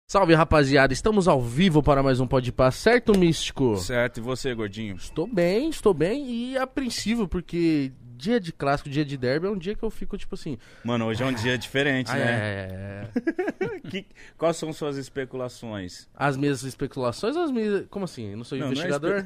Salve, rapaziada. Estamos ao vivo para mais um Podpah, certo, Místico? Certo, e você, gordinho? Estou bem e apreensivo, porque dia de clássico, dia de derby é um dia que eu fico tipo assim... Mano, hoje é um dia diferente, É... né? Quais são suas especulações? As minhas especulações ou as minhas... Como assim? Eu não sou investigador?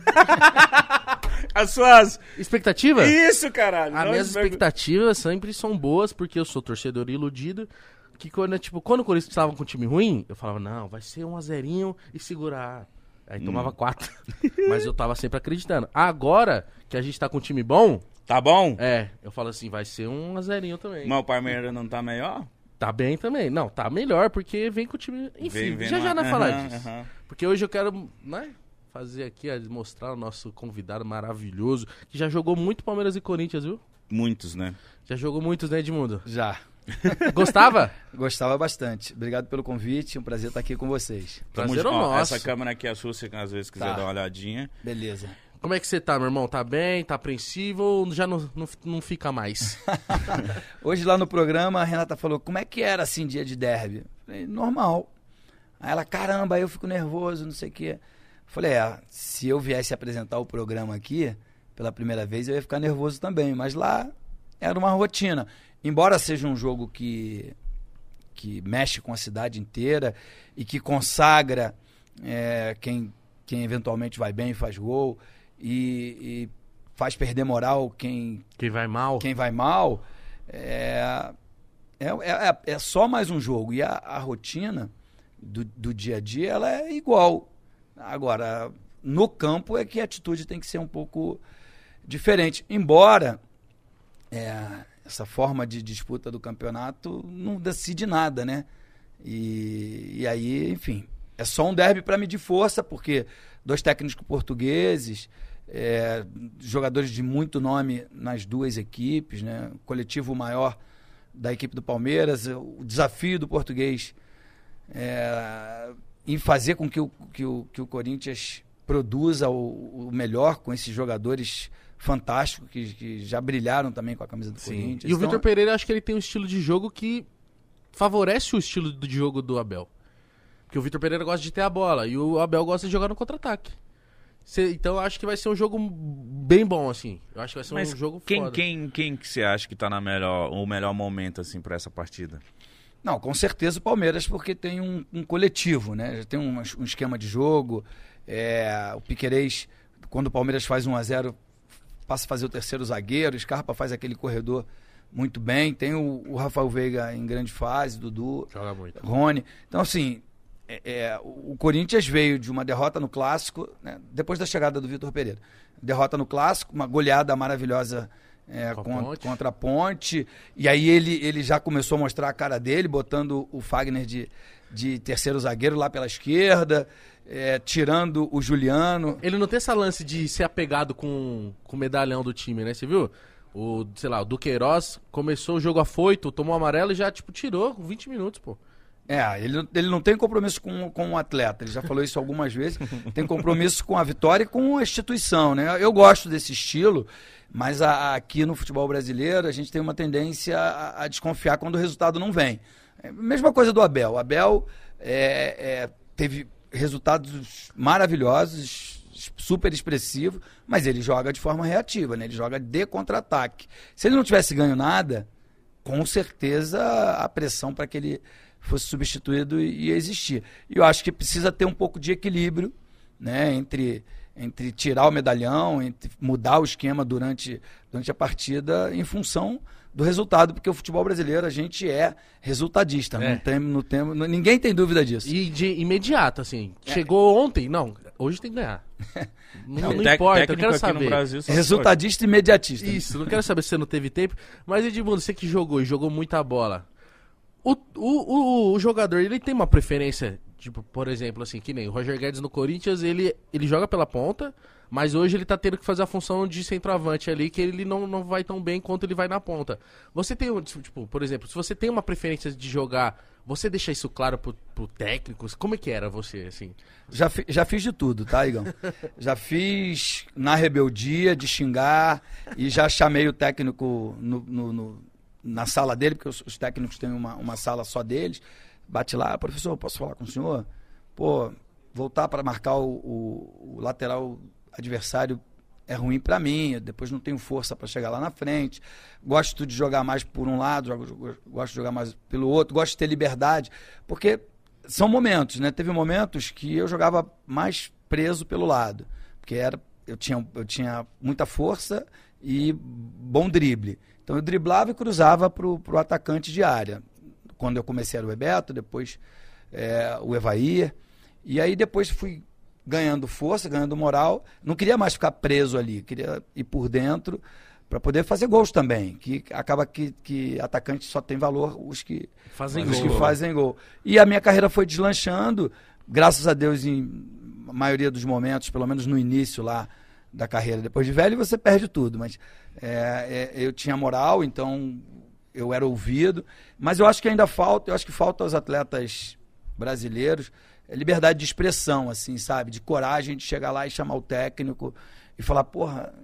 As suas... Expectativa? Isso, caralho! As minhas expectativas sempre são boas, porque eu sou torcedor iludido. Que quando o Corinthians estava com um time ruim, eu falava, não, vai ser 1-0 e segurar. Aí tomava 4. Mas eu tava sempre acreditando. Agora que a gente tá com um time bom... Tá bom? Eu falo assim, vai ser 1-0 também. Mas o Palmeiras não tá melhor? Tá bem também. Não, tá melhor, porque vem com o time... Enfim, já não é falar disso. Porque hoje eu quero, né, fazer aqui, mostrar o nosso convidado maravilhoso, que já jogou muito Palmeiras e Corinthians, viu? Muitos, né? Já jogou muitos, né, Edmundo? Já. Gostava? Gostava bastante. Obrigado pelo convite, um prazer estar aqui com vocês. Prazer nosso. Essa câmera aqui é sua, se às vezes quiser dar uma olhadinha. Beleza. Como é que você tá, meu irmão? Tá bem? Tá apreensivo ou já não fica mais? Hoje lá no programa a Renata falou, como é que era assim dia de derby? Falei, normal. Aí ela, caramba, aí eu fico nervoso, não sei o quê. Falei, se eu viesse apresentar o programa aqui pela primeira vez eu ia ficar nervoso também, mas lá era uma rotina. Embora seja um jogo que mexe com a cidade inteira e que consagra quem eventualmente vai bem e faz gol e faz perder moral quem vai mal. Quem vai mal, é só mais um jogo. E a rotina do dia a dia ela é igual. Agora, no campo é que a atitude tem que ser um pouco diferente. Embora... essa forma de disputa do campeonato não decide nada, né? E aí, enfim, é só um derby para medir força, porque 2 técnicos portugueses, jogadores de muito nome nas duas equipes, né? O coletivo maior da equipe do Palmeiras, o desafio do português em fazer com que o Corinthians produza o melhor com esses jogadores fantástico, que já brilharam também com a camisa do Corinthians. E o Vitor Pereira, acho que ele tem um estilo de jogo que favorece o estilo de jogo do Abel. Porque o Vitor Pereira gosta de ter a bola e o Abel gosta de jogar no contra-ataque. Então eu acho que vai ser um jogo bem bom, assim. Eu acho que vai ser um jogo foda. Quem que você acha que tá o melhor momento, assim, pra essa partida? Não, com certeza o Palmeiras, porque tem um coletivo, né? Já tem um esquema de jogo. O Piquerez, quando o Palmeiras faz 1-0... passa a fazer o terceiro zagueiro, Scarpa faz aquele corredor muito bem, tem o Rafael Veiga em grande fase, Dudu, joga muito. Rony. Então, assim, o Corinthians veio de uma derrota no Clássico, né, depois da chegada do Vitor Pereira. Derrota no Clássico, uma goleada maravilhosa contra a Ponte, e aí ele já começou a mostrar a cara dele, botando o Fagner de terceiro zagueiro lá pela esquerda, tirando o Juliano. Ele não tem essa lance de ser apegado com o medalhão do time, né? Você viu? O Duqueiroz começou o jogo afoito, tomou amarelo e já, tirou com 20 minutos, pô. Ele não tem compromisso com o atleta, ele já falou isso algumas vezes, tem compromisso com a vitória e com a instituição, né? Eu gosto desse estilo, mas aqui no futebol brasileiro a gente tem uma tendência a desconfiar quando o resultado não vem. Mesma coisa do Abel. O Abel teve resultados maravilhosos, super expressivos, mas ele joga de forma reativa, né? Ele joga de contra-ataque. Se ele não tivesse ganho nada, com certeza a pressão para que ele fosse substituído ia existir. E eu acho que precisa ter um pouco de equilíbrio, né? Entre tirar o medalhão, entre mudar o esquema durante a partida em função do resultado, porque o futebol brasileiro a gente é resultadista, ninguém tem dúvida disso. E de imediato, assim, chegou ontem, não, hoje tem que ganhar. Não importa, eu quero saber. Resultadista e imediatista. Isso, não quero saber se você não teve tempo, mas Edmundo, você que jogou e jogou muita bola, o jogador, ele tem uma preferência, tipo, por exemplo, assim, que nem o Roger Guedes no Corinthians, ele joga pela ponta, mas hoje ele tá tendo que fazer a função de centroavante ali, que ele não vai tão bem quanto ele vai na ponta. Você tem, tipo, por exemplo, se você tem uma preferência de jogar, você deixa isso claro pro técnico? Como é que era você, assim? Já fiz de tudo, tá, Igão? Já fiz na rebeldia de xingar e já chamei o técnico na sala dele, porque os técnicos têm uma sala só deles. bate lá, professor, posso falar com o senhor? Pô, voltar para marcar o lateral adversário é ruim para mim, depois não tenho força para chegar lá na frente, gosto de jogar mais por um lado, gosto de jogar mais pelo outro, gosto de ter liberdade, porque são momentos, né? Teve momentos que eu jogava mais preso pelo lado, porque eu tinha muita força e bom drible. Então eu driblava e cruzava pro atacante de área. Quando eu comecei era o Bebeto, depois o Evair, e aí depois fui ganhando força, ganhando moral, não queria mais ficar preso ali, queria ir por dentro para poder fazer gols também, que acaba que atacante só tem valor os que fazem gol. E a minha carreira foi deslanchando, graças a Deus, em maioria dos momentos, pelo menos no início lá da carreira, depois de velho você perde tudo, mas eu tinha moral, então eu era ouvido, mas eu acho que ainda falta aos atletas brasileiros liberdade de expressão, assim, sabe? De coragem de chegar lá e chamar o técnico e falar, porra,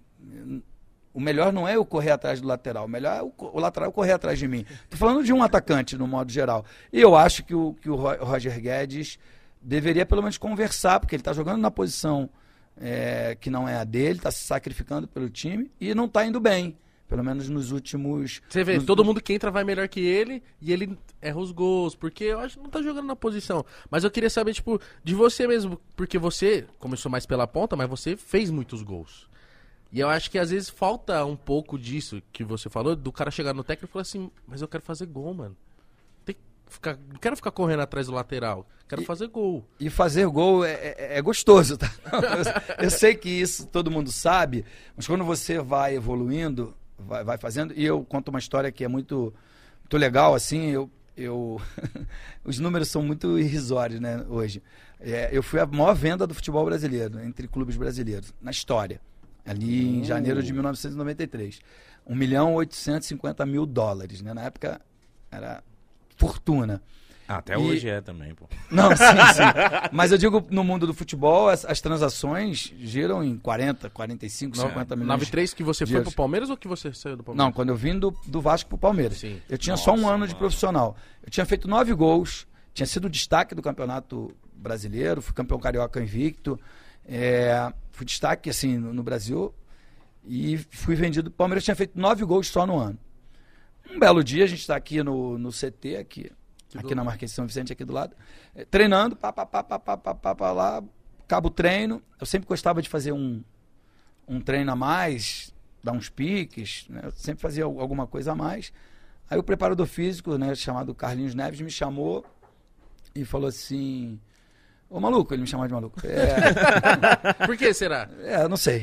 o melhor não é eu correr atrás do lateral, o melhor é o lateral correr atrás de mim. Tô falando de um atacante, no modo geral. E eu acho que o Roger Guedes deveria pelo menos conversar, porque ele está jogando na posição que não é a dele, está se sacrificando pelo time e não está indo bem. Pelo menos nos últimos... Você vê, todo mundo que entra vai melhor que ele e ele erra os gols, porque eu acho que não tá jogando na posição. Mas eu queria saber, tipo, de você mesmo, porque você começou mais pela ponta, mas você fez muitos gols. E eu acho que às vezes falta um pouco disso que você falou, do cara chegar no técnico e falar assim, mas eu quero fazer gol, mano. Não quero ficar correndo atrás do lateral, quero fazer gol. E fazer gol é gostoso, tá? Eu sei que isso todo mundo sabe, mas quando você vai evoluindo... Vai fazendo, e eu conto uma história que é muito, muito legal, assim, os números são muito irrisórios, né, hoje. Eu fui a maior venda do futebol brasileiro, entre clubes brasileiros, na história, ali em janeiro de 1993. $1.850.000, né, na época era fortuna. Até hoje também, pô. Não, sim. Mas eu digo, no mundo do futebol, as transações giram em 40, 45, 50 milhões. 93 que você foi pro Palmeiras ou que você saiu do Palmeiras? Não, quando eu vim do Vasco pro Palmeiras. Sim. Eu tinha só um ano de profissional. Eu tinha feito 9 gols, tinha sido destaque do Campeonato Brasileiro, fui campeão carioca invicto, fui destaque, assim, no Brasil, e fui vendido pro Palmeiras. Tinha feito 9 gols só no ano. Um belo dia, a gente está aqui no CT, aqui na Marquês de São Vicente, aqui do lado, treinando, lá, acaba o treino. Eu sempre gostava de fazer um treino a mais, dar uns piques, né? Eu sempre fazia alguma coisa a mais. Aí o preparador físico, né, chamado Carlinhos Neves, me chamou e falou assim, ô maluco, ele me chamava de maluco. Por que será? Não sei.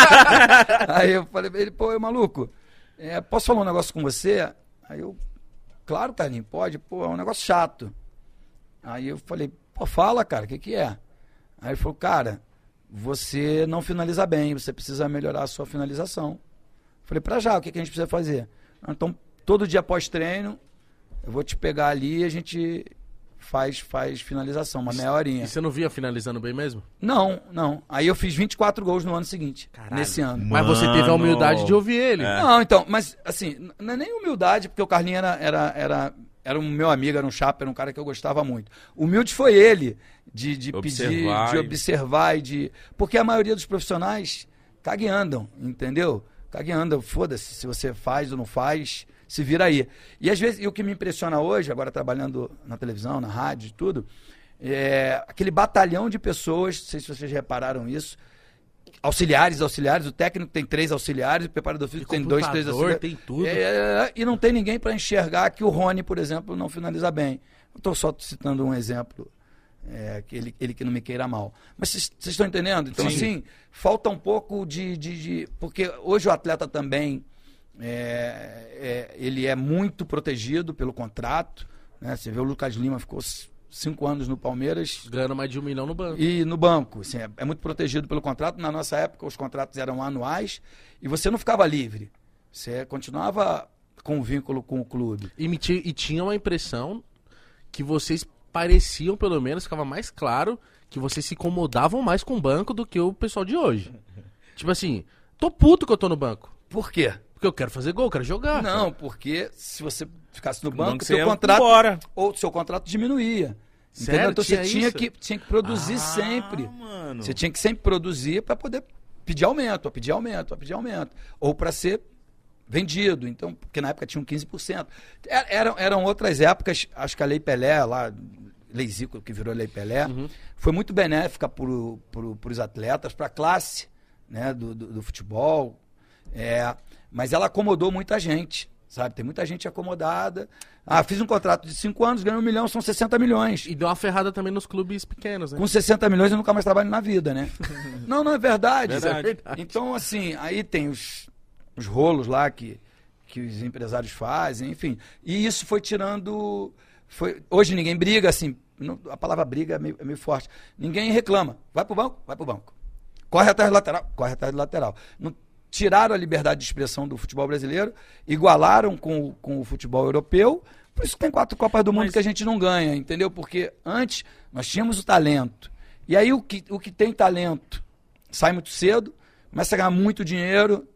Aí eu falei, ô maluco, posso falar um negócio com você? Aí eu, claro, Carlinhos, pode, é um negócio chato. Aí eu falei, fala, cara, o que é? Aí ele falou, cara, você não finaliza bem, você precisa melhorar a sua finalização. Eu falei, pra já, o que a gente precisa fazer? Então, todo dia após treino, eu vou te pegar ali e a gente faz finalização, uma meia horinha. E você não via finalizando bem mesmo? Não. Aí eu fiz 24 gols no ano seguinte. Caralho. Nesse ano. Mas você teve a humildade de ouvir ele. Não, então, mas assim, não é nem humildade, porque o Carlinhos era um meu amigo, era um chapa, era um cara que eu gostava muito. Humilde foi ele, de pedir, de observar porque a maioria dos profissionais cagueandam, entendeu? Cagueandam, foda-se, se você faz ou não faz, se vira aí. E às vezes, o que me impressiona hoje, agora trabalhando na televisão, na rádio e tudo, é aquele batalhão de pessoas, não sei se vocês repararam isso, auxiliares, o técnico tem 3 auxiliares, o preparador físico tem 2, 3 auxiliares. Tem tudo. E não tem ninguém para enxergar que o Rony, por exemplo, não finaliza bem. Estou só citando um exemplo, que ele que não me queira mal. Mas vocês estão entendendo? Então, assim, falta um pouco porque hoje o atleta também, ele é muito protegido pelo contrato, né? Você vê o Lucas Lima ficou 5 anos no Palmeiras. Ganhando mais de $1 milhão no banco. E no banco, assim, é muito protegido pelo contrato. Na nossa época, os contratos eram anuais e você não ficava livre. Você continuava com um vínculo com o clube. E tinha uma impressão que vocês pareciam, pelo menos, ficava mais claro, que vocês se incomodavam mais com o banco do que o pessoal de hoje. Tipo assim, tô puto que eu tô no banco. Por quê? Porque eu quero fazer gol, eu quero jogar. Não, porque se você ficasse no banco, você ia seu contrato, embora. ou seu contrato diminuía. Sério? Entendeu? Então você Tinha tinha que produzir sempre. Mano. Você tinha que sempre produzir para poder pedir aumento, pedir aumento, pedir aumento. Ou para ser vendido. Então, porque na época tinham 15%. Eram outras épocas, acho que a Lei Pelé, lá, Lei Zico, que virou Lei Pelé, foi muito benéfica para os atletas, para a classe, né, do futebol. Mas ela acomodou muita gente, sabe? Tem muita gente acomodada. Fiz um contrato de 5 anos, ganhei 1 milhão, são 60 milhões. E deu uma ferrada também nos clubes pequenos, né? Com 60 milhões eu nunca mais trabalho na vida, né? Não é verdade. Verdade. Então, assim, aí tem os rolos lá que os empresários fazem, enfim. E isso foi tirando... Hoje ninguém briga, assim, a palavra briga é meio forte. Ninguém reclama. Vai pro banco? Vai pro banco. Corre atrás do lateral? Corre atrás do lateral. Tiraram a liberdade de expressão do futebol brasileiro, igualaram com o futebol europeu, por isso tem 4 Copas do Mundo que a gente não ganha, entendeu? Porque antes nós tínhamos o talento. E aí o que tem talento sai muito cedo, começa a ganhar muito dinheiro,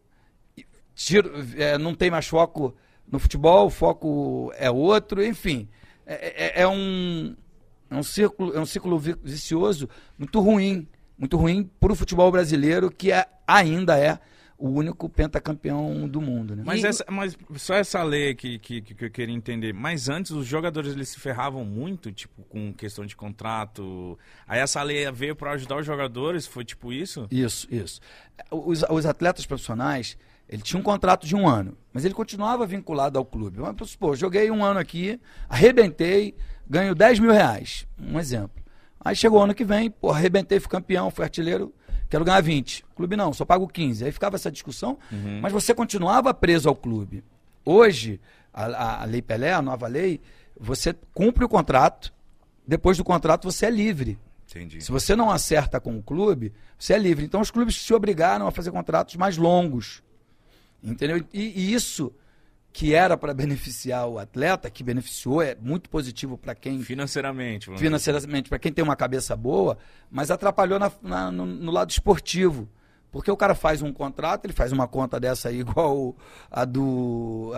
não tem mais foco no futebol, o foco é outro, enfim. É um ciclo vicioso muito ruim para o futebol brasileiro, que ainda é o único pentacampeão do mundo, né? Mas só essa lei que eu queria entender. Mas antes os jogadores eles se ferravam muito, tipo, com questão de contrato. Aí essa lei veio para ajudar os jogadores, foi tipo isso? Isso. Os atletas profissionais, ele tinha um contrato de 1 ano, mas ele continuava vinculado ao clube. Vamos supor, joguei 1 ano aqui, arrebentei, ganho 10 mil reais, um exemplo. Aí chegou o ano que vem, arrebentei, fui campeão, fui artilheiro, quero ganhar 20. O clube não, só pago 15. Aí ficava essa discussão, mas você continuava preso ao clube. Hoje, a Lei Pelé, a nova lei, você cumpre o contrato, depois do contrato você é livre. Entendi. Se você não acerta com o clube, você é livre. Então os clubes se obrigaram a fazer contratos mais longos. Entendeu? E isso que era para beneficiar o atleta, que beneficiou, é muito positivo para quem... Financeiramente, para quem tem uma cabeça boa, mas atrapalhou no lado esportivo. Porque o cara faz um contrato, ele faz uma conta dessa aí igual a do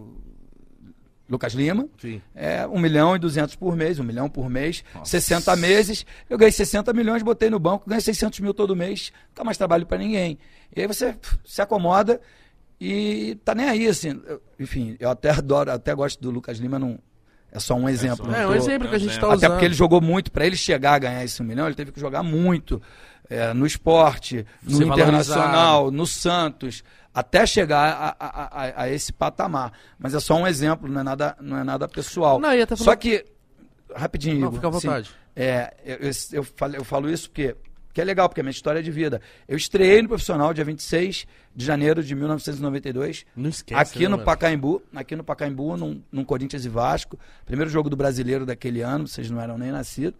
Lucas Lima. Sim. 1 milhão e 200 por mês, 1 milhão por mês, Nossa. 60 meses, eu ganhei 60 milhões, botei no banco, ganhei 600 mil todo mês, nunca mais trabalho para ninguém. E aí você se acomoda e tá nem aí, assim. Enfim, eu até gosto do Lucas Lima, não é só um exemplo. um exemplo que a gente tá usando. Até porque ele jogou muito, para ele chegar a ganhar esse 1 milhão, ele teve que jogar muito no esporte, no Internacional, no Santos, até chegar a esse patamar. Mas é só um exemplo, não é nada pessoal. Não, até só que, rapidinho, não, Igor, fica à vontade. eu falo isso porque é legal, porque é minha história de vida. Eu estreiei no profissional dia 26 de janeiro de 1992. Não esquece, aqui no Pacaembu, num Corinthians e Vasco. Primeiro jogo do Brasileiro daquele ano, vocês não eram nem nascidos.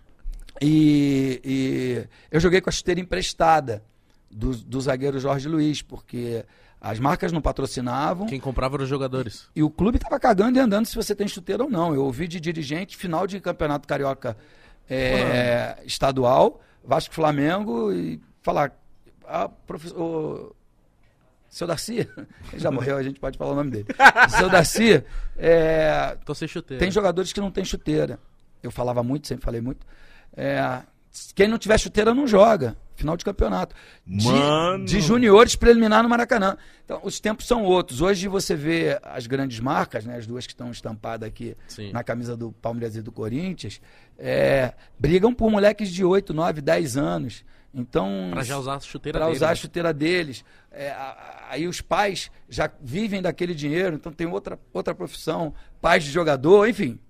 E eu joguei com a chuteira emprestada do zagueiro Jorge Luiz, porque as marcas não patrocinavam. Quem comprava eram os jogadores. E o clube estava cagando e andando se você tem chuteira ou não. Eu ouvi de dirigente, final de campeonato carioca estadual, Vasco Flamengo, e falar, professor, seu Darcy, ele já morreu, a gente pode falar o nome dele. Seu Darcy, Tô sem chuteira. tem jogadores que não tem chuteira. Eu falava muito, sempre falei muito. Quem não tiver chuteira não joga. Final de campeonato. De juniores preliminar no Maracanã. Então, os tempos são outros. Hoje você vê as grandes marcas, né, as duas que estão estampadas aqui na camisa do Palmeiras e do Corinthians, brigam por moleques de 8, 9, 10 anos. Então, pra já usar a chuteira deles. Pra usar a chuteira deles. Aí os pais já vivem daquele dinheiro, então tem outra profissão, pais de jogador, enfim.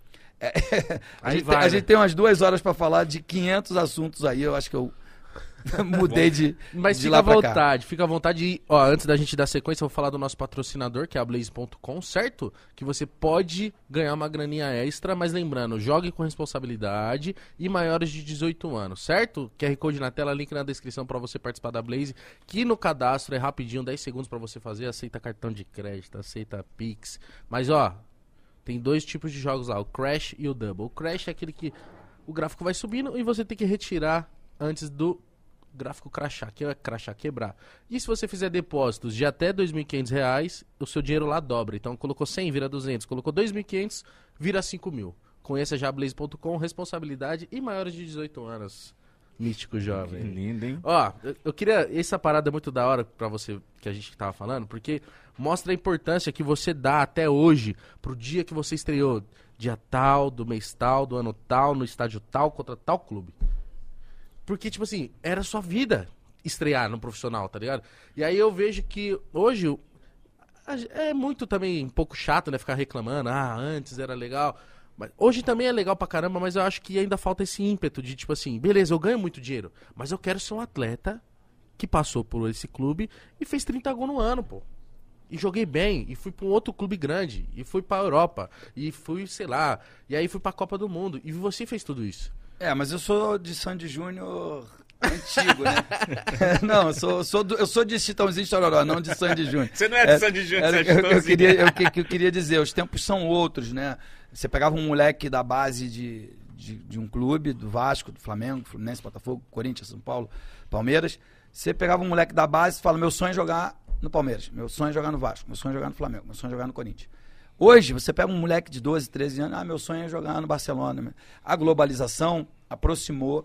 A gente tem umas 2 horas para falar de 500 assuntos aí, eu acho que eu mudei de Mas de fica lá à pra vontade, fica à vontade. E, antes da gente dar sequência, eu vou falar do nosso patrocinador, que é a Blaze.com, certo? Que você pode ganhar uma graninha extra, mas lembrando, jogue com responsabilidade e maiores de 18 anos, certo? QR Code na tela, link na descrição pra você participar da Blaze, que no cadastro é rapidinho, 10 segundos pra você fazer, aceita cartão de crédito, aceita Pix, mas tem 2 tipos de jogos lá, o Crash e o Double. O Crash é aquele que o gráfico vai subindo e você tem que retirar antes do gráfico crachá, que é crachá quebrar. E se você fizer depósitos de até R$2.500, o seu dinheiro lá dobra. Então colocou 100, vira 200. Colocou 2.500, vira 5.000. Conheça já Blaze.com, responsabilidade e maiores de 18 anos. Mítico jovem. Que lindo, hein? Ó, eu queria... Essa parada é muito da hora pra você, que a gente tava falando, porque mostra a importância que você dá até hoje pro dia que você estreou. Dia tal, do mês tal, do ano tal, no estádio tal, contra tal clube. Porque, tipo assim, era sua vida estrear no profissional, tá ligado? E aí eu vejo que hoje é muito também um pouco chato, né? Ficar reclamando, antes era legal... Mas hoje também é legal pra caramba, mas eu acho que ainda falta esse ímpeto de, tipo assim, beleza, eu ganho muito dinheiro, mas eu quero ser um atleta que passou por esse clube e fez 30 gols no ano, pô. E joguei bem, e fui pra um outro clube grande, e fui pra Europa, e fui, sei lá, e aí fui pra Copa do Mundo, e você fez tudo isso. Mas eu sou de Sandy Júnior antigo, né? Não, eu sou de Chitãozinho e Chororó, não de Sandy Júnior. Você não é de Sandy Júnior, você é de Chitãozinho. Eu queria dizer, os tempos são outros, né? Você pegava um moleque da base de um clube, do Vasco, do Flamengo, Fluminense, Botafogo, Corinthians, São Paulo, Palmeiras. Você pegava um moleque da base e fala, meu sonho é jogar no Palmeiras, meu sonho é jogar no Vasco, meu sonho é jogar no Flamengo, meu sonho é jogar no Corinthians. Hoje, você pega um moleque de 12, 13 anos, meu sonho é jogar no Barcelona. A globalização aproximou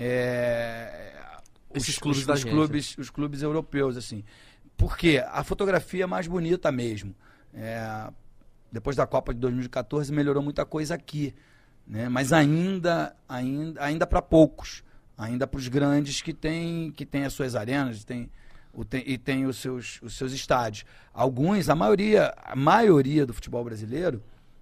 Esses clubes os clubes europeus, assim. Porque a fotografia é mais bonita mesmo. Depois da Copa de 2014 melhorou muita coisa aqui, né? Mas ainda para poucos, ainda para os grandes que têm as suas arenas, e tem os seus estádios. Alguns, a maioria do futebol brasileiro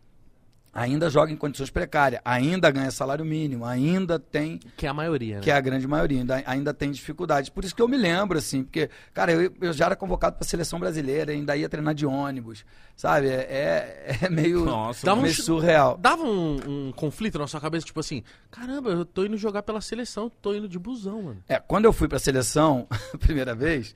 ainda joga em condições precárias, ainda ganha salário mínimo, ainda tem... Que é a maioria, né? Que é a grande maioria, ainda tem dificuldades. Por isso que eu me lembro, assim, porque, cara, eu já era convocado para a seleção brasileira, ainda ia treinar de ônibus, sabe? É meio, meio surreal. Dava um conflito na sua cabeça, tipo assim, caramba, eu tô indo jogar pela seleção, tô indo de busão, mano. Quando eu fui para a seleção, a primeira vez,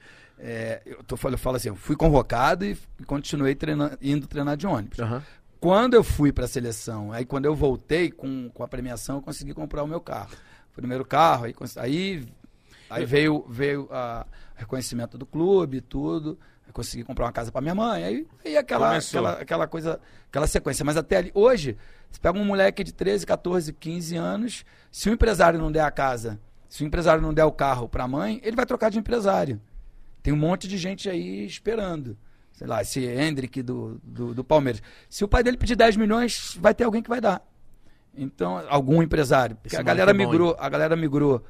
eu falo assim, eu fui convocado e continuei indo treinar de ônibus. Uhum. Quando eu fui para a seleção, aí quando eu voltei com a premiação, eu consegui comprar o meu carro. Primeiro carro, aí veio o reconhecimento do clube e tudo. Eu consegui comprar uma casa para minha mãe. Aí aquela coisa, aquela sequência. Mas até ali, hoje, você pega um moleque de 13, 14, 15 anos, se o empresário não der a casa, se o empresário não der o carro para a mãe, ele vai trocar de empresário. Tem um monte de gente aí esperando. Sei lá, esse Hendrick do Palmeiras. Se o pai dele pedir 10 milhões, vai ter alguém que vai dar. Então, algum empresário. Porque a galera migrou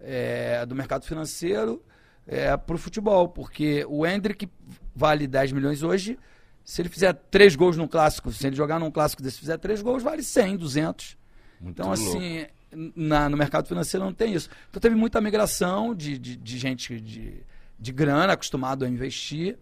do mercado financeiro para o futebol. Porque o Hendrick vale 10 milhões hoje. Se ele fizer 3 gols num clássico, se ele jogar num clássico desse, fizer 3 gols, vale 100, 200. Muito então, louco. Assim, no mercado financeiro não tem isso. Então, teve muita migração de gente de grana, acostumado a investir,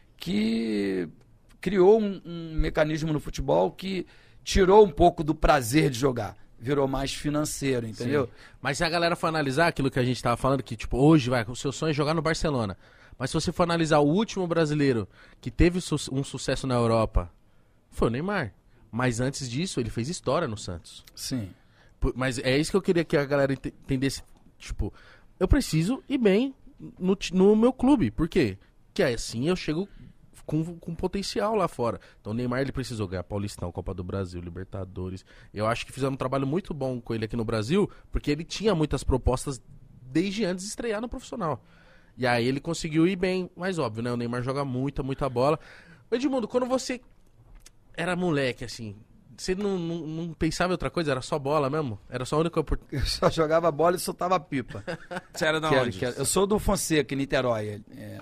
que criou um mecanismo no futebol que tirou um pouco do prazer de jogar. Virou mais financeiro, entendeu? Sim. Mas se a galera for analisar aquilo que a gente tava falando, que tipo, hoje o seu sonho é jogar no Barcelona. Mas se você for analisar o último brasileiro que teve um sucesso na Europa, foi o Neymar. Mas antes disso, ele fez história no Santos. Sim. Mas é isso que eu queria que a galera entendesse. Tipo, eu preciso ir bem no meu clube. Por quê? Que assim eu chego com potencial lá fora. Então o Neymar, ele precisou ganhar Paulistão, Copa do Brasil, Libertadores. Eu acho que fizeram um trabalho muito bom com ele aqui no Brasil, porque ele tinha muitas propostas desde antes de estrear no profissional. E aí ele conseguiu ir bem, mas óbvio, né? O Neymar joga muita bola. Edmundo, quando você era moleque, assim, você não pensava em outra coisa? Era só bola mesmo? Era só a única oportunidade? Eu só jogava bola e soltava pipa. Você era da onde? Eu sou do Fonseca, em Niterói.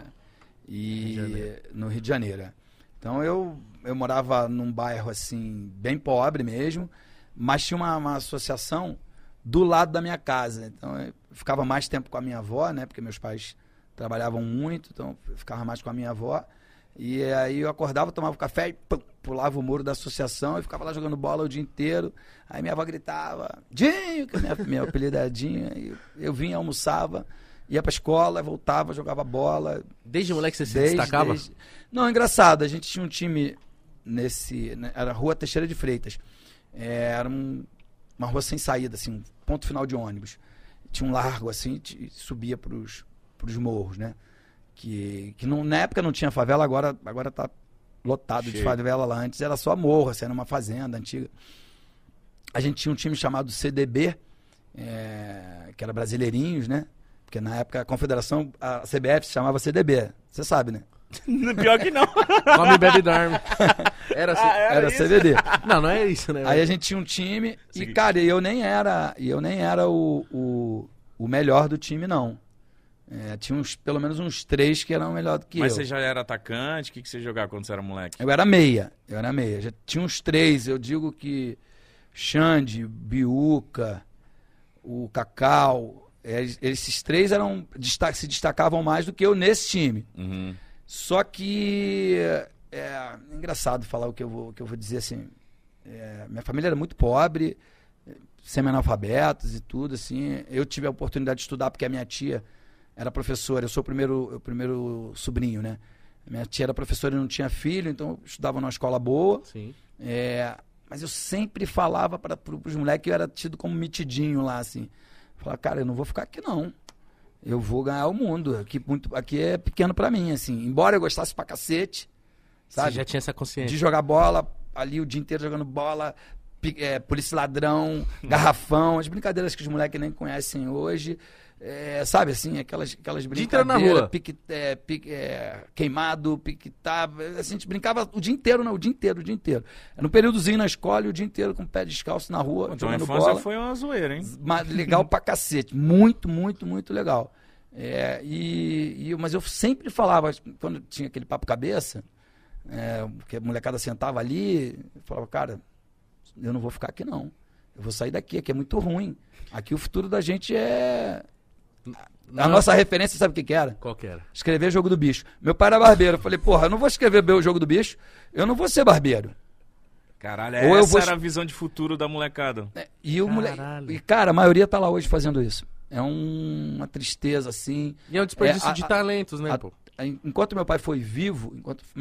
No Rio de Janeiro. Então eu morava num bairro assim bem pobre mesmo, mas tinha uma associação do lado da minha casa. Então eu ficava mais tempo com a minha avó, né? Porque meus pais trabalhavam muito, então eu ficava mais com a minha avó. E aí eu acordava, tomava café e pulava o muro da associação e ficava lá jogando bola o dia inteiro. Aí minha avó gritava, Dinho, que é minha apelidadinha. Eu vinha, almoçava, ia pra escola, voltava, jogava bola. Desde moleque você se destacava? Não, engraçado, a gente tinha um time era a Rua Teixeira de Freitas. Era uma rua sem saída, assim, um ponto final de ônibus. Tinha um largo, assim, subia pros pros morros, né? Que não, na época não tinha favela, agora tá lotado de favela lá. Antes era só morro, assim, era uma fazenda antiga. A gente tinha um time chamado CDB, que era Brasileirinhos, né? Porque na época a confederação, a CBF se chamava CDB, você sabe, né? Pior que não. Come, bebe e dorme. Era isso? CBD. Não é isso, né? Aí a gente tinha um time Seguinte. e, cara, eu nem era o melhor do time, não. Tinha pelo menos uns 3 que eram melhor do que Mas eu. você já era atacante? O que você jogava quando você era moleque? Eu era meia. Já tinha uns 3. Eu digo que Xande, Biuca, o Cacau, esses 3 se destacavam mais do que eu nesse time. Uhum. Só que é engraçado falar o que eu vou dizer assim. Minha família era muito pobre, semi-analfabetos e tudo, assim. Eu tive a oportunidade de estudar porque a minha tia era professora. Eu sou o primeiro sobrinho, né? Minha tia era professora e não tinha filho, então eu estudava numa escola boa. Sim. Mas eu sempre falava para os moleques que eu era tido como mitidinho lá, assim. Falava, cara, eu não vou ficar aqui, não. Eu vou ganhar o mundo. Aqui é pequeno pra mim, assim. Embora eu gostasse pra cacete, sabe? Você já tinha essa consciência. De jogar bola, ali o dia inteiro jogando bola, polícia ladrão, garrafão, as brincadeiras que os moleques nem conhecem hoje. Sabe, assim, aquelas inteiro na rua. brincadeiras, queimado, assim, a gente brincava o dia inteiro, o dia inteiro. Era um períodozinho na escola e o dia inteiro com o pé descalço na rua, Então a jogando infância bola. foi uma zoeira, hein? Mas legal pra cacete. Muito, muito, muito legal. Mas eu sempre falava, quando tinha aquele papo cabeça, que a molecada sentava ali, eu falava, cara, eu não vou ficar aqui não. Eu vou sair daqui, aqui é muito ruim. Aqui o futuro da gente é... A nossa referência, sabe o que era? Qual que era? Escrever Jogo do Bicho. Meu pai era barbeiro. Eu falei, porra, eu não vou escrever o Jogo do Bicho, eu não vou ser barbeiro. Caralho, Ou eu essa vou- era a visão de futuro da molecada. E o moleque. Caralho. E, cara, a maioria tá lá hoje fazendo isso. É uma tristeza, assim. E é um desperdício de talentos, né, pô? Enquanto meu pai foi vivo,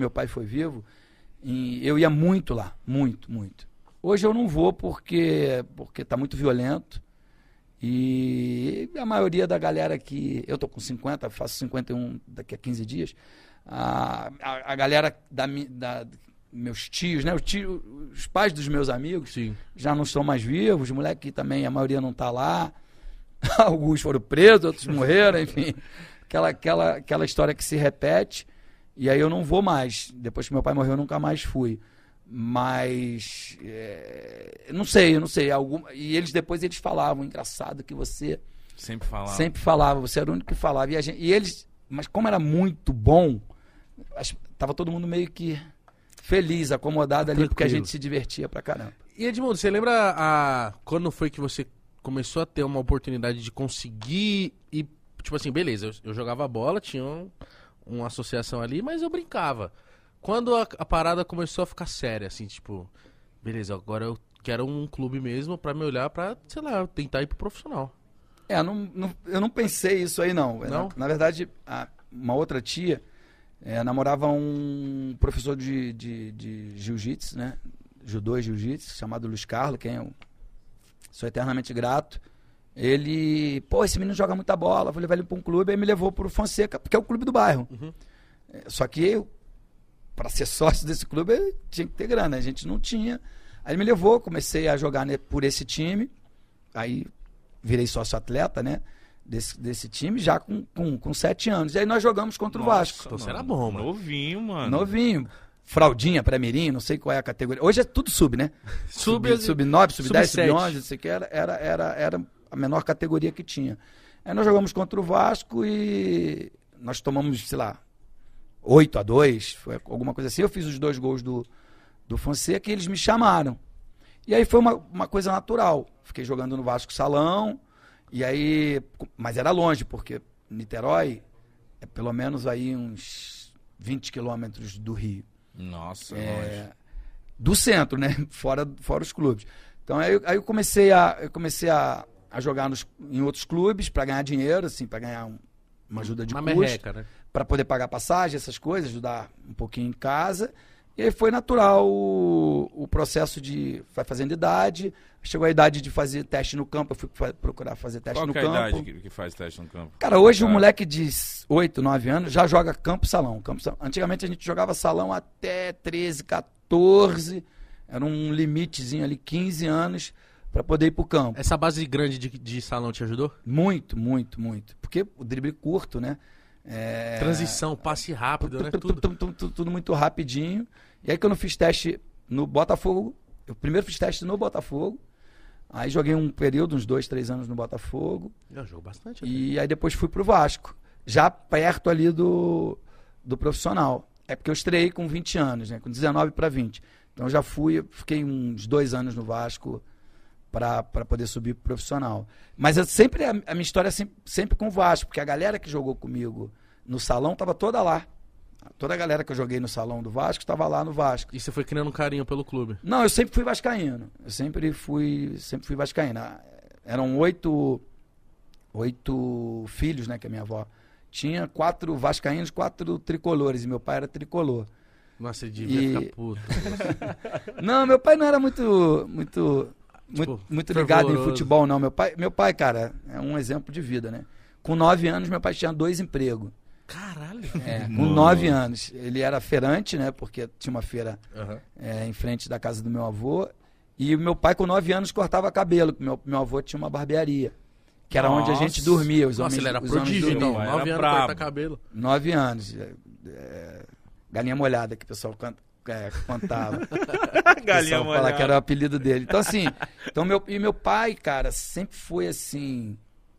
eu ia muito lá. Muito, muito. Hoje eu não vou porque tá muito violento. E a maioria da galera que... Eu tô com 50, faço 51 daqui a 15 dias. A galera meus tios, né? Os pais dos meus amigos Sim. já não estão mais vivos. Os moleques também, a maioria não tá lá. Alguns foram presos, outros morreram, enfim. Aquela história que se repete. E aí eu não vou mais. Depois que meu pai morreu, eu nunca mais fui. Mas não sei. E depois eles falavam, engraçado que você Sempre falava. sempre falava, você era o único que falava. Mas como era muito bom, tava todo mundo meio que feliz, acomodado ali, porque a Tranquilo. gente se divertia pra caramba. E Edmundo, você lembra quando foi que você começou a ter uma oportunidade de conseguir e, tipo assim, beleza, eu jogava bola, tinha uma associação ali, mas eu brincava. Quando a parada começou a ficar séria, assim, tipo, beleza, agora eu quero um clube mesmo pra me olhar pra, sei lá, tentar ir pro profissional. Eu não pensei isso aí, não. Não? Na verdade, uma outra tia namorava um professor de jiu-jitsu, né? Judô e jiu-jitsu, chamado Luiz Carlos, quem eu sou eternamente grato. Ele, esse menino joga muita bola, vou levar ele para um clube, aí me levou pro Fonseca, porque é o clube do bairro. Uhum. Só que eu, para ser sócio desse clube, eu tinha que ter grana, a gente não tinha. Aí ele me levou, comecei a jogar por esse time, aí virei sócio-atleta, né? Desse time, já com 7 anos. E aí nós jogamos contra o Vasco. Então você era bom, mano. Novinho, mano. Novinho. Fraldinha, pré-mirim, não sei qual é a categoria. Hoje é tudo sub, né? Sub-9, sub-9, sub-10, sub-7. sub-11, não sei o que. Era a menor categoria que tinha. Aí nós jogamos contra o Vasco e nós tomamos, sei lá, 8-2, foi alguma coisa assim. Eu fiz os 2 gols do Fonseca e eles me chamaram. E aí foi uma coisa natural. Fiquei jogando no Vasco Salão, e aí... Mas era longe, porque Niterói é pelo menos aí uns 20 quilômetros do Rio. Nossa, longe. Do centro, né? Fora os clubes. Então aí eu comecei a jogar em outros clubes para ganhar dinheiro, assim, para ganhar uma ajuda de Uma custo, merreca, né? para poder pagar passagem, essas coisas, ajudar um pouquinho em casa. E aí foi natural o processo de vai fazendo idade. Chegou a idade de fazer teste no campo, eu fui procurar fazer teste no campo. Qual é a idade que faz teste no campo? Cara, hoje o moleque de 8, 9 anos já joga campo-salão. Antigamente a gente jogava salão até 13, 14, era um limitezinho ali, 15 anos, para poder ir pro campo. Essa base grande de salão te ajudou? Muito. Porque o drible curto, né? Transição, passe rápido, né? Tudo muito rapidinho. E aí quando eu fiz teste no Botafogo, eu primeiro fiz teste no Botafogo, aí joguei um período, uns 2, 3 anos no Botafogo. Já jogou bastante. E aí depois fui pro Vasco, já perto ali do profissional. É porque eu estreiei com 20 anos, né? Com 19 para 20. Então já fiquei uns 2 anos no Vasco para poder subir pro profissional. Mas a minha história é sempre com o Vasco, porque a galera que jogou comigo no salão tava toda lá. Toda a galera que eu joguei no salão do Vasco estava lá no Vasco. E você foi criando um carinho pelo clube? Não, eu sempre fui vascaíno. Eu sempre fui vascaíno. Eram 8 filhos, né, que a minha avó tinha, 4 vascaínos, 4 tricolores, e meu pai era tricolor. Nossa, ele devia ficar puto. Não, meu pai não era muito ligado fervoroso. em futebol, não. Meu pai, cara, é um exemplo de vida, né? Com 9 anos, meu pai tinha 2 empregos. Caralho. Com 9 anos. Ele era feirante, né? Porque tinha uma feira em frente da casa do meu avô. E o meu pai, com 9 anos, cortava cabelo. Meu avô tinha uma barbearia. Que era onde a gente dormia. Ele era prodígio, então. 9 anos corta cabelo. 9 anos. Galinha molhada, que o pessoal contava. Galinha molhada. Falar que era o apelido dele. Então, assim... meu pai, cara, sempre foi assim...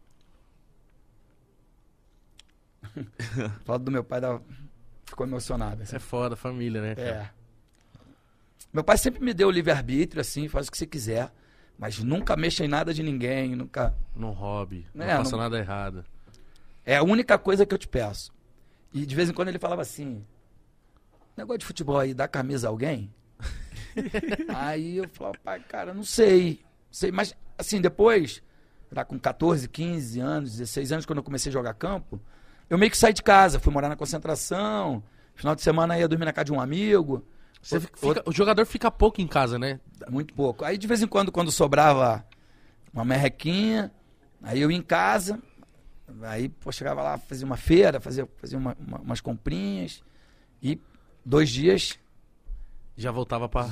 Falar do meu pai ficou emocionado. Assim. É foda, família, né? Cara? Meu pai sempre me deu o livre-arbítrio, assim, faz o que você quiser. Mas nunca mexa em nada de ninguém, nunca... Não hobby, não faça nada errado. É a única coisa que eu te peço. E de vez em quando ele falava assim, negócio de futebol aí, dá camisa a alguém? Aí eu falava, pai, cara, não sei. Mas, assim, depois, lá com 14, 15 anos, 16 anos, quando eu comecei a jogar campo, eu meio que saí de casa, fui morar na Concentração, final de semana ia dormir na casa de um amigo. O jogador fica pouco em casa, né? Muito pouco. Aí de vez em quando sobrava uma merrequinha, aí eu ia em casa, aí chegava lá, fazia uma feira, fazia umas comprinhas, e 2 dias... Já voltava pra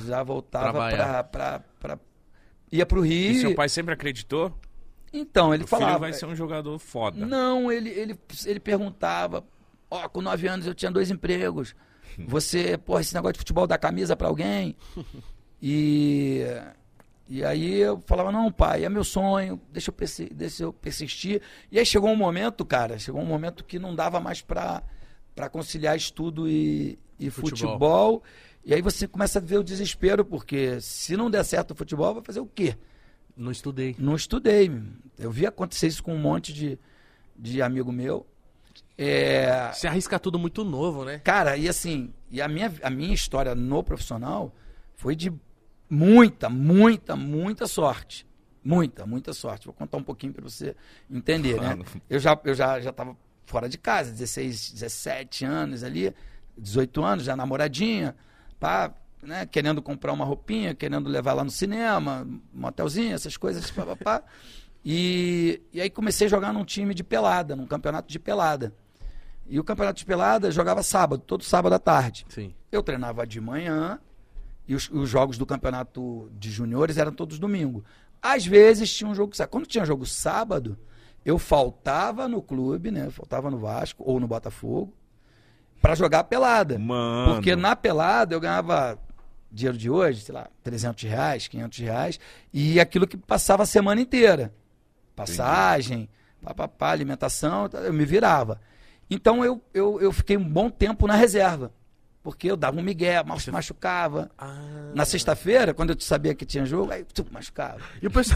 ia pro Rio. E seu pai sempre acreditou? Então, ele falava... Filho vai ser um jogador foda. Não, ele perguntava, com 9 anos eu tinha 2 empregos, você, esse negócio de futebol dá camisa pra alguém? E aí eu falava, não, pai, é meu sonho, deixa eu persistir. E aí chegou um momento, cara, que não dava mais pra conciliar estudo e futebol. E aí você começa a ver o desespero, porque se não der certo o futebol, vai fazer o quê? Não estudei. Não estudei. Eu vi acontecer isso com um monte de amigo meu. Você arrisca tudo muito novo, né? Cara, e assim, a minha história no profissional foi de muita sorte. Muita sorte. Vou contar um pouquinho para você entender, né? Eu já tava fora de casa, 16, 17 anos ali, 18 anos, já namoradinha, pá, né, querendo comprar uma roupinha, querendo levar lá no cinema, motelzinho, essas coisas, papapá. E aí comecei a jogar num time de pelada, num campeonato de pelada. E o campeonato de pelada jogava sábado, todo sábado à tarde. Sim. Eu treinava de manhã e os jogos do campeonato de juniores eram todos domingo. Às vezes tinha um jogo sábado. Quando tinha jogo sábado, eu faltava no clube, né? faltava no Vasco ou no Botafogo para jogar pelada. Mano. Porque na pelada eu ganhava dinheiro de hoje, sei lá, R$300, R$500, e aquilo que passava a semana inteira. Passagem, alimentação, eu me virava. Então eu fiquei um bom tempo na reserva, porque eu dava um migué, machucava. Na sexta-feira, quando eu sabia que tinha jogo, aí tu machucava. E o pessoal...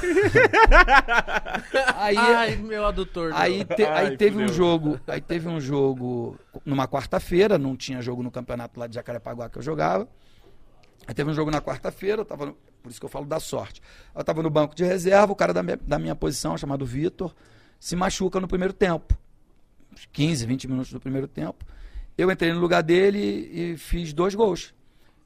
Ai, meu adutor. Aí teve um jogo numa quarta-feira, não tinha jogo no campeonato lá de Jacarepaguá que eu jogava. Aí teve um jogo na quarta-feira, por isso que eu falo da sorte. Eu estava no banco de reserva, o cara da minha posição, chamado Vitor, se machuca no primeiro tempo. 15, 20 minutos do primeiro tempo. Eu entrei no lugar dele e fiz 2 gols.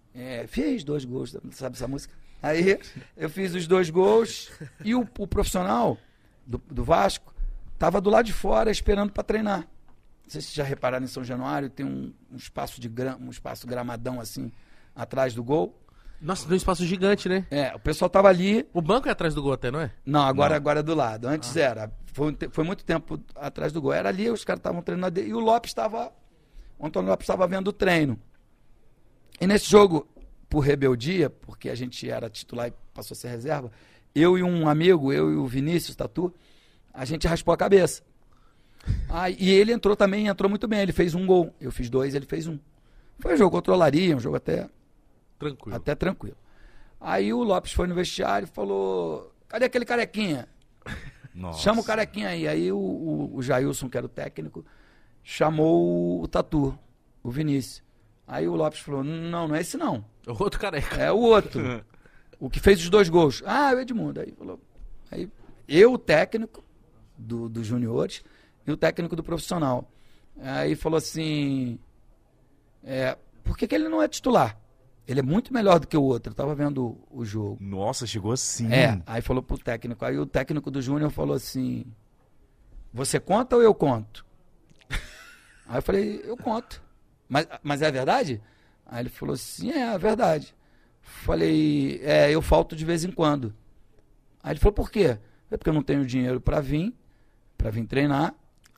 Fiz 2 gols, sabe essa música? Aí eu fiz os 2 gols e o profissional do Vasco tava do lado de fora esperando para treinar. Não sei se vocês já repararam, em São Januário tem um espaço um espaço gramadão assim atrás do gol. Nossa, tem um espaço gigante, né? O pessoal tava ali. O banco é atrás do gol até, não é? Não, agora é do lado. Antes era. Foi muito tempo atrás do gol. Era ali, os caras estavam treinando. E o Antônio Lopes estava vendo o treino. E nesse jogo, por rebeldia, porque a gente era titular e passou a ser reserva, eu e um amigo, eu e o Vinícius Tatu, a gente raspou a cabeça. E ele entrou muito bem. Ele fez 1 gol. Eu fiz 2, ele fez 1. Foi um jogo controlaria, um jogo até tranquilo. Aí o Lopes foi no vestiário e falou: cadê aquele carequinha? Nossa. Chama o carequinha aí. Aí o Jailson, que era o técnico, chamou o Tatu, o Vinícius. Aí o Lopes falou: não é esse não. O outro careca. É o outro. O que fez os 2 gols. O Edmundo. Aí eu, o técnico dos juniores, e o técnico do profissional. Aí falou assim: por que ele não é titular? Ele é muito melhor do que o outro. Eu tava vendo o jogo. Nossa, chegou assim. Aí falou pro técnico. Aí o técnico do Júnior falou assim: você conta ou eu conto? Aí eu falei: eu conto. Mas é verdade? Aí ele falou assim: é verdade. Falei: eu falto de vez em quando. Aí ele falou: por quê? É porque eu não tenho dinheiro para vir treinar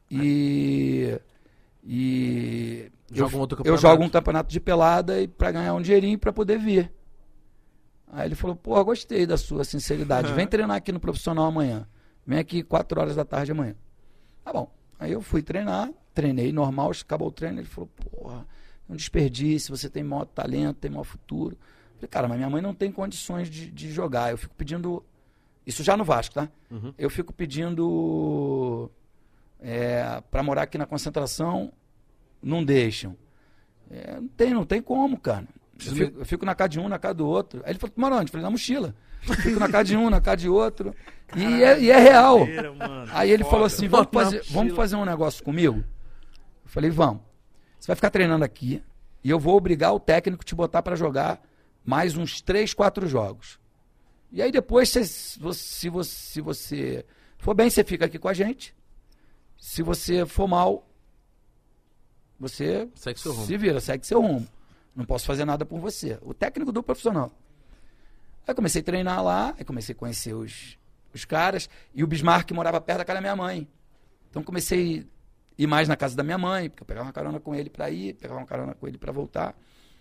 eu jogo um campeonato de pelada e para ganhar um dinheirinho para poder vir. Aí ele falou: pô, gostei da sua sinceridade. Vem treinar aqui no profissional amanhã. Vem aqui 4 horas da tarde amanhã. Tá bom. Aí eu fui treinar, treinei normal, acabou o treino. Ele falou: porra, é um desperdício, você tem maior talento, tem maior futuro. Eu falei: cara, mas minha mãe não tem condições de jogar. Eu fico pedindo, isso já no Vasco, tá? Uhum. Eu fico pedindo para morar aqui na concentração, não deixam. Não tem como, cara. Eu fico na casa de um, na casa do outro. Aí ele falou: mano, onde? Eu falei: na mochila. Eu fico na casa de um, na casa de outro. E é real. Mano, aí ele falou assim: vamos fazer um negócio comigo? Eu falei: vamos. Você vai ficar treinando aqui e eu vou obrigar o técnico a te botar para jogar mais uns 3, 4 jogos. E aí depois, se você for bem, você fica aqui com a gente. Se você for mal, você segue seu rumo. Se vira, segue seu rumo. Não posso fazer nada por você. O técnico do profissional. Aí comecei a treinar lá, aí comecei a conhecer os caras, e o Bismarck morava perto da casa da minha mãe. Então comecei a ir mais na casa da minha mãe, porque eu pegava uma carona com ele para ir, pegava uma carona com ele para voltar.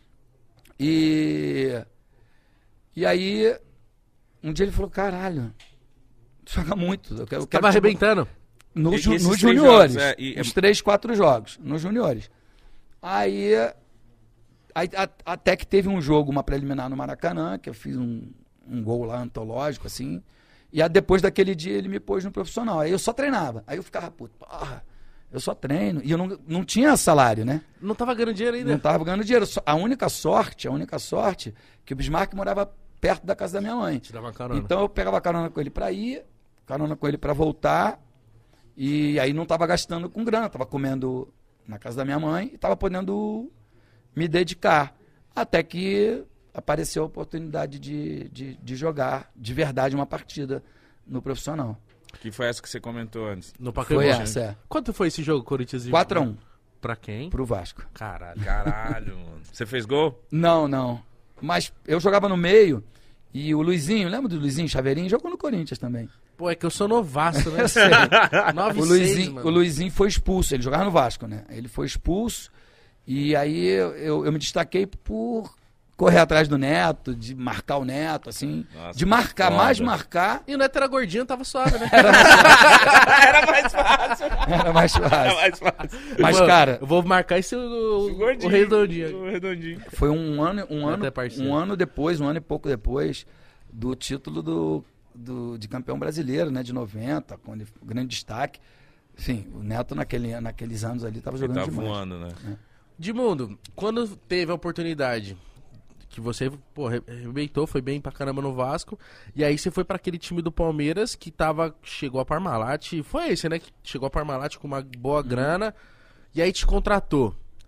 E aí, um dia ele falou: caralho, joga muito. Eu quero tava arrebentando. Nos juniores. Os 3, 4 jogos. Nos juniores. Aí até que teve um jogo, uma preliminar no Maracanã, que eu fiz um gol lá antológico, assim. E aí, depois daquele dia ele me pôs no profissional. Aí eu só treinava. Aí eu ficava, puto, porra, eu só treino. E eu não tinha salário, né? Não tava ganhando dinheiro ainda. Não tava ganhando dinheiro. A única sorte, que o Bismarck morava perto da casa da minha mãe. Te dava uma carona. Então eu pegava carona com ele pra ir, carona com ele pra voltar. E aí não tava gastando com grana. Tava comendo na casa da minha mãe e tava podendo me dedicar. Até que apareceu a oportunidade de jogar de verdade uma partida no profissional. Que foi essa que você comentou antes. No Pacaembu. Foi essa, Quanto foi esse jogo, Corinthians? 4-1. Pra quem? Pro Vasco. Caralho, mano. Você fez gol? Não. Mas eu jogava no meio e o Luizinho, lembra do Luizinho Chaveirinho? Jogou no Corinthians também. Pô, é que eu sou novaço, né? 9-6, o Luizinho foi expulso, ele jogava no Vasco, né? Ele foi expulso e aí eu me destaquei por correr atrás do Neto, de marcar o Neto, assim. Nossa, de marcar, foda. Mais marcar. E o Neto era gordinho, tava suave, né? Era mais fácil. Era mais fácil. Mas, cara... Eu vou marcar esse o redondinho. O redondinho. Foi um ano depois, um ano e pouco depois, do título de campeão brasileiro, né? De 90, com o grande destaque. Enfim, o Neto naqueles anos ali tava jogando demais. Tava voando, né? Edmundo, quando teve a oportunidade... que você, pô, arrebentou, foi bem pra caramba no Vasco, e aí você foi pra aquele time do Palmeiras que chegou a Parmalat, foi esse, né, que chegou a Parmalat com uma boa grana, e aí te contratou.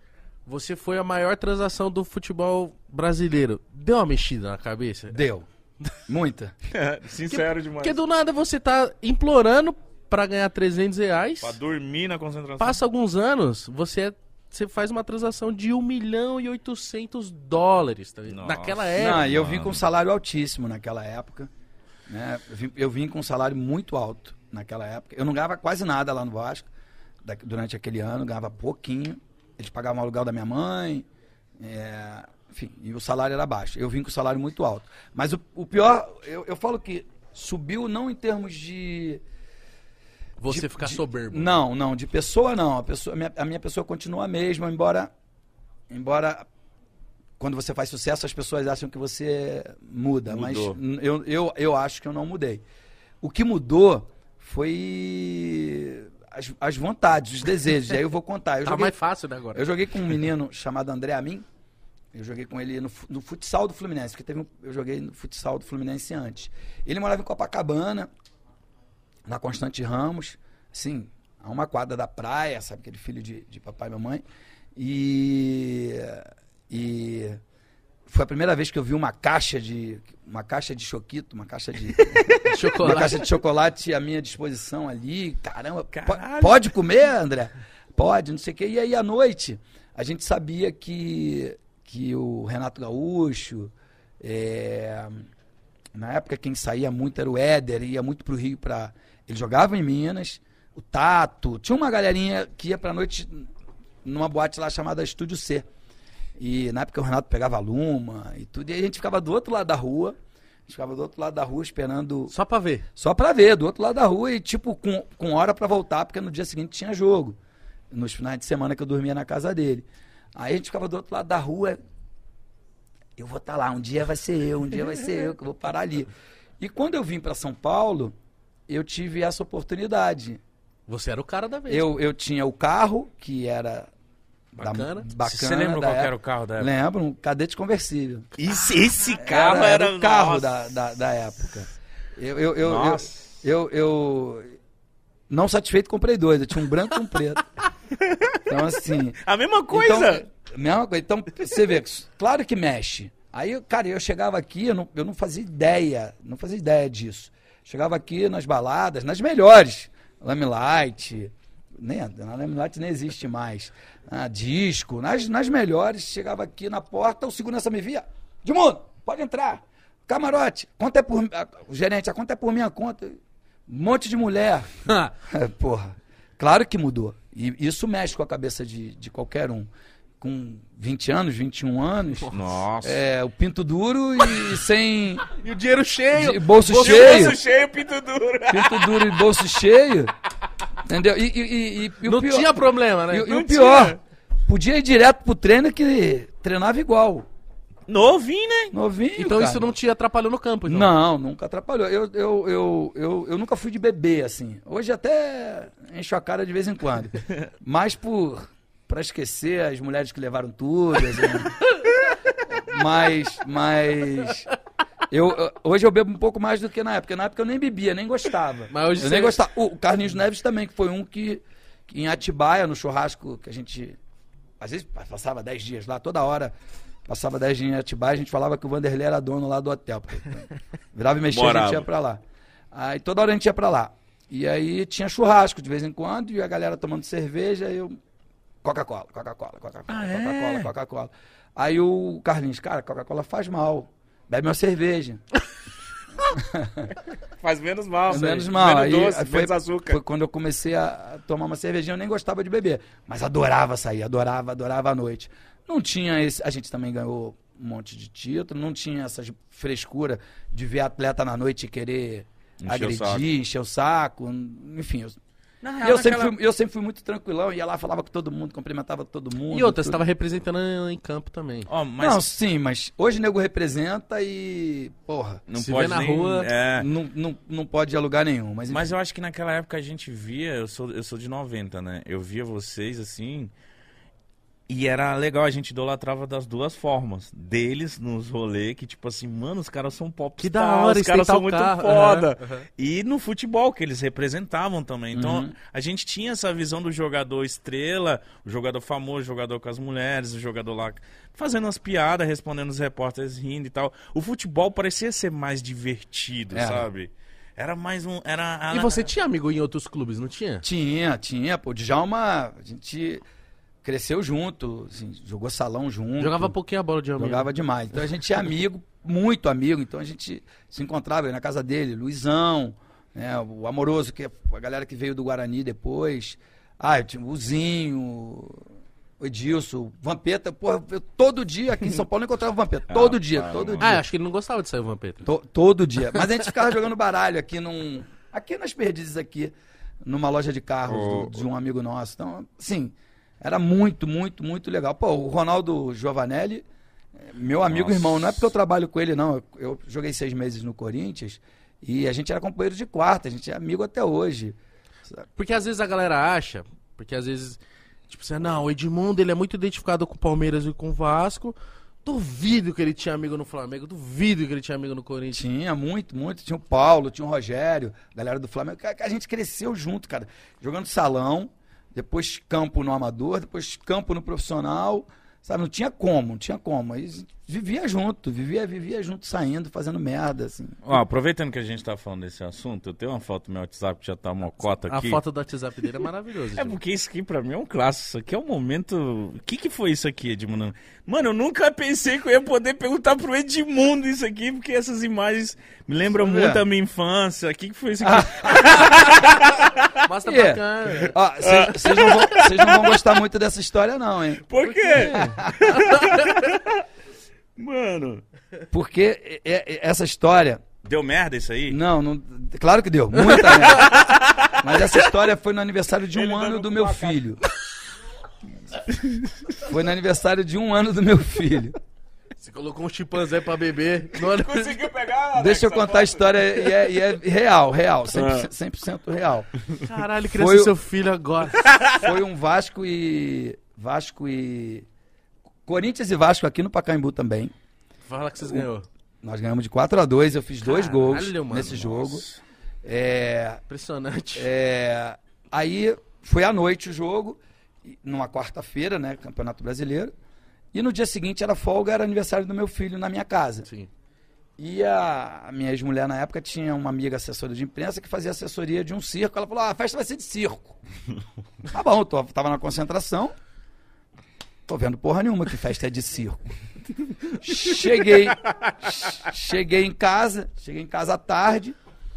você foi a maior transação do futebol brasileiro. Deu uma mexida na cabeça? Deu. Muita. Sincero demais. Porque do nada você tá implorando pra ganhar R$300. Pra dormir na concentração. Passa alguns anos, você faz uma transação de $1.800.000, tá ligado? Nossa. Naquela época. Não, e eu vim com um salário altíssimo naquela época. Né? Eu vim com um salário muito alto naquela época. Eu não ganhava quase nada lá no Vasco. Durante aquele ano, ganhava pouquinho. Eles pagavam o aluguel da minha mãe. Enfim, e o salário era baixo. Eu vim com o salário muito alto. Mas o pior, eu falo que subiu não em termos de... Você ficar soberbo. Não, de pessoa não. A minha pessoa continua a mesma, embora quando você faz sucesso as pessoas acham que você muda. Mudou. Mas eu acho que eu não mudei. O que mudou foi as vontades, os desejos. E aí eu vou contar. Tá mais fácil, né, agora? Eu joguei com um menino chamado André Amin. Eu joguei com ele no futsal do Fluminense, porque eu joguei no futsal do Fluminense antes. Ele morava em Copacabana, na Constante Ramos, assim, a uma quadra da praia, sabe, aquele filho de papai e mamãe. E foi a primeira vez que eu vi uma caixa de choquito, uma caixa de Chocolate. uma caixa de chocolate à minha disposição ali. Caramba, Caralho. pode comer, André? Pode, não sei o quê. E aí, à noite, a gente sabia que o Renato Gaúcho, na época quem saía muito era o Éder, ia muito pro Rio ele jogava em Minas, o Tato, tinha uma galerinha que ia pra noite numa boate lá chamada Estúdio C. E na época o Renato pegava a Luma e tudo, e a gente ficava do outro lado da rua, esperando... Só pra ver. Só pra ver, do outro lado da rua e tipo com hora pra voltar, porque no dia seguinte tinha jogo. Nos finais de semana que eu dormia na casa dele. Aí a gente ficava do outro lado da rua, eu vou estar lá, um dia vai ser eu que eu vou parar ali. E quando eu vim pra São Paulo, eu tive essa oportunidade. Você era o cara da vez. Eu tinha o carro, que era Bacana. Você lembra qual que era o carro da época? Lembro, um Cadete conversível. Esse carro era o carro nossa. da época. Nossa. Eu não satisfeito, comprei dois. Eu tinha um branco e um preto. Então, assim... A mesma coisa? Mesma coisa. Então, você vê, claro que mexe. Aí, cara, eu chegava aqui, eu não fazia ideia disso. Chegava aqui nas baladas, nas melhores. Lamelight, a Lamelight nem existe mais. Disco, nas melhores. Chegava aqui na porta, o segurança me via. Edmundo, pode entrar. Camarote, conta é por... O gerente, a conta é por minha conta. Um monte de mulher. Porra, claro que mudou. E isso mexe com a cabeça de qualquer um. Com 20 anos, 21 anos. Nossa. O pinto duro e sem... E o dinheiro cheio. Bolso cheio. Bolso cheio, pinto duro. Pinto duro e bolso cheio. Entendeu? E Não o pior, tinha problema, né? E Não o pior, tinha. podia ir direto pro treino que treinava igual. Novinho, né? Novinho, Então cara. isso não te atrapalhou no campo, então? Não, nunca atrapalhou. Eu nunca fui de beber, assim. Hoje até encho a cara de vez em quando. Mas pra esquecer as mulheres que levaram tudo. Assim. Mas hoje eu bebo um pouco mais do que na época. Na época eu nem bebia, nem gostava. Mas hoje eu você... nem gostava. O Carlinhos Neves também, que foi um que em Atibaia, no churrasco, que a gente às vezes passava 10 dias lá, toda hora. Passava 10 dias em Atibaia, a gente falava que o Vanderlei era dono lá do hotel. Virava e mexia, a gente ia pra lá. Aí toda hora a gente ia pra lá. E aí tinha churrasco de vez em quando, e a galera tomando cerveja, e eu... Coca-Cola. Coca-Cola. Aí o Carlinhos, cara, Coca-Cola faz mal. Bebe uma cerveja. Faz menos mal. Menos mal. Menos Aí doce, menos açúcar. Foi quando eu comecei a tomar uma cervejinha, eu nem gostava de beber. Mas adorava sair, adorava a noite. Não tinha esse... A gente também ganhou um monte de título, não tinha essa frescura de ver atleta na noite e querer agredir, encher o saco. Enfim, eu sempre fui muito tranquilão, ia lá, falava com todo mundo, cumprimentava todo mundo. E outra, você estava representando em campo também. Oh, mas... Não, sim, mas hoje o nego representa e, porra, Não se pode vê na nem... rua, não pode ir a lugar nenhum. Mas eu acho que naquela época a gente via, eu sou de 90, né? Eu via vocês assim, E era legal, a gente idolatrava das duas formas. Deles nos rolês, que tipo assim, mano, os caras são popstars, Que da hora, os caras são muito foda. Uhum. E no futebol, que eles representavam também. Então, a gente tinha essa visão do jogador estrela, o jogador famoso, o jogador com as mulheres, o jogador lá fazendo as piadas, respondendo os repórteres, rindo e tal. O futebol parecia ser mais divertido, sabe? Era mais um... E você tinha amigo em outros clubes, não tinha? Tinha. Pô, o Djalma, a gente cresceu junto, assim, jogou salão junto. Jogava pouquinho a bola de amigo. Jogava demais. Então a gente é amigo, muito amigo. Então a gente se encontrava na casa dele, Luizão, né, o Amoroso, que é a galera que veio do Guarani depois. Eu tinha o Zinho, o Edilson, o Vampeta. Porra, eu, todo dia aqui em São Paulo eu encontrava o Vampeta. Todo dia. Acho que ele não gostava de sair o Vampeta. Todo dia. Mas a gente ficava jogando baralho aqui nas Perdizes aqui, numa loja de carros de um amigo nosso. Então, assim, era muito, muito, muito legal. Pô, o Ronaldo Giovanelli, meu amigo irmão, não é porque eu trabalho com ele, não. Eu joguei 6 meses no Corinthians e a gente era companheiro de quarta, a gente é amigo até hoje. Porque às vezes a galera acha, tipo assim, não, o Edmundo ele é muito identificado com o Palmeiras e com o Vasco. Duvido que ele tinha amigo no Flamengo, duvido que ele tinha amigo no Corinthians. Tinha, muito. Tinha o Paulo, tinha o Rogério, galera do Flamengo. A gente cresceu junto, cara. Jogando salão, depois campo no amador, depois campo no profissional. Sabe, não tinha como. Aí vivia junto, saindo, fazendo merda, assim. Aproveitando que a gente tá falando desse assunto, eu tenho uma foto no meu WhatsApp que já tá uma cota aqui. A foto do WhatsApp dele é maravilhosa. Porque isso aqui pra mim é um clássico. Isso aqui é um momento... O que foi isso aqui, Edmundo? Mano, eu nunca pensei que eu ia poder perguntar pro Edmundo isso aqui, porque essas imagens me lembram muito a minha infância. O que foi isso aqui? Mostra pra cá. Vocês não vão gostar muito dessa história, não, hein? Por quê? Mano. Porque essa história... Deu merda isso aí? Não, claro que deu, muita merda. Mas essa história foi no aniversário de um ano do meu filho. Foi no aniversário de 1 ano do meu filho. Você colocou um chimpanzé pra beber. Conseguiu pegar? Deixa eu contar a história e é real, 100% real. Caralho, cresceu seu filho agora. Foi um Vasco e Corinthians e Vasco aqui no Pacaembu também. Fala que vocês ganhou. Nós ganhamos de 4-2, eu fiz 2 gols mano, nesse jogo. Impressionante. Aí foi à noite o jogo, numa quarta-feira, né, Campeonato Brasileiro. E no dia seguinte era folga, era aniversário do meu filho na minha casa. Sim. E a minha ex-mulher na época tinha uma amiga assessora de imprensa que fazia assessoria de um circo. Ela falou, a festa vai ser de circo. Tá bom, tava na concentração. Tô vendo porra nenhuma que festa é de circo. Cheguei em casa à tarde.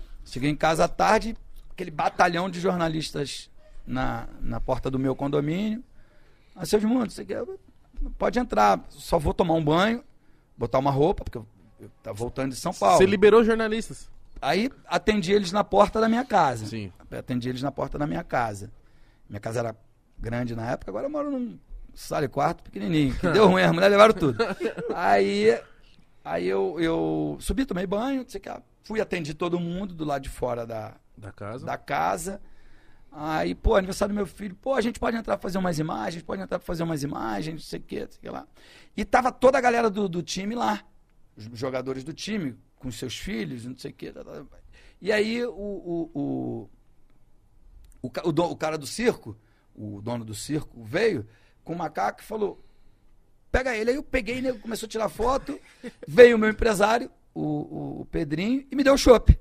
Aquele batalhão de jornalistas na porta do meu condomínio. Seu Edmundo, você quer... Pode entrar, só vou tomar um banho, botar uma roupa, porque eu tava voltando de São Paulo. Você liberou jornalistas? Aí atendi eles na porta da minha casa. Sim. Minha casa era grande na época, agora eu moro num sala e quarto pequenininho, que deu ruim, as mulheres levaram tudo. Aí eu subi, tomei banho, não sei o que, fui atender todo mundo do lado de fora da casa. Aí, aniversário do meu filho, a gente pode entrar pra fazer umas imagens, não sei o que lá. E tava toda a galera do time lá, os jogadores do time, com seus filhos, não sei o que. E aí o cara do circo, o dono do circo, veio com o macaco e falou, pega ele. Aí eu peguei, né, começou a tirar foto, veio o meu empresário, o Pedrinho, e me deu o chopp.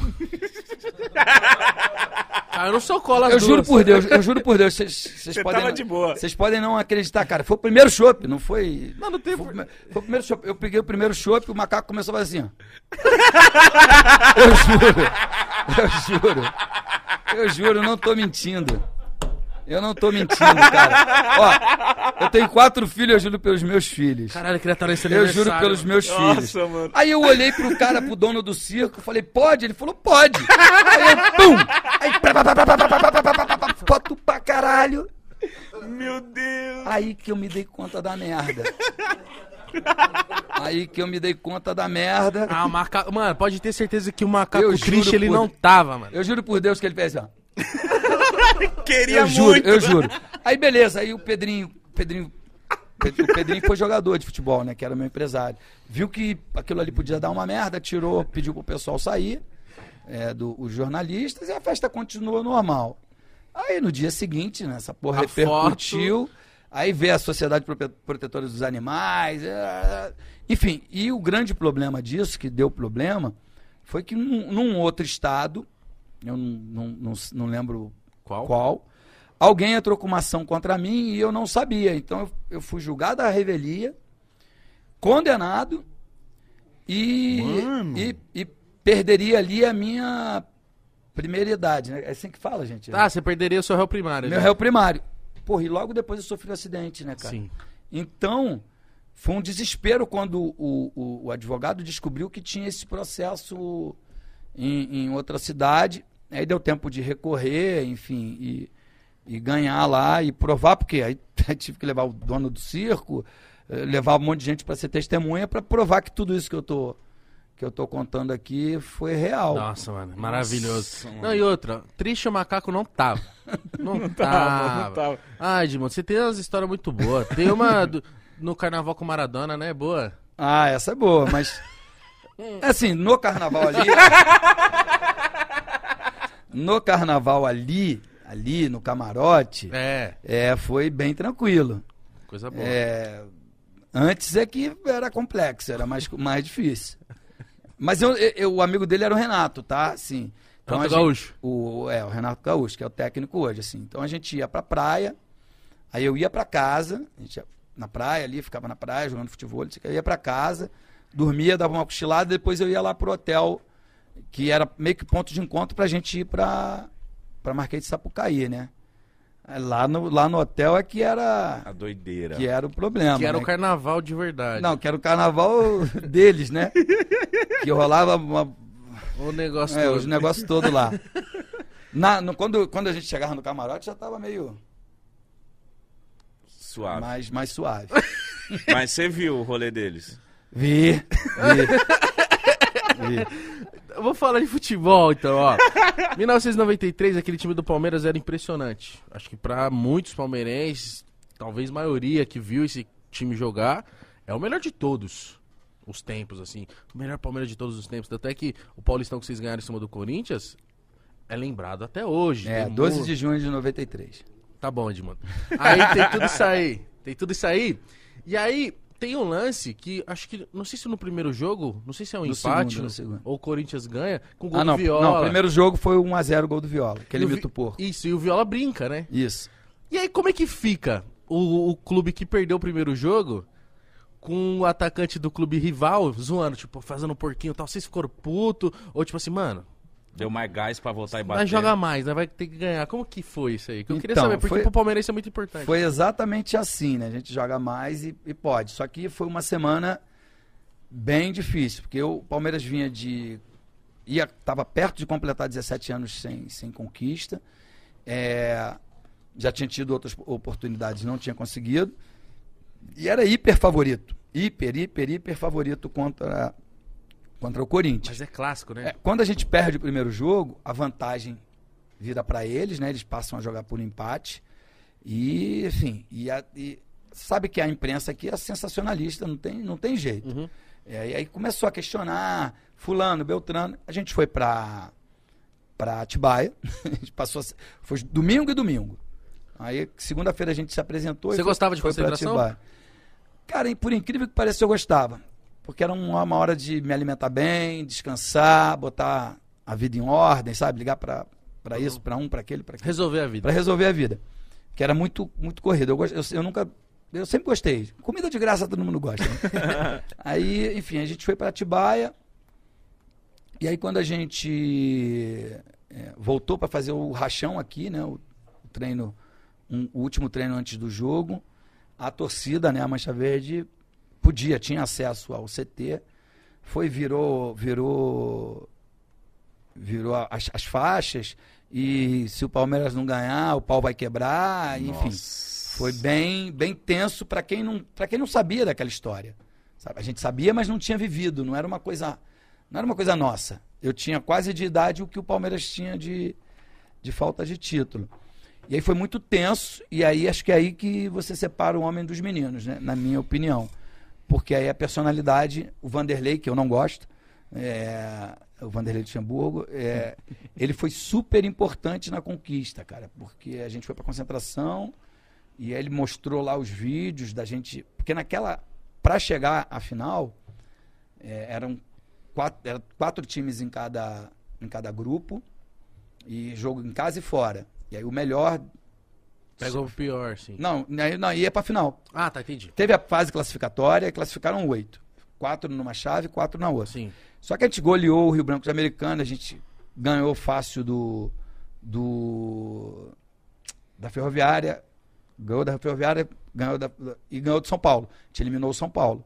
Eu não sou cola as eu juro duas. por Deus, vocês podem... Tava de boa. Vocês podem não acreditar, cara. Foi o primeiro chopp, não foi... Não tem... Foi o primeiro chopp. Eu peguei o primeiro chopp, o macaco começou a fazer assim, ó. Eu juro, não tô mentindo. Eu não tô mentindo, cara. Ó, eu tenho 4 filhos, eu juro pelos meus filhos. Caralho, eu queria estar nesse Eu juro pelos meus filhos. Mano. Aí eu olhei pro cara, pro dono do circo, falei, pode? Ele falou, pode. Aí eu, pum! Aí, foto pra caralho. Meu Deus. Aí que eu me dei conta da merda. Mano, pode ter certeza que o macaco triste ele não tava, mano. Eu juro por Deus que ele fez assim, ó. Queria muito. Eu juro. Aí beleza, aí o Pedrinho O Pedrinho foi jogador de futebol, né? Que era meu empresário. Viu que aquilo ali podia dar uma merda, tirou, pediu pro pessoal sair, os jornalistas, e a festa continuou normal. Aí no dia seguinte, né, essa porra repercutiu. Aí veio a Sociedade Protetora dos Animais. Enfim, e o grande problema disso, que deu problema, foi que num outro estado, eu não lembro qual, alguém entrou com uma ação contra mim e eu não sabia. Então eu fui julgado à revelia, condenado e perderia ali a minha primeira idade, né? É assim que fala, gente. Você perderia o seu réu primário. Meu réu primário. Porra, e logo depois eu sofri um acidente, né, cara? Sim. Então, foi um desespero quando o advogado descobriu que tinha esse processo em outra cidade. Aí deu tempo de recorrer, enfim, e ganhar lá e provar, porque aí tive que levar o dono do circo, levar um monte de gente para ser testemunha, para provar que tudo isso que eu tô contando aqui foi real. Nossa, mano, maravilhoso. Nossa, Não, e outra, triste o macaco não tava. Não tava. Ai, Edmundo, você tem umas histórias muito boas. Tem uma no carnaval com Maradona, né? Boa. Ah, essa é boa, mas assim, no carnaval ali, no camarote, foi bem tranquilo. Coisa boa. Antes é que era complexo, era mais difícil. Mas o amigo dele era o Renato, tá? Assim, então Renato Gaúcho. O Renato Gaúcho, que é o técnico hoje, assim. Então a gente ia pra praia, aí eu ia pra casa, a gente ia na praia ali, ficava na praia jogando futebol, eu ia pra casa, dormia, dava uma cochilada, depois eu ia lá pro hotel, que era meio que ponto de encontro pra gente ir pra Marquês de Sapucaí, né? Lá no hotel é que era a doideira. Que era o problema. Que era né? o carnaval de verdade. Não, que era o carnaval deles, né? Que rolava o negócio todo. Os negócios todos lá. Quando a gente chegava no camarote, já tava meio... Suave. Mais suave. Mas você viu o rolê deles? Vi. Eu vou falar de futebol, então, ó. 1993, aquele time do Palmeiras era impressionante. Acho que pra muitos palmeirenses, talvez maioria que viu esse time jogar, é o melhor de todos os tempos, assim. O melhor Palmeiras de todos os tempos. Até que o Paulistão que vocês ganharam em cima do Corinthians é lembrado até hoje. 12 de junho de 93. Tá bom, Edmundo. Aí tem tudo isso aí. E aí... Tem um lance que, acho que, não sei se no primeiro jogo, não sei se é um empate, no segundo. ou o Corinthians ganha, com o gol do Viola. Não, o primeiro jogo foi 1-0 o gol do Viola, que ele imita o porco. Isso, e o Viola brinca, né? Isso. E aí, como é que fica o clube que perdeu o primeiro jogo com o atacante do clube rival zoando, tipo, fazendo um porquinho e tal? Vocês ficaram puto? Ou tipo assim, mano... Deu mais gás pra voltar e bater. Vai jogar mais, né? Vai ter que ganhar. Como que foi isso aí? Que eu queria Então, saber, porque pro palmeirense é muito importante. Foi exatamente assim, né? A gente joga mais e pode. Só que foi uma semana bem difícil, porque o Palmeiras vinha tava perto de completar 17 anos sem conquista. Já tinha tido outras oportunidades, não tinha conseguido. E era hiper favorito. Hiper favorito contra o Corinthians. Mas é clássico, né? Quando a gente perde o primeiro jogo, a vantagem vira para eles, né? Eles passam a jogar por empate. E, enfim, e sabe que a imprensa aqui é sensacionalista, não tem jeito. Uhum. E aí começou a questionar fulano, Beltrano. A gente foi para Atibaia. A gente foi domingo e domingo. Aí segunda-feira a gente se apresentou. Você gostava de concentração? Cara, por incrível que pareça, eu gostava. Porque era uma hora de me alimentar bem, descansar, botar a vida em ordem, sabe? Ligar para isso, para para aquele, para aquele. Resolver a vida. Para resolver a vida. Que era muito corrido. Eu sempre gostei. Comida de graça todo mundo gosta. Né? Aí, enfim, a gente foi para Atibaia. E aí quando a gente voltou para fazer o rachão aqui, né? O treino, o último treino antes do jogo, a torcida, né? A Mancha Verde tinha acesso ao CT, virou as faixas, e se o Palmeiras não ganhar, o pau vai quebrar, enfim. Foi bem tenso para quem não sabia daquela história. Sabe? A gente sabia, mas não tinha vivido, não era uma coisa nossa. Eu tinha quase de idade o que o Palmeiras tinha de falta de título. E aí foi muito tenso, e aí acho que é aí que você separa o homem dos meninos, né? Na minha opinião. Porque aí a personalidade, o Vanderlei, que eu não gosto, o Vanderlei Luxemburgo, ele foi super importante na conquista, cara, porque a gente foi pra concentração e aí ele mostrou lá os vídeos da gente, porque pra chegar à final, eram 4 times em cada grupo, e jogo em casa e fora. E aí o melhor... Pegou o pior, sim. Não, ia pra final. Ah, tá, entendi. Teve a fase classificatória, classificaram 8. 4 numa chave, 4 na outra. Sim. Só que a gente goleou o Rio Branco de Americana, a gente ganhou fácil da Ferroviária, ganhou da Ferroviária, ganhou do São Paulo. A gente eliminou o São Paulo.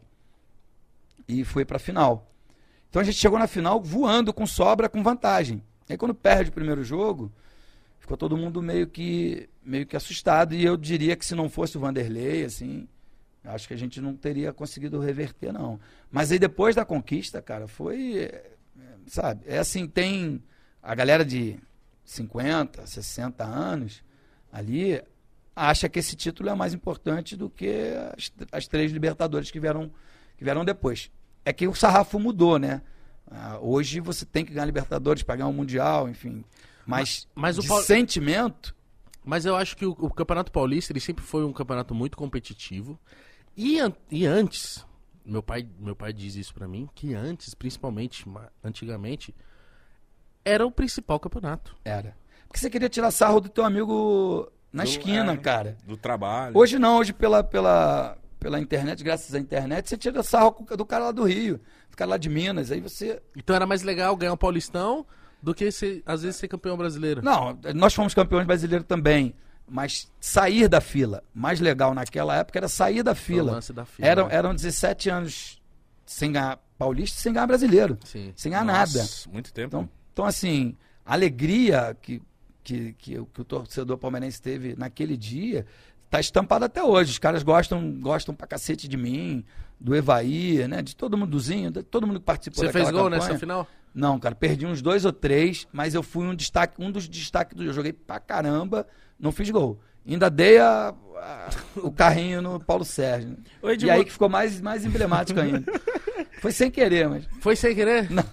E foi pra final. Então a gente chegou na final voando, com sobra, com vantagem. Aí quando perde o primeiro jogo, ficou todo mundo meio que assustado. E eu diria que se não fosse o Vanderlei, assim, acho que a gente não teria conseguido reverter, não. Mas aí depois da conquista, cara, foi, sabe, assim, tem a galera de 50, 60 anos ali, acha que esse título é mais importante do que as 3 Libertadores que vieram depois. É que o sarrafo mudou, né? Hoje você tem que ganhar Libertadores para ganhar um Mundial, enfim. Mas sentimento... Mas eu acho que o Campeonato Paulista ele sempre foi um campeonato muito competitivo. E antes, meu pai diz isso pra mim, que antes, principalmente, antigamente, era o principal campeonato. Era. Porque você queria tirar sarro do teu amigo na esquina, cara. Do trabalho. Hoje não, hoje pela internet, graças à internet, você tira sarro do cara lá do Rio, do cara lá de Minas, aí você... Então era mais legal ganhar um Paulistão do que, às vezes, ser campeão brasileiro. Não, nós fomos campeões brasileiros também, mas sair da fila, mais legal naquela época era sair da fila. O lance da fila, Eram 17 anos sem ganhar Paulista, sem ganhar brasileiro, Sim. sem ganhar nada. Muito tempo. Então assim, a alegria que o torcedor palmeirense teve naquele dia tá estampada até hoje. Os caras gostam pra cacete de mim, do Evaí, né? De todo mundo, do Zinho, de todo mundo que participou daquela campanha. Você fez gol nessa final? Não, cara, perdi uns 2 ou 3, mas eu fui um dos destaques do jogo. Joguei pra caramba, não fiz gol. Ainda dei o carrinho no Paulo Sérgio. E aí que ficou mais emblemático ainda. Foi sem querer, mas... Foi sem querer? Não.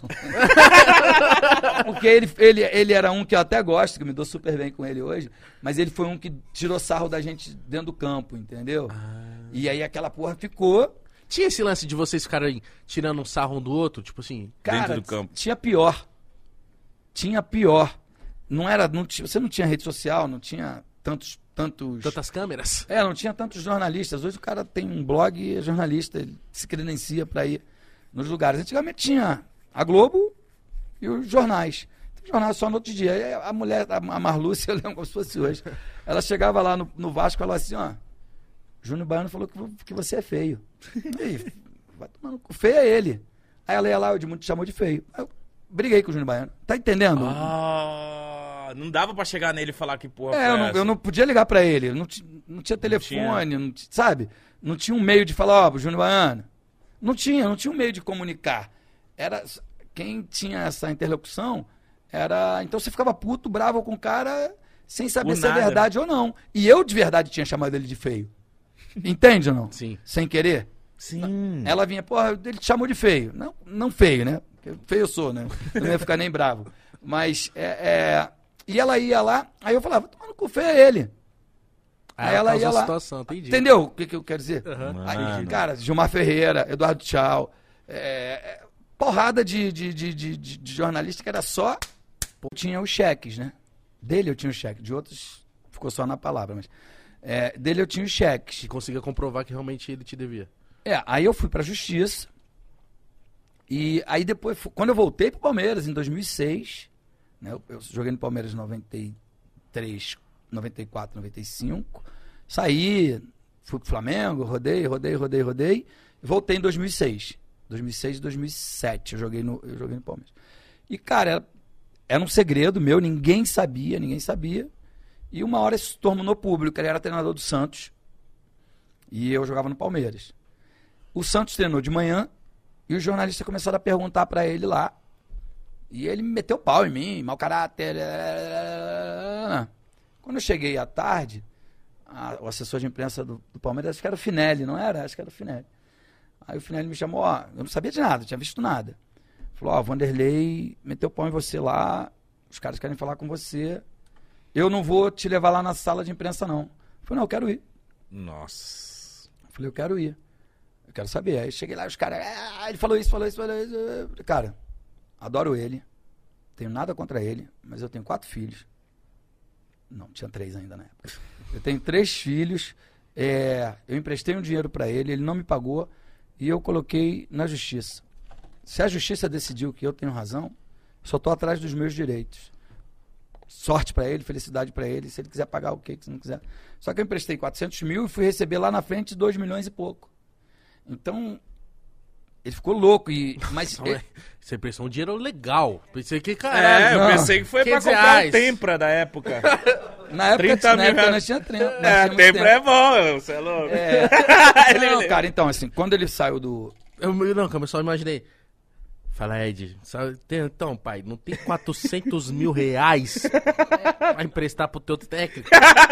Porque ele era um que eu até gosto, que eu me dou super bem com ele hoje, mas ele foi um que tirou sarro da gente dentro do campo, entendeu? E aí aquela porra ficou... Tinha esse lance de vocês ficarem tirando um sarro um do outro, tipo assim... Cara, dentro do campo. Tinha pior. Você não tinha rede social, não tinha tantas câmeras? Não tinha tantos jornalistas. Hoje o cara tem um blog e é jornalista, ele se credencia para ir nos lugares. Antigamente tinha a Globo e os jornais. O jornal só no outro dia. Aí a mulher, a Marlúcia, eu lembro como se fosse hoje, ela chegava lá no Vasco e falava assim, ó, Júnior Baiano falou que você é feio. Aí, vai tomando cu. Feio é ele. Aí ela ia lá, o Edmundo te chamou de feio. Aí eu briguei com o Júnior Baiano. Tá entendendo? Não dava pra chegar nele e falar que porra eu não podia ligar pra ele. Não tinha telefone, sabe? Não tinha um meio de falar, ó, Júnior Baiano. Não tinha um meio de comunicar. Quem tinha essa interlocução era... Então você ficava puto, bravo com o cara, sem saber se é verdade ou não. E eu, de verdade, tinha chamado ele de feio. Entende ou não? Sim. Sem querer? Sim. Ela vinha, porra, ele te chamou de feio. Não feio, né? Porque feio eu sou, né? Eu não ia ficar nem bravo. Mas, e ela ia lá, aí eu falava, tomando cu, feio é ele. Aí ela ia lá. Situação, entendi. Entendeu o que eu quero dizer? Uhum. Aí, cara, Gilmar Ferreira, Eduardo Tchau, porrada de jornalista que era só... Tinha os cheques, né? Dele eu tinha os cheques, de outros ficou só na palavra, mas... dele eu tinha os cheques. E conseguia comprovar que realmente ele te devia. Aí eu fui pra justiça. E aí depois, quando eu voltei pro Palmeiras, em 2006, né, eu joguei no Palmeiras em 93, 94, 95, saí, fui pro Flamengo, rodei, e voltei em 2006. 2006 e 2007 eu joguei no Palmeiras. E, cara, era um segredo meu, ninguém sabia. E uma hora isso se tornou público, ele era treinador do Santos e eu jogava no Palmeiras. O Santos treinou de manhã e os jornalistas começaram a perguntar pra ele lá. E ele me meteu pau em mim, mau caráter. Quando eu cheguei à tarde, o assessor de imprensa do Palmeiras, acho que era o Finelli, não era? Acho que era o Finelli. Aí o Finelli me chamou, eu não sabia de nada, não tinha visto nada. Falou, o Vanderlei meteu o pau em você lá, os caras querem falar com você, eu não vou te levar lá na sala de imprensa, não. Eu falei, não, eu quero ir. Nossa. Eu falei, eu quero ir. Eu quero saber. Aí cheguei lá, os caras, ele falou isso. Cara, adoro ele, tenho nada contra ele, mas eu tenho 4 filhos. Não, tinha 3 ainda na época. Eu tenho 3 filhos, eu emprestei um dinheiro para ele não me pagou e eu coloquei na justiça. Se a justiça decidiu que eu tenho razão, só estou atrás dos meus direitos. Sorte para ele, felicidade para ele, se ele quiser pagar o que se não quiser. Só que eu emprestei 400 mil e fui receber lá na frente 2 milhões e pouco. Então, ele ficou louco. Mas você pensou um dinheiro legal. Pensei que, caralho. Eu pensei que foi pra comprar o Tempra da época. Na época, nós tínhamos Tempra. Tempra é bom, você é louco. Não, cara, então, assim, quando ele saiu do... Eu só imaginei. Fala, Ed, então, pai, não tem 400 mil reais pra emprestar pro teu técnico?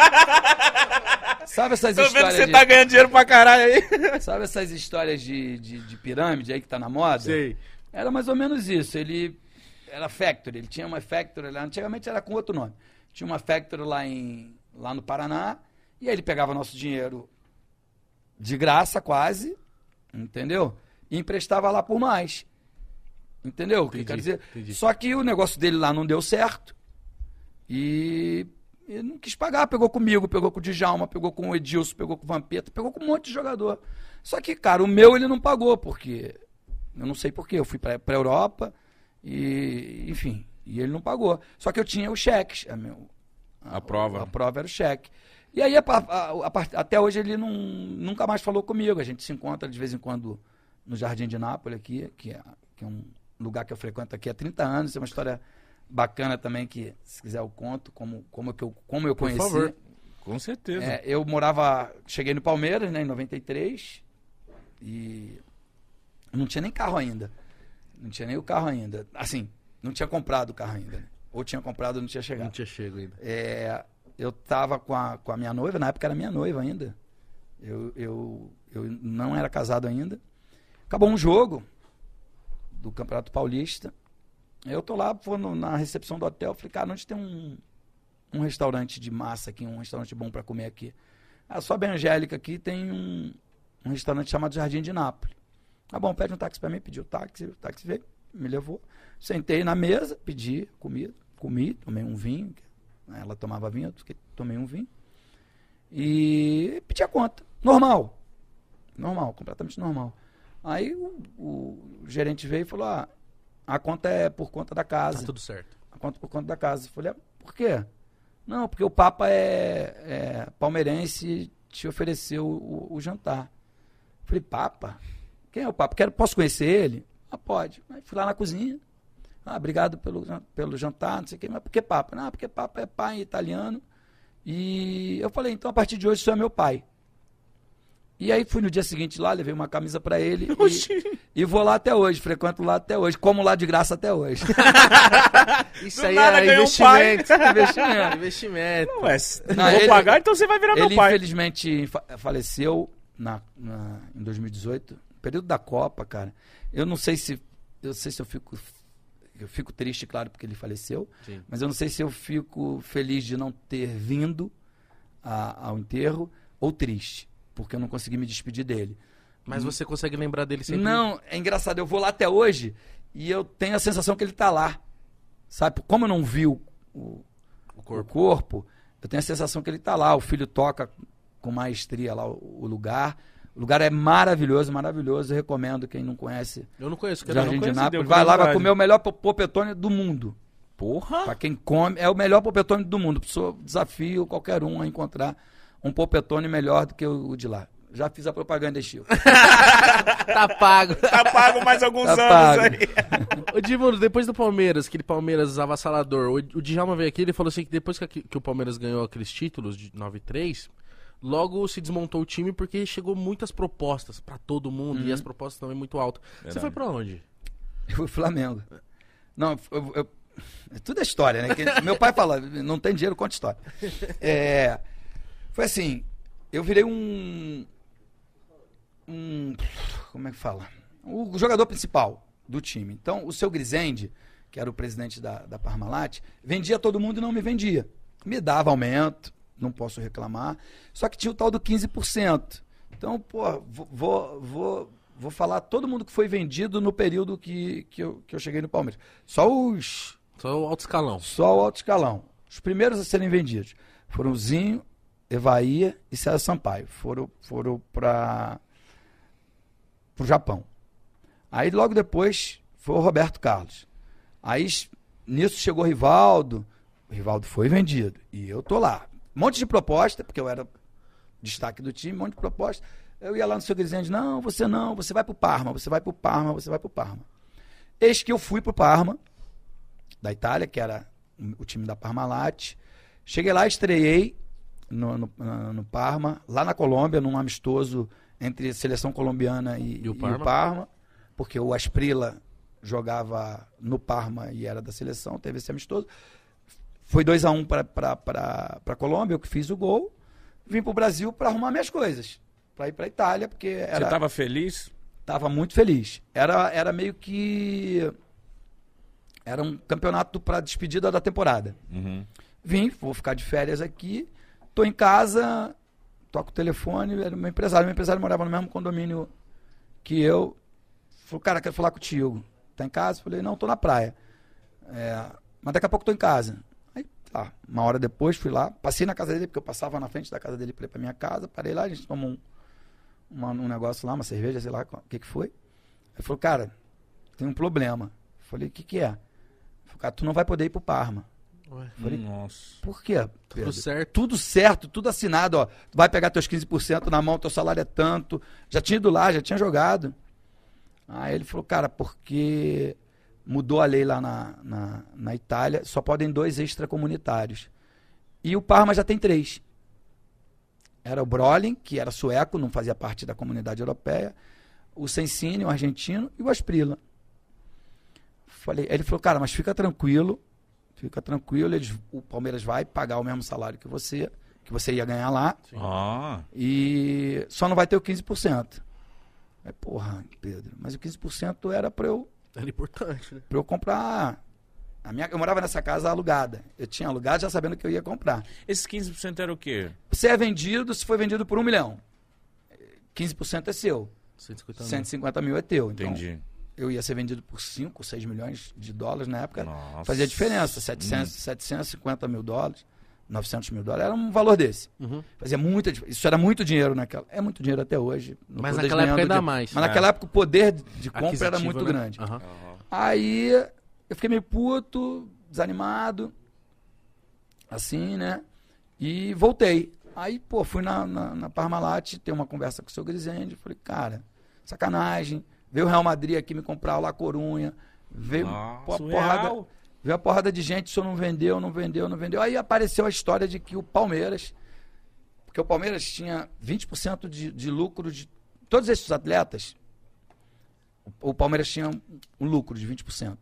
Sabe essas Tô histórias vendo que você tá ganhando dinheiro pra caralho aí. Sabe essas histórias de pirâmide aí que tá na moda? Sei. Era mais ou menos isso. Ele era factory, ele tinha uma factory lá, antigamente era com outro nome. Tinha uma factory lá no Paraná, e aí ele pegava nosso dinheiro de graça quase, entendeu? E emprestava lá por mais. Entendeu? O que quer dizer? Entendi. Só que o negócio dele lá não deu certo. E ele não quis pagar. Pegou comigo, pegou com o Djalma, pegou com o Edilson, pegou com o Vampeta, pegou com um monte de jogador. Só que, cara, o meu ele não pagou, porque... Eu não sei porquê. Eu fui pra Europa e, enfim, e ele não pagou. Só que eu tinha os cheques. A prova. A prova era o cheque. E aí, até hoje, ele nunca mais falou comigo. A gente se encontra de vez em quando no Jardim de Nápoles aqui, que é um lugar que eu frequento aqui há 30 anos. É uma história bacana também, que se quiser eu conto, como eu conheci. Por favor. Com certeza. Eu cheguei no Palmeiras, né, em 93, e não tinha nem carro ainda. Não tinha nem o carro ainda. Assim, não tinha comprado o carro ainda. Né? Ou tinha comprado ou não tinha chegado. Não tinha chego ainda. Eu tava com a minha noiva, na época era minha noiva ainda. Eu não era casado ainda. Acabou um jogo do Campeonato Paulista. Eu tô lá, na recepção do hotel, falei, cara, onde tem um restaurante de massa aqui, um restaurante bom para comer aqui? Sobe a Angélica aqui, tem um restaurante chamado Jardim de Nápoles. Bom, pede um táxi para mim, pedi o táxi veio, me levou. Sentei na mesa, pedi comida, comi, tomei um vinho, ela tomava vinho, eu tomei um vinho, e pedi a conta. Normal, completamente normal. Aí o gerente veio e falou, a conta é por conta da casa. Tá tudo certo. A conta é por conta da casa. Eu falei, por quê? Não, porque o Papa é palmeirense e te ofereceu o jantar. Eu falei, Papa? Quem é o Papa? Posso conhecer ele? Pode. Aí fui lá na cozinha. Obrigado pelo jantar, não sei o quê. Mas por que Papa? Não, porque Papa é pai italiano. E eu falei, então a partir de hoje o senhor é meu pai. E aí fui no dia seguinte lá, levei uma camisa pra ele e vou lá até hoje, frequento lá até hoje, como lá de graça até hoje. Isso aí é investimento. Investimento. Não vou pagar, então você vai virar meu pai. Ele infelizmente faleceu em 2018, período da Copa, cara. Eu não sei se eu fico triste, claro, porque ele faleceu, sim, mas eu não sei se eu fico feliz de não ter vindo ao enterro ou triste, porque eu não consegui me despedir dele. Mas você consegue lembrar dele sempre? Não, é engraçado. Eu vou lá até hoje e eu tenho a sensação que ele tá lá. Sabe? Como eu não vi o corpo, eu tenho a sensação que ele tá lá. O filho toca com maestria lá o lugar. O lugar é maravilhoso, maravilhoso. Eu recomendo quem não conhece. Eu não conheço. Jardim de Nápoles. Vai lá, vai comer o melhor polpetone do mundo. Porra! Pra quem come, é o melhor polpetone do mundo. Desafio qualquer um a encontrar um polpetone melhor do que o de lá. Já fiz a propaganda, Chico. Tá pago. Tá pago mais alguns anos pago. aí. Ô, Dimundo, depois do Palmeiras, aquele Palmeiras avassalador, o Djalma veio aqui, ele falou assim que depois que o Palmeiras ganhou aqueles títulos de 9-3, logo se desmontou o time porque chegou muitas propostas pra todo mundo, e as propostas também muito altas. Verdade. Você foi pra onde? Eu fui pro Flamengo. Não, Tudo é história, né? Meu pai fala, não tem dinheiro, conta história. Foi assim, eu virei como é que fala? O jogador principal do time. Então, o seu Grisende, que era o presidente da Parmalat, vendia todo mundo e não me vendia. Me dava aumento, não posso reclamar, só que tinha o tal do 15%. Então, pô, vou falar todo mundo que foi vendido no período que eu cheguei no Palmeiras. Só o alto escalão. Só o alto escalão. Os primeiros a serem vendidos foram o Zinho, Evaí e César Sampaio. Foram para o Japão. Aí logo depois foi o Roberto Carlos. Aí nisso chegou o Rivaldo. O Rivaldo foi vendido. E eu tô lá. Um monte de proposta, porque eu era destaque do time, um monte de proposta. Eu ia lá no seu Grisende, não, você vai pro Parma, você vai pro Parma. Eis que eu fui pro Parma, da Itália, que era o time da Parmalat. Cheguei lá, estreiei no Parma, lá na Colômbia, num amistoso entre a seleção colombiana e o Parma, porque o Asprilla jogava no Parma e era da seleção, teve esse amistoso. Foi 2-1 para a Colômbia, eu que fiz o gol. Vim pro Brasil para arrumar minhas coisas, para ir para Itália, porque era... Você estava feliz? Tava muito feliz. Era meio que... Era um campeonato para despedida da temporada. Uhum. Vim, vou ficar de férias aqui, tô em casa, toco o telefone, era meu empresário morava no mesmo condomínio que eu. Falou, cara, quero falar contigo. Tá em casa? Falei, não, tô na praia. Mas daqui a pouco tô em casa. Aí, tá, uma hora depois fui lá, passei na casa dele, porque eu passava na frente da casa dele pra ir pra minha casa, parei lá, a gente tomou um negócio lá, uma cerveja, sei lá o que foi. Ele falou, cara, tem um problema. Falei, o que é? Ele falou, cara, tu não vai poder ir pro Parma. Falei, nossa. Por quê, Pedro? Tudo certo. Tudo certo, tudo assinado, ó. Vai pegar teus 15% na mão, teu salário é tanto. Já tinha ido lá, já tinha jogado. Aí ele falou, cara, porque mudou a lei lá na Itália, só podem 2 extracomunitários. E o Parma já tem 3. Era o Brolin, que era sueco, não fazia parte da comunidade europeia, o Sensini, o argentino, e o Asprilla. Aí ele falou, cara, mas fica tranquilo, o Palmeiras vai pagar o mesmo salário que você ia ganhar lá, e só não vai ter o 15%. Aí, porra, Pedro, mas o 15% era para eu... Era importante, né? Para eu comprar... Eu morava nessa casa alugada. Eu tinha alugado já sabendo que eu ia comprar. Esses 15% era o quê? Você é vendido, se foi vendido por 1 milhão. 15% é seu. 150 mil é teu. Então, entendi. Eu ia ser vendido por 5, 6 milhões de dólares na época. Nossa. Fazia diferença. 750 mil dólares, 900 mil dólares. Era um valor desse. Uhum. Fazia muita diferença. Isso era muito dinheiro naquela. É muito dinheiro até hoje. Mas naquela época ainda mais. Mas naquela época o poder de compra era muito grande. Uhum. Aí eu fiquei meio puto, desanimado, assim, né? E voltei. Aí, pô, fui na Parmalat, ter uma conversa com o seu Grisende. Falei, cara, sacanagem. Veio o Real Madrid aqui me comprar lá a Corunha. Veio a porrada de gente, o senhor não vendeu. Aí apareceu a história de que o Palmeiras, porque o Palmeiras tinha 20% de lucro de todos esses atletas. O Palmeiras tinha um lucro de 20%.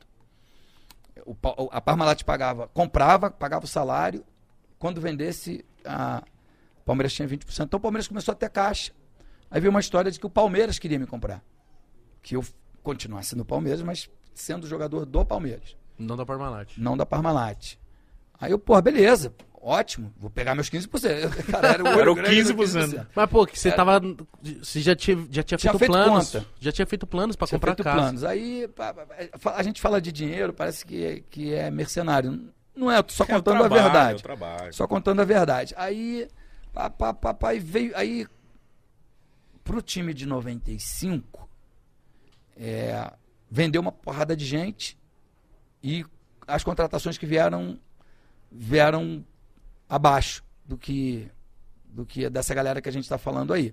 A Parmalat comprava, pagava o salário. Quando vendesse, o Palmeiras tinha 20%. Então o Palmeiras começou a ter caixa. Aí veio uma história de que o Palmeiras queria me comprar. Que eu continuasse no Palmeiras, mas sendo jogador do Palmeiras. Não da Parmalat. Não da Parmalat. Aí eu, pô, beleza, ótimo, vou pegar meus 15%. Cara, era o 15%. Mas, pô, que você tava. Você já tinha feito planos. Conta. Já tinha feito planos pra comprar casa. Planos. Aí a gente fala de dinheiro, parece que é mercenário. Não é, eu tô só contando a verdade. Só contando a verdade. Aí, papai veio. Aí, pro time de 95, vendeu uma porrada de gente e as contratações que vieram abaixo do que dessa galera que a gente está falando aí.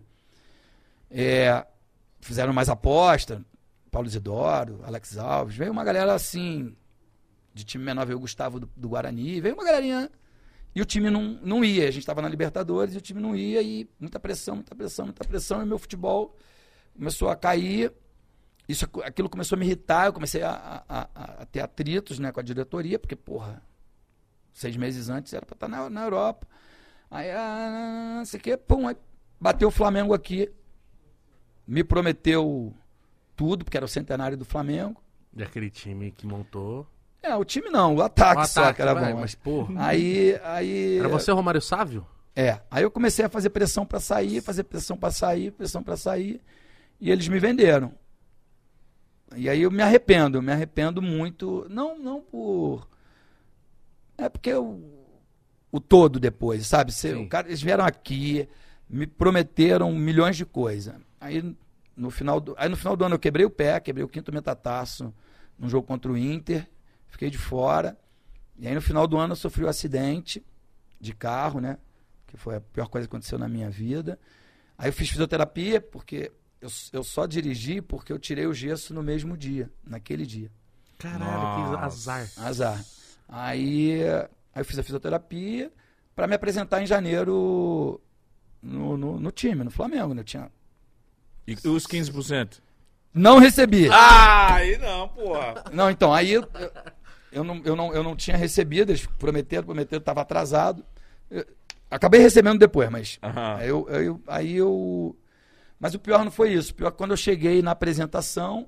Fizeram mais aposta, Paulo Isidoro, Alex Alves, veio uma galera assim, de time menor, veio o Gustavo do Guarani, veio uma galerinha, e o time não ia, a gente estava na Libertadores e o time não ia, e muita pressão, e meu futebol começou a cair, aquilo começou a me irritar, eu comecei a ter atritos, né, com a diretoria, porque, 6 meses antes era para estar na Europa. Aí, não sei o que, aí bateu o Flamengo aqui, me prometeu tudo, porque era o centenário do Flamengo. E aquele time que montou... O time não, o ataque só que era bom. Mas, porra... Aí... Era você, Romário Sávio? Aí eu comecei a fazer pressão para sair, pressão para sair, e eles me venderam. E aí eu me arrependo muito, não por... É porque o todo depois, sabe? Eles vieram aqui, me prometeram milhões de coisas. Aí no final do ano eu quebrei o pé, quebrei o 5º metatarso num jogo contra o Inter, fiquei de fora. E aí no final do ano eu sofri um acidente de carro, né? Que foi a pior coisa que aconteceu na minha vida. Aí eu fiz fisioterapia, porque eu só dirigi porque eu tirei o gesso no mesmo dia, naquele dia. Caralho, que azar. Aí eu fiz a fisioterapia para me apresentar em janeiro no time, no Flamengo, né? E os 15%? Não recebi. Aí não, porra. Não, então, aí eu não tinha recebido, eles prometeram, estava atrasado. Acabei recebendo depois, mas mas o pior não foi isso. O pior é que quando eu cheguei na apresentação,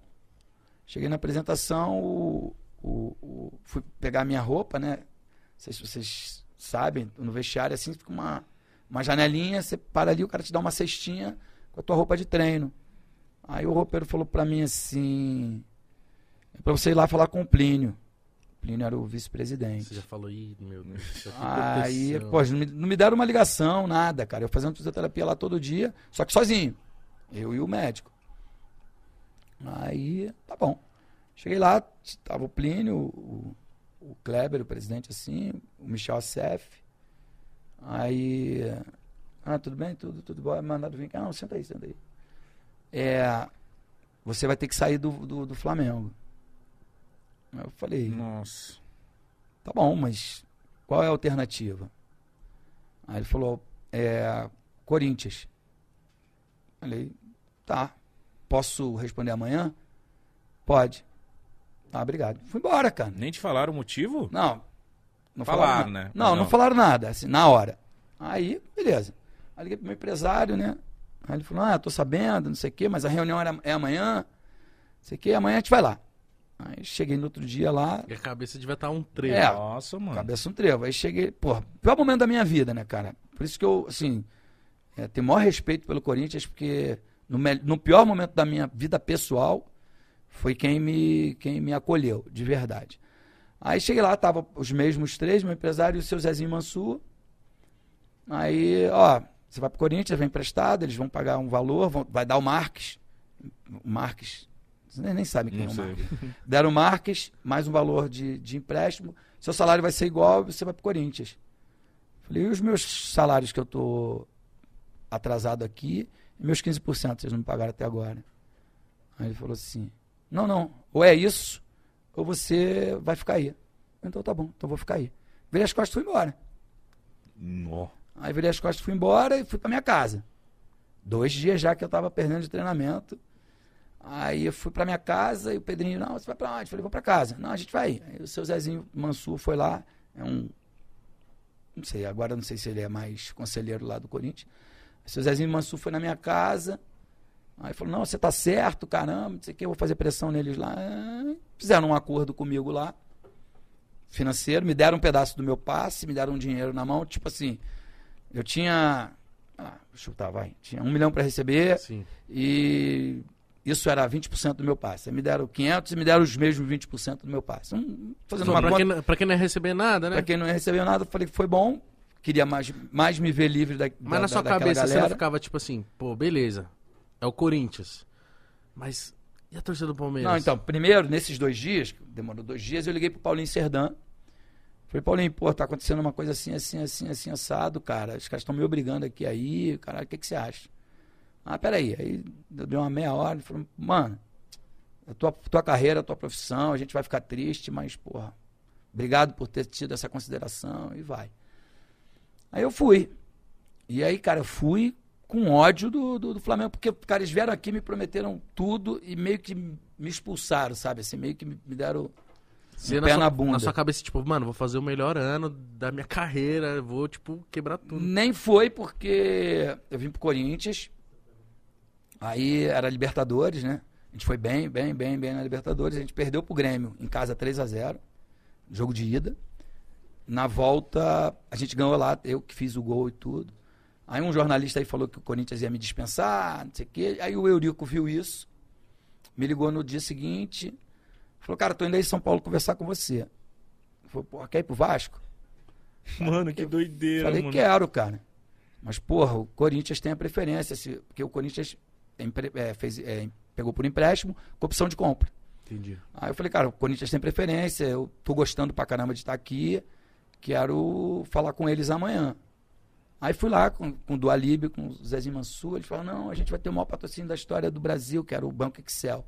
fui pegar a minha roupa, né? Não sei se vocês sabem, no vestiário assim, fica uma janelinha, você para ali, o cara te dá uma cestinha com a tua roupa de treino. Aí o roupeiro falou pra mim assim, é pra você ir lá falar com o Plínio. O Plínio era o vice-presidente. Você já falou, meu Deus. Aí, não me deram uma ligação, nada, cara. Eu fazendo fisioterapia lá todo dia, só que sozinho. Eu e o médico. Aí, tá bom. Cheguei lá, tava o Plínio, o Kleber, o presidente assim, o Michel Assef. Aí, tudo bem? Tudo bom? Mandado vir cá. Não, senta aí. Você vai ter que sair do Flamengo. Eu falei, nossa, tá bom, mas qual é a alternativa? Aí ele falou, Corinthians. Falei, tá, posso responder amanhã? Pode. Obrigado. Fui embora, cara. Nem te falaram o motivo? Não falaram, né? Não falaram nada, assim, na hora. Aí, beleza. Aí liguei pro meu empresário, né? Aí ele falou, tô sabendo, não sei o quê, mas a reunião é amanhã, não sei o quê, amanhã a gente vai lá. Aí cheguei no outro dia lá. E a cabeça devia estar um trevo. Nossa, mano. Cabeça um trevo. Aí cheguei, pior momento da minha vida, né, cara? Por isso que eu, assim, tenho o maior respeito pelo Corinthians, porque no pior momento da minha vida pessoal, foi quem me acolheu, de verdade. Aí cheguei lá, tava os mesmos 3, meu empresário e o seu Zezinho Mansur. Aí, você vai pro Corinthians, vem emprestado, eles vão pagar um valor, vai dar o Marques. O Marques, vocês nem sabem quem é o Marques. Deram o Marques, mais um valor de empréstimo. Seu salário vai ser igual, você vai pro Corinthians. Falei, e os meus salários que eu tô atrasado aqui, e meus 15% vocês não me pagaram até agora? Aí ele falou assim, não, ou é isso, ou você vai ficar aí. Então tá bom, então vou ficar aí. Virei as costas e fui embora. Aí virei as costas e fui embora e fui pra minha casa. 2 dias já que eu tava perdendo de treinamento. Aí eu fui pra minha casa e o Pedrinho, não, você vai pra onde? Eu falei, vou pra casa. Não, a gente vai. Aí o seu Zezinho Mansur foi lá, não sei, agora não sei se ele é mais conselheiro lá do Corinthians. Aí o seu Zezinho Mansur foi na minha casa, aí falou, não, você tá certo, caramba, não sei o que, eu vou fazer pressão neles lá. Fizeram um acordo comigo lá, financeiro, me deram um pedaço do meu passe, me deram um dinheiro na mão, tipo assim, eu tinha, tinha 1 milhão para receber. Sim. E isso era 20% do meu passe. Aí me deram 500 e me deram os mesmos 20% do meu passe. Fazendo uma conta. Pra quem não ia receber nada, né? Pra quem não ia receber nada, eu falei que foi bom, queria mais me ver livre Mas na sua cabeça você não ficava tipo assim, beleza, é o Corinthians, mas e a torcida do Palmeiras? Não, então, primeiro, nesses 2 dias, demorou 2 dias, eu liguei pro Paulinho Serdã. Falei, Paulinho, tá acontecendo uma coisa assim, assado, cara. Os caras estão me obrigando aqui aí, caralho, o que você acha? Peraí. Aí deu uma meia hora, ele falou, mano, a tua carreira, a tua profissão, a gente vai ficar triste, mas, obrigado por ter tido essa consideração e vai. Aí eu fui. E aí, cara, eu fui com ódio do Flamengo, porque, cara, eles vieram aqui, me prometeram tudo e meio que me expulsaram, sabe? Assim, meio que me deram um pé na bunda. Na sua cabeça, tipo, mano, vou fazer o melhor ano da minha carreira, vou, tipo, quebrar tudo. Nem foi porque eu vim pro Corinthians, aí era Libertadores, né? A gente foi bem na Libertadores, a gente perdeu pro Grêmio em casa 3-0, jogo de ida. Na volta, a gente ganhou lá, eu que fiz o gol e tudo. Aí um jornalista aí falou que o Corinthians ia me dispensar, não sei o quê. Aí o Eurico viu isso, me ligou no dia seguinte, falou, cara, tô indo aí em São Paulo conversar com você. Falei, porra, quer ir pro Vasco? Mano, que doideira, Falei, mano. quero, cara. Mas, porra, o Corinthians tem a preferência, porque o Corinthians pegou por empréstimo com opção de compra. Entendi. Aí eu falei, cara, o Corinthians tem preferência, eu tô gostando pra caramba de estar aqui, quero falar com eles amanhã. Aí fui lá com o Dualib, com o Zezinho Mansur, eles falaram, não, a gente vai ter o maior patrocínio da história do Brasil, que era o Banco Excel.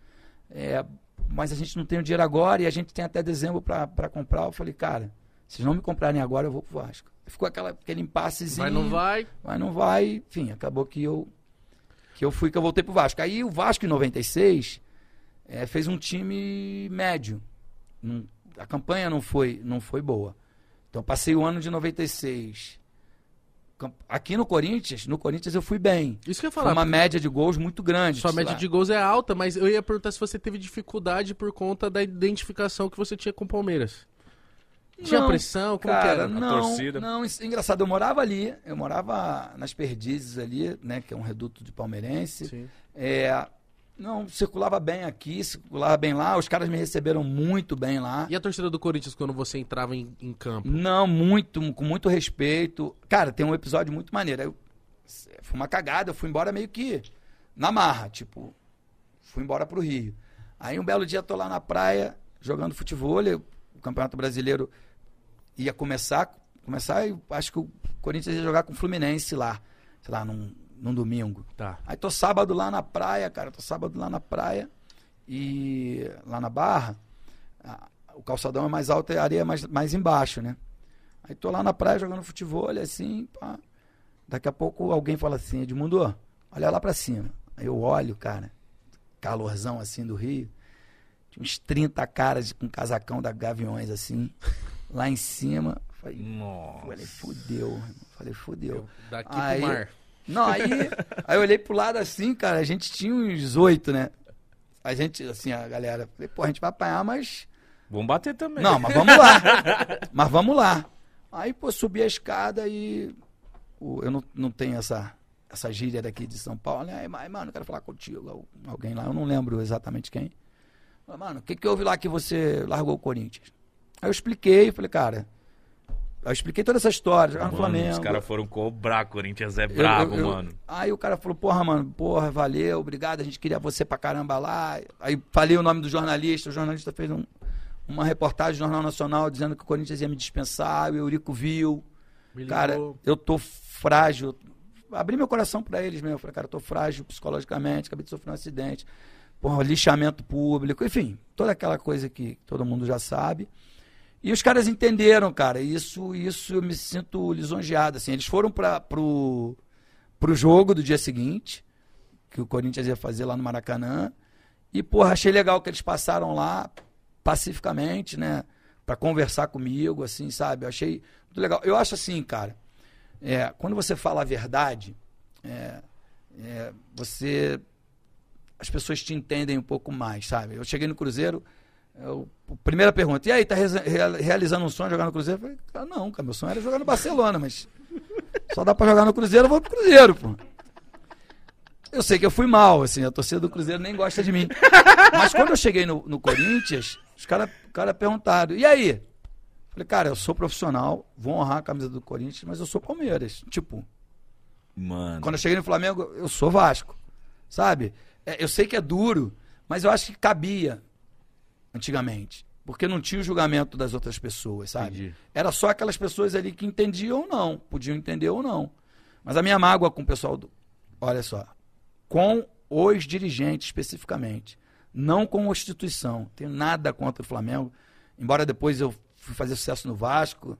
Mas a gente não tem o dinheiro agora e a gente tem até dezembro para comprar. Eu falei, cara, se não me comprarem agora, eu vou pro Vasco. Ficou aquele impassezinho. Vai, não vai? Vai, não vai. Enfim, acabou que eu voltei pro Vasco. Aí o Vasco, em 96, fez um time médio. A campanha não foi boa. Então, passei o ano de 96... Aqui no Corinthians eu fui bem. Isso que eu ia falar. Foi uma média de gols muito grande. Sua média de gols é alta, mas eu ia perguntar se você teve dificuldade por conta da identificação que você tinha com o Palmeiras. Tinha pressão? Como que era? A torcida? Não, engraçado, eu morava ali, eu morava nas Perdizes ali, né, que é um reduto de palmeirense. Sim. Não, circulava bem aqui, circulava bem lá, os caras me receberam muito bem lá. E a torcida do Corinthians quando você entrava em campo? Não, com muito respeito. Cara, tem um episódio muito maneiro. Foi uma cagada, eu fui embora meio que na marra, tipo, fui embora pro Rio. Aí um belo dia tô lá na praia, jogando futebol, o Campeonato Brasileiro ia começar e acho que o Corinthians ia jogar com o Fluminense lá, sei lá, num domingo. Tá. Aí tô sábado lá na praia, e lá na Barra, o calçadão é mais alto e a areia é mais embaixo, né? Aí tô lá na praia jogando futebol, assim, pá. Daqui a pouco alguém fala assim, Edmundo, olha lá pra cima. Aí eu olho, cara, calorzão assim do Rio, tinha uns 30 caras com casacão da Gaviões, assim, lá em cima. Falei, fudeu. Daqui aí, pro mar. Não, aí eu olhei pro lado assim, cara, a gente tinha uns 8, né? A gente, assim, a galera, falei, pô, a gente vai apanhar, mas... Vamos bater também. Não, mas vamos lá. Aí, pô, subi a escada e... Eu não tenho essa gíria daqui de São Paulo, né? Aí, mano, eu quero falar contigo. Alguém lá, eu não lembro exatamente quem. Falei, mano, o que houve lá que você largou o Corinthians? Aí eu expliquei, falei, cara... Eu expliquei toda essa história, jogar no Flamengo. Os caras foram cobrar, Corinthians é brabo, mano. Aí o cara falou, porra, valeu, obrigado, a gente queria você pra caramba lá. Aí falei o nome do jornalista, o jornalista fez uma reportagem no Jornal Nacional dizendo que o Corinthians ia me dispensar, o Eurico viu. Cara, eu tô frágil. Abri meu coração pra eles mesmo, falei, cara, eu tô frágil psicologicamente, acabei de sofrer um acidente, porra, lixamento público, enfim, toda aquela coisa que todo mundo já sabe. E os caras entenderam, cara, isso eu me sinto lisonjeado, assim, eles foram pro jogo do dia seguinte, que o Corinthians ia fazer lá no Maracanã, e, porra, achei legal que eles passaram lá pacificamente, né, pra conversar comigo, assim, sabe, eu achei muito legal. Eu acho assim, cara, quando você fala a verdade, as pessoas te entendem um pouco mais, sabe, eu cheguei no Cruzeiro, primeira pergunta, e aí, tá realizando um sonho jogar no Cruzeiro? Eu falei, não, cara, meu sonho era jogar no Barcelona, mas só dá pra jogar no Cruzeiro, eu vou pro Cruzeiro, pô. Eu sei que eu fui mal, assim, a torcida do Cruzeiro nem gosta de mim. Mas quando eu cheguei no Corinthians, os caras perguntaram, e aí? Eu falei, cara, eu sou profissional, vou honrar a camisa do Corinthians, mas eu sou Palmeiras. Tipo, mano, quando eu cheguei no Flamengo, eu sou Vasco, sabe? Eu sei que é duro, mas eu acho que cabia antigamente, porque não tinha o julgamento das outras pessoas, sabe? Entendi. Era só aquelas pessoas ali que entendiam ou não, podiam entender ou não. Mas a minha mágoa com o pessoal olha só, com os dirigentes especificamente, não com a instituição. Tenho nada contra o Flamengo, embora depois eu fui fazer sucesso no Vasco,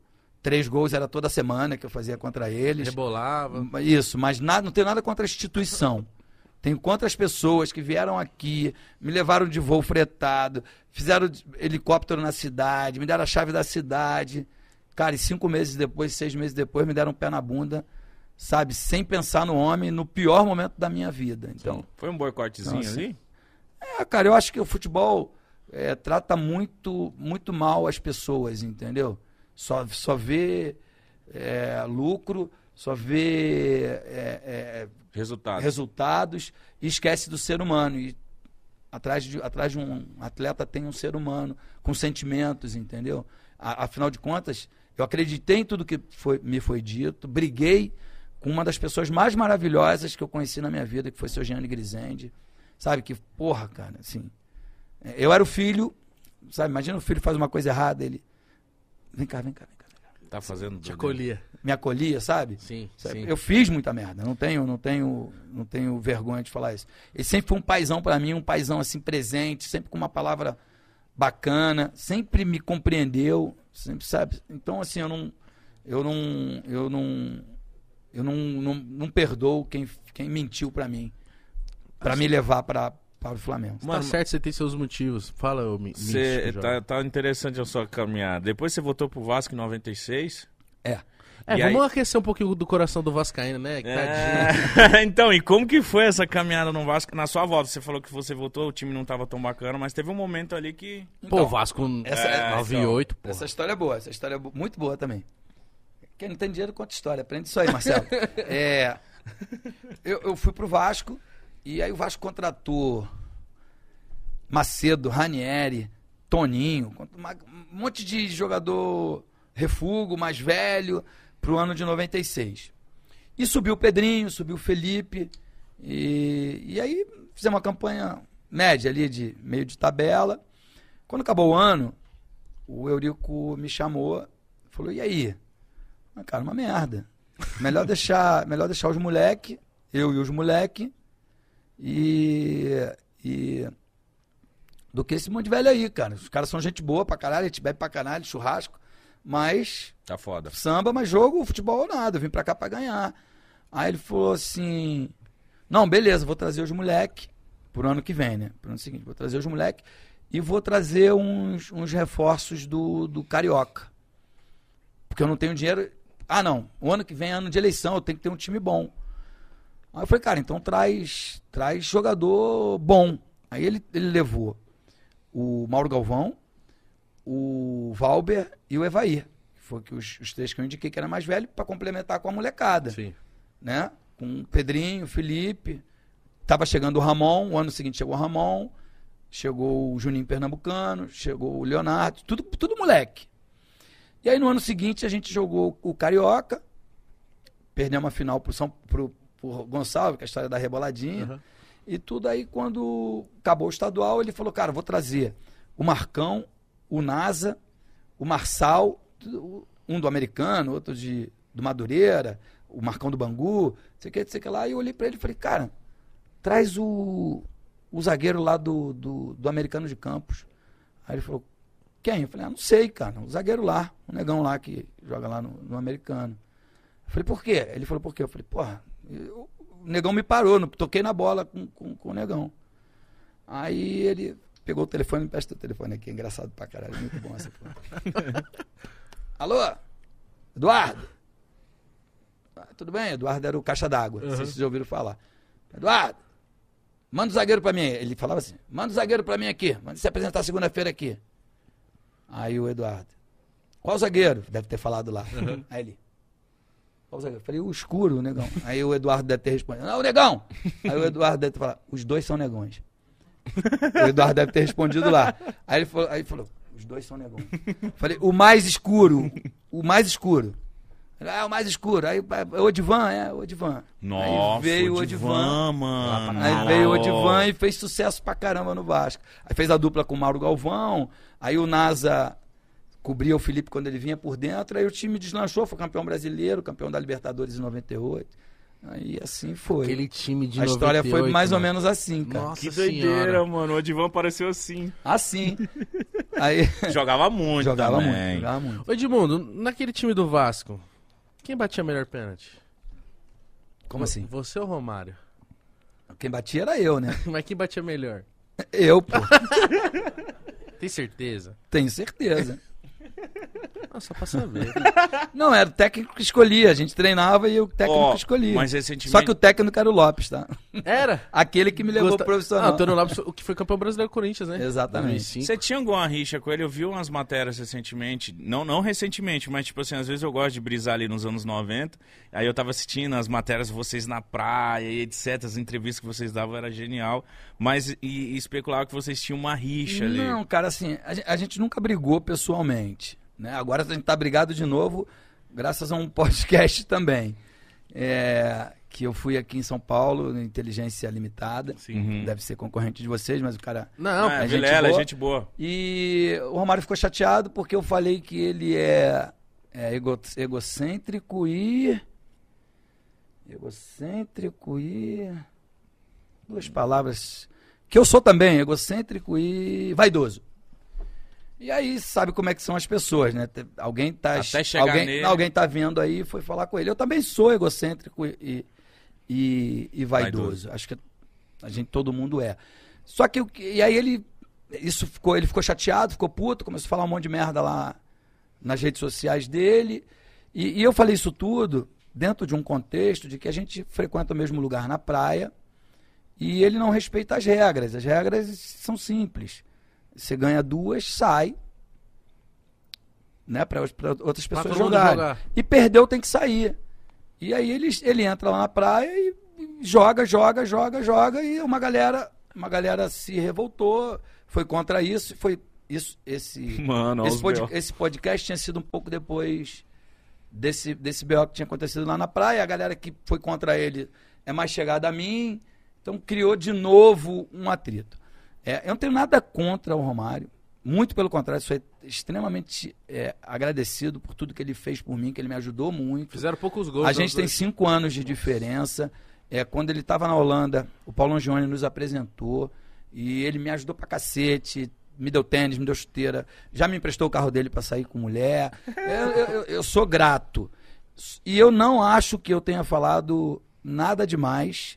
3 gols era toda semana que eu fazia contra eles. Rebolava. Isso, mas não tenho nada contra a instituição. Tenho contra as pessoas que vieram aqui, me levaram de voo fretado, fizeram helicóptero na cidade, me deram a chave da cidade. Cara, e 5 meses depois, 6 meses depois, me deram um pé na bunda, sabe? Sem pensar no homem, no pior momento da minha vida. Então, foi um boicotezinho então, assim, ali? Cara, eu acho que o futebol trata muito, muito mal as pessoas, entendeu? Só vê lucro, só vê resultados e esquece do ser humano. E atrás de um atleta tem um ser humano com sentimentos, entendeu? Afinal de contas, eu acreditei em tudo que me foi dito, briguei com uma das pessoas mais maravilhosas que eu conheci na minha vida, que foi o seu Gianni Grisende. Sabe que, porra, cara, assim, eu era o filho, sabe, imagina o filho faz uma coisa errada, ele, vem cá. Tá fazendo... Te acolhia. Me acolhia, sabe? Sim, sabe? sim. Eu fiz muita merda, não tenho vergonha de falar isso. Ele sempre foi um paizão pra mim, um paizão assim presente, sempre com uma palavra bacana, sempre me compreendeu, sempre, sabe? Então, assim, eu não perdoo quem mentiu pra mim, pra me levar para o Flamengo. Mano, tá certo, você tem seus motivos. Fala, tá interessante a sua caminhada. Depois você voltou pro Vasco em 96? Vamos aquecer um pouquinho do coração do vascaíno, né? Então, e como que foi essa caminhada no Vasco? Na sua volta, você falou que você voltou, o time não tava tão bacana, mas teve um momento ali que... Pô, o Vasco 9-8, pô. Essa história é boa, muito boa também. Quem não tem dinheiro conta história, aprende isso aí, Marcelo. Eu fui pro Vasco, e aí o Vasco contratou Macedo, Ranieri, Toninho, um monte de jogador refúgio, mais velho, pro ano de 96. E subiu o Pedrinho, subiu o Felipe, e aí fizemos uma campanha média ali, de meio de tabela. Quando acabou o ano, o Eurico me chamou, falou, e aí? Cara, uma merda. Melhor deixar os moleque, eu e os moleque, do que esse monte de velho aí, cara. Os caras são gente boa pra caralho, a gente bebe pra caralho, churrasco, mas... Tá foda. Samba, mas jogo, futebol, nada. Eu vim pra cá pra ganhar. Aí ele falou assim, não, beleza, vou trazer os moleque pro ano que vem, né? Pro ano seguinte, vou trazer os moleque e vou trazer uns reforços do Carioca. Porque eu não tenho dinheiro... não, o ano que vem é ano de eleição, eu tenho que ter um time bom. Aí eu falei, cara, então traz jogador bom. Aí ele levou o Mauro Galvão, o Valber e o Evair. Foi que os 3 que eu indiquei que era mais velho, para complementar com a molecada. Sim. Né? Com o Pedrinho, o Felipe. Tava chegando o Ramon, o ano seguinte chegou o Ramon, chegou o Juninho Pernambucano, chegou o Leonardo, tudo moleque. E aí no ano seguinte a gente jogou o Carioca, perdemos a final pro Gonçalves, que é a história da reboladinha, uhum. E tudo aí quando acabou o estadual, ele falou, cara, vou trazer o Marcão, o Nasa, o Marçal, um do Americano, outro do Madureira, o Marcão do Bangu, sei que lá, e eu olhei pra ele e falei, cara, traz o zagueiro lá do Americano de Campos. Aí ele falou, quem? Eu falei, não sei, cara, o zagueiro lá, o negão lá que joga lá no Americano. Eu falei, por quê? Ele falou, por quê? Eu falei, porra, o negão me parou, toquei na bola com o negão. Aí ele pegou o telefone, me presta o telefone aqui, é engraçado pra caralho, muito bom essa porra. Alô? Eduardo? Tudo bem? Eduardo era o caixa d'água, não sei se vocês já ouviram falar. Eduardo, manda o zagueiro pra mim. Ele falava assim, manda o zagueiro pra mim aqui, manda se apresentar segunda-feira aqui. Aí o Eduardo, qual zagueiro? Deve ter falado lá. Aí ele, qual zagueiro? Eu falei, o escuro, o negão. Aí o Eduardo deve ter respondido, não, o negão. Aí o Eduardo deve ter falado, os dois são negões. O Eduardo deve ter respondido lá. Aí ele falou, os dois são negões. Falei, o mais escuro. O mais escuro. O mais escuro. Aí o Odivan, o Odivan. Nossa, aí veio o Odivan, mano. Aí veio o Odivan e fez sucesso pra caramba no Vasco. Aí fez a dupla com o Mauro Galvão. Aí o Nasa cobria o Felipe quando ele vinha por dentro. Aí o time deslanchou, foi campeão brasileiro, campeão da Libertadores em 98. Aí assim foi. Aquele time de A história 98, foi mais ou mano. menos assim, cara. Nossa Que doideira, senhora. mano. O Edivan apareceu assim. Assim. Aí Jogava muito jogava também. muito, jogava muito. Ô Edmundo, naquele time do Vasco, quem batia melhor pênalti? Como assim? Você ou Romário? Quem batia era eu, né? Mas quem batia melhor? Eu, pô. Tem certeza? Tenho certeza. Ah, só pra saber. Não, era o técnico que escolhia. A gente treinava e o técnico Ó, que escolhia. mas recentemente... Só que o técnico era o Lopes, tá? Era? Aquele que me levou Gosta- pro profissional. Ah, Antônio Lopes, o que foi campeão brasileiro do Corinthians, né? Exatamente. 2005. Você tinha alguma rixa com ele? Eu vi umas matérias recentemente, não recentemente, mas tipo assim, às vezes eu gosto de brisar ali nos anos 90, aí eu tava assistindo as matérias de vocês na praia e etc, as entrevistas que vocês davam era genial, mas e especulava que vocês tinham uma rixa ali. Não, cara, assim, a gente nunca brigou pessoalmente, né? Agora a gente tá brigado de novo, graças a um podcast também. Que eu fui aqui em São Paulo, no Inteligência Limitada. Uhum. Deve ser concorrente de vocês, mas o cara... Não, É, é gente Vilela, boa. gente boa. E o Romário ficou chateado porque eu falei que ele é egocêntrico e... Duas palavras... Que eu sou também, egocêntrico e vaidoso. E aí, sabe como é que são as pessoas, né? Alguém tá vendo aí e foi falar com ele. Eu também sou egocêntrico e vaidoso. Acho que todo mundo é. Só que, e aí ele ficou chateado, ficou puto, começou a falar um monte de merda lá nas redes sociais dele. E eu falei isso tudo dentro de um contexto de que a gente frequenta o mesmo lugar na praia e ele não respeita as regras. As regras são simples. Você ganha 2, sai, né, para outras pessoas todo mundo jogarem. jogar. E perdeu, tem que sair. E aí ele entra lá na praia e joga, e uma galera se revoltou, foi contra isso, Mano, esse podcast tinha sido um pouco depois desse BO que tinha acontecido lá na praia. A galera que foi contra ele é mais chegada a mim, então criou de novo um atrito. Eu não tenho nada contra o Romário, muito pelo contrário, sou extremamente agradecido por tudo que ele fez por mim, que ele me ajudou muito. Fizeram poucos gols. A gente tem 5 anos de diferença. Quando ele estava na Holanda, o Paulo Angione nos apresentou e ele me ajudou pra cacete, me deu tênis, me deu chuteira, já me emprestou o carro dele para sair com mulher. Eu sou grato. E eu não acho que eu tenha falado nada demais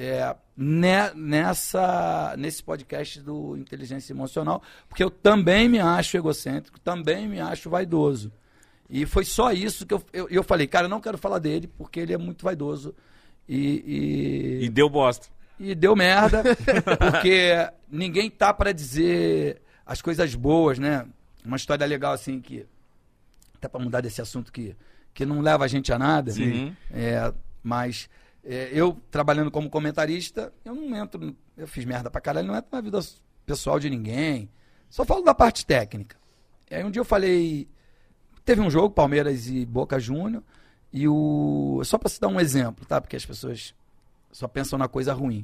nesse podcast do Inteligência Emocional, porque eu também me acho egocêntrico, também me acho vaidoso. E foi só isso que eu falei, cara, eu não quero falar dele, porque ele é muito vaidoso. E deu bosta. E deu merda, porque ninguém tá para dizer as coisas boas, né? Uma história legal, assim, que até para mudar desse assunto que não leva a gente a nada. Sim. Mas eu, trabalhando como comentarista, eu não entro, eu fiz merda pra caralho, não entro na vida pessoal de ninguém, só falo da parte técnica. Aí um dia eu falei, teve um jogo, Palmeiras e Boca Júnior, e só pra se dar um exemplo, tá? Porque as pessoas só pensam na coisa ruim.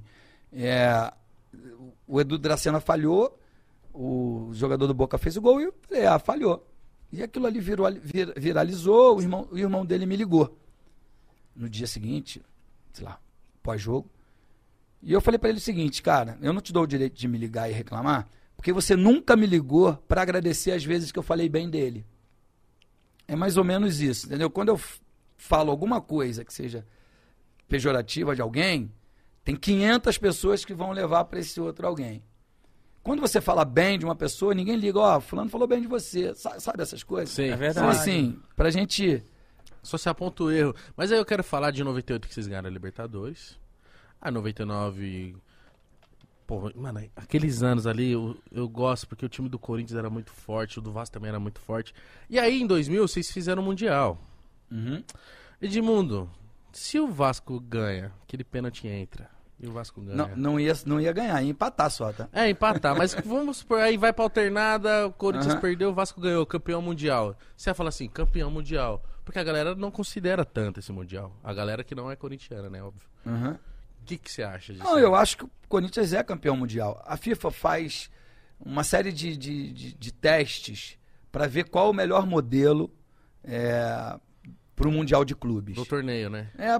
O Edu Dracena falhou, o jogador do Boca fez o gol e eu falei, falhou. E aquilo ali viralizou, o irmão dele me ligou. No dia seguinte, sei lá, pós-jogo. E eu falei pra ele o seguinte, cara, eu não te dou o direito de me ligar e reclamar, porque você nunca me ligou pra agradecer as vezes que eu falei bem dele. É mais ou menos isso, entendeu? Quando eu falo alguma coisa que seja pejorativa de alguém, tem 500 pessoas que vão levar pra esse outro alguém. Quando você fala bem de uma pessoa, ninguém liga, fulano falou bem de você, sabe essas coisas? Sim, É verdade. Então, assim, pra gente... Só se aponta o erro. Mas aí eu quero falar de 98 que vocês ganharam a Libertadores. A 99... Pô, mano, aqueles anos ali eu gosto porque o time do Corinthians era muito forte, o do Vasco também era muito forte. E aí em 2000 vocês fizeram o Mundial. Uhum. Edmundo, se o Vasco ganha, aquele pênalti entra, e o Vasco ganha... Não ia ganhar, ia empatar só, tá? Empatar, mas vamos supor, aí vai pra alternada, o Corinthians Uhum. perdeu, o Vasco ganhou, campeão mundial. Você vai falar assim, campeão mundial, porque a galera não considera tanto esse mundial. A galera que não é corintiana, né, óbvio. Uhum. O que você acha disso? Não, eu acho que o Corinthians é campeão mundial. A FIFA faz uma série de testes para ver qual o melhor modelo para o Mundial de Clubes. Do torneio, né?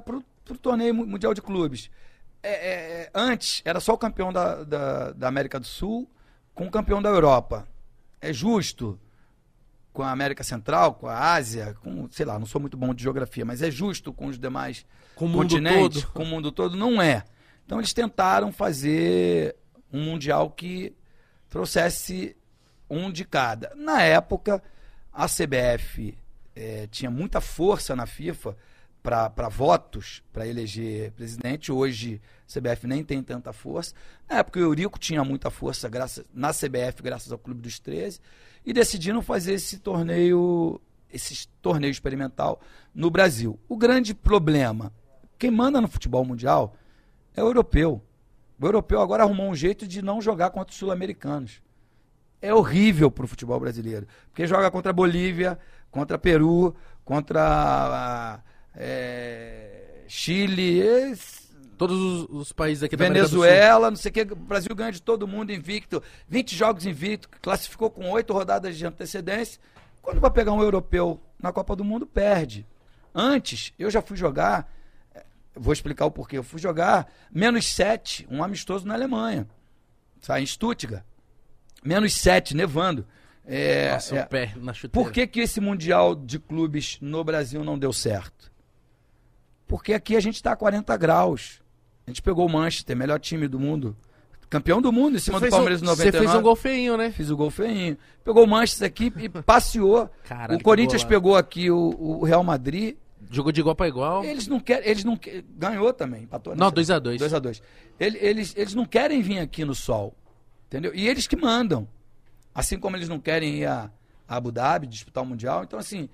pro torneio mundial de clubes. Antes, era só o campeão da América do Sul com o campeão da Europa. É justo com a América Central, com a Ásia, com, sei lá, não sou muito bom de geografia, mas é justo com os demais continentes, com o mundo todo? Não é. Então eles tentaram fazer um mundial que trouxesse um de cada. Na época, a CBF tinha muita força na FIFA para votos, para eleger presidente. Hoje, a CBF nem tem tanta força. Na época, o Eurico tinha muita força na CBF, graças ao Clube dos 13, e decidiram fazer esse torneio experimental no Brasil. O grande problema, quem manda no futebol mundial é o europeu. O europeu agora arrumou um jeito de não jogar contra os sul-americanos. É horrível para o futebol brasileiro, porque joga contra a Bolívia, contra Peru, contra Chile, todos os países aqui da América do Sul. Venezuela, não sei o que, o Brasil ganha de todo mundo invicto, 20 jogos invicto, classificou com 8 rodadas de antecedência. Quando vai pegar um europeu na Copa do Mundo, perde. Antes, eu já fui jogar, vou explicar o porquê, eu fui jogar -7, um amistoso na Alemanha, sabe, em Stuttgart, -7, nevando. Nossa, o pé na chuteira. Por que esse Mundial de Clubes no Brasil não deu certo? Porque aqui a gente está a 40 graus. A gente pegou o Manchester, melhor time do mundo. Campeão do mundo em cima do Palmeiras em 99. Você fez um gol feinho, né? Fiz o gol feinho. Pegou o Manchester aqui e passeou. Caralho, o Corinthians pegou aqui o Real Madrid. Jogou de igual para igual. Eles não querem. Ganhou também, empatou. Não, 2-2. 2-2. Eles não querem vir aqui no sol. Entendeu? E eles que mandam. Assim como eles não querem ir a Abu Dhabi disputar o Mundial. Então, assim,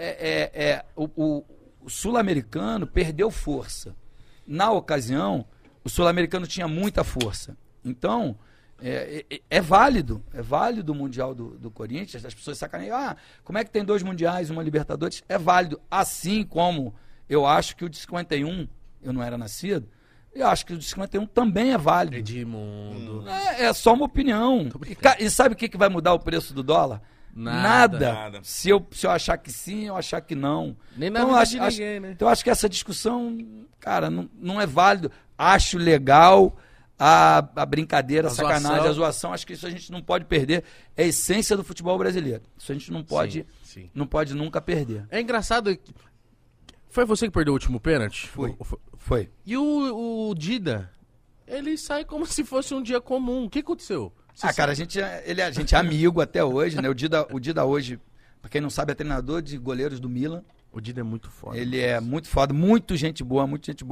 o sul-americano perdeu força. Na ocasião, o sul-americano tinha muita força. Então, é válido o Mundial do Corinthians. As pessoas sacaneiam, como é que tem 2 mundiais, uma Libertadores? É válido. Assim como eu acho que o de 51, eu não era nascido, eu acho que o de 51 também é válido. Edmundo. É só uma opinião. E sabe o que vai mudar o preço do dólar? Nada. Se eu achar que sim, eu achar que não. Nem na vida de ninguém, né? Então eu acho que essa discussão, cara, não é válido. Acho legal a brincadeira, a sacanagem, a zoação. Acho que isso a gente não pode perder. É a essência do futebol brasileiro. Isso a gente não pode, sim. Não pode nunca perder. É engraçado. Foi você que perdeu o último pênalti? Foi. E o Dida, ele sai como se fosse um dia comum. O que aconteceu? Cara, a gente é amigo até hoje, né? O Dida hoje, pra quem não sabe, é treinador de goleiros do Milan. O Dida é muito foda. Ele é muito foda, muito gente boa.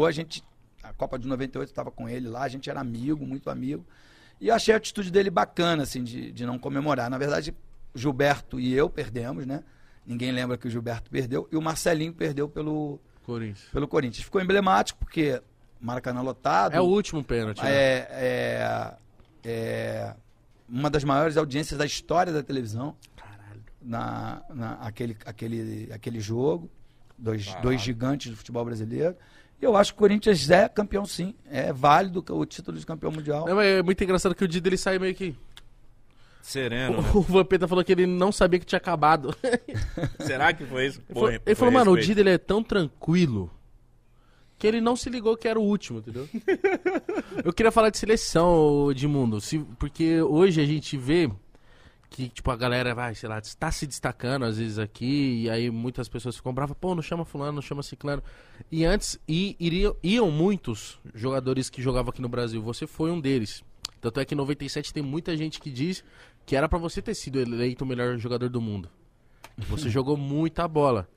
A Copa de 98 estava com ele lá, a gente era amigo, muito amigo. E eu achei a atitude dele bacana, assim, de não comemorar. Na verdade, o Gilberto e eu perdemos, né? Ninguém lembra que o Gilberto perdeu. E o Marcelinho perdeu pelo Corinthians. Ficou emblemático, porque Maracanã lotado. É o último pênalti, né? Uma das maiores audiências da história da televisão. Caralho. Aquele jogo. Dois gigantes do futebol brasileiro. E eu acho que o Corinthians é campeão, sim. É válido o título de campeão mundial. Não, mas é muito engraçado que o Dida ele sai meio que sereno. O Vampeta falou que ele não sabia que tinha acabado. Será que foi isso? Ele falou, mano, o Dida ele é tão tranquilo que ele não se ligou que era o último, entendeu? Eu queria falar de seleção, Edmundo, porque hoje a gente vê que, tipo, a galera vai, sei lá, está se destacando às vezes aqui, e aí muitas pessoas ficam bravas, não chama fulano, não chama ciclano. E antes, iam muitos jogadores que jogavam aqui no Brasil, você foi um deles. Tanto é que em 97 tem muita gente que diz que era pra você ter sido eleito o melhor jogador do mundo. Você jogou muita bola.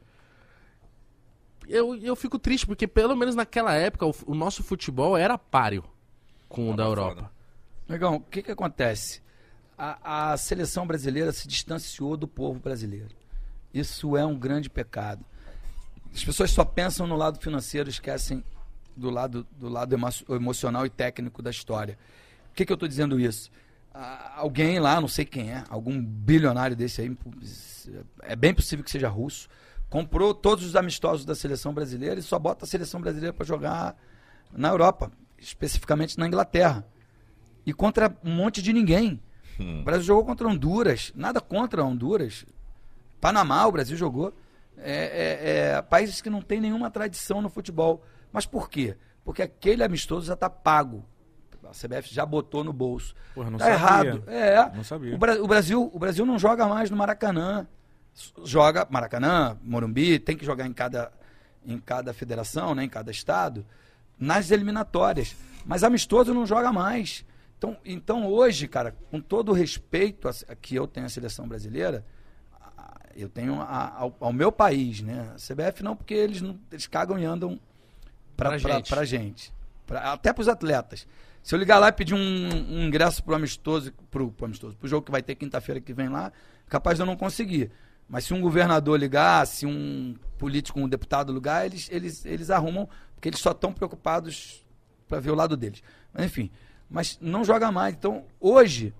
Eu fico triste, porque pelo menos naquela época o nosso futebol era páreo com o da Europa. Legal, o que acontece? A seleção brasileira se distanciou do povo brasileiro. Isso é um grande pecado. As pessoas só pensam no lado financeiro, esquecem do lado emocional e técnico da história. Por que eu estou dizendo isso? Alguém lá, não sei quem é, algum bilionário desse aí, é bem possível que seja russo, comprou todos os amistosos da seleção brasileira e só bota a seleção brasileira para jogar na Europa, especificamente na Inglaterra. E contra um monte de ninguém. O Brasil jogou contra Honduras, nada contra Honduras. Panamá, o Brasil jogou. Países que não tem nenhuma tradição no futebol. Mas por quê? Porque aquele amistoso já está pago. A CBF já botou no bolso. Porra, não Tá sabia. errado. Não sabia. O Brasil não joga mais no Maracanã. Joga Maracanã, Morumbi, tem que jogar em cada federação, né, em cada estado, nas eliminatórias. Mas amistoso não joga mais. Então hoje, cara, com todo o respeito que eu tenho à seleção brasileira, eu tenho ao meu país, né? A CBF não, porque eles cagam e andam pra gente. Até pros atletas. Se eu ligar lá e pedir um ingresso pro jogo que vai ter quinta-feira que vem lá, capaz de eu não conseguir. Mas se um governador ligar, se um político, um deputado ligar, eles arrumam, porque eles só estão preocupados para ver o lado deles. Mas enfim, mas não joga mais. Então, hoje,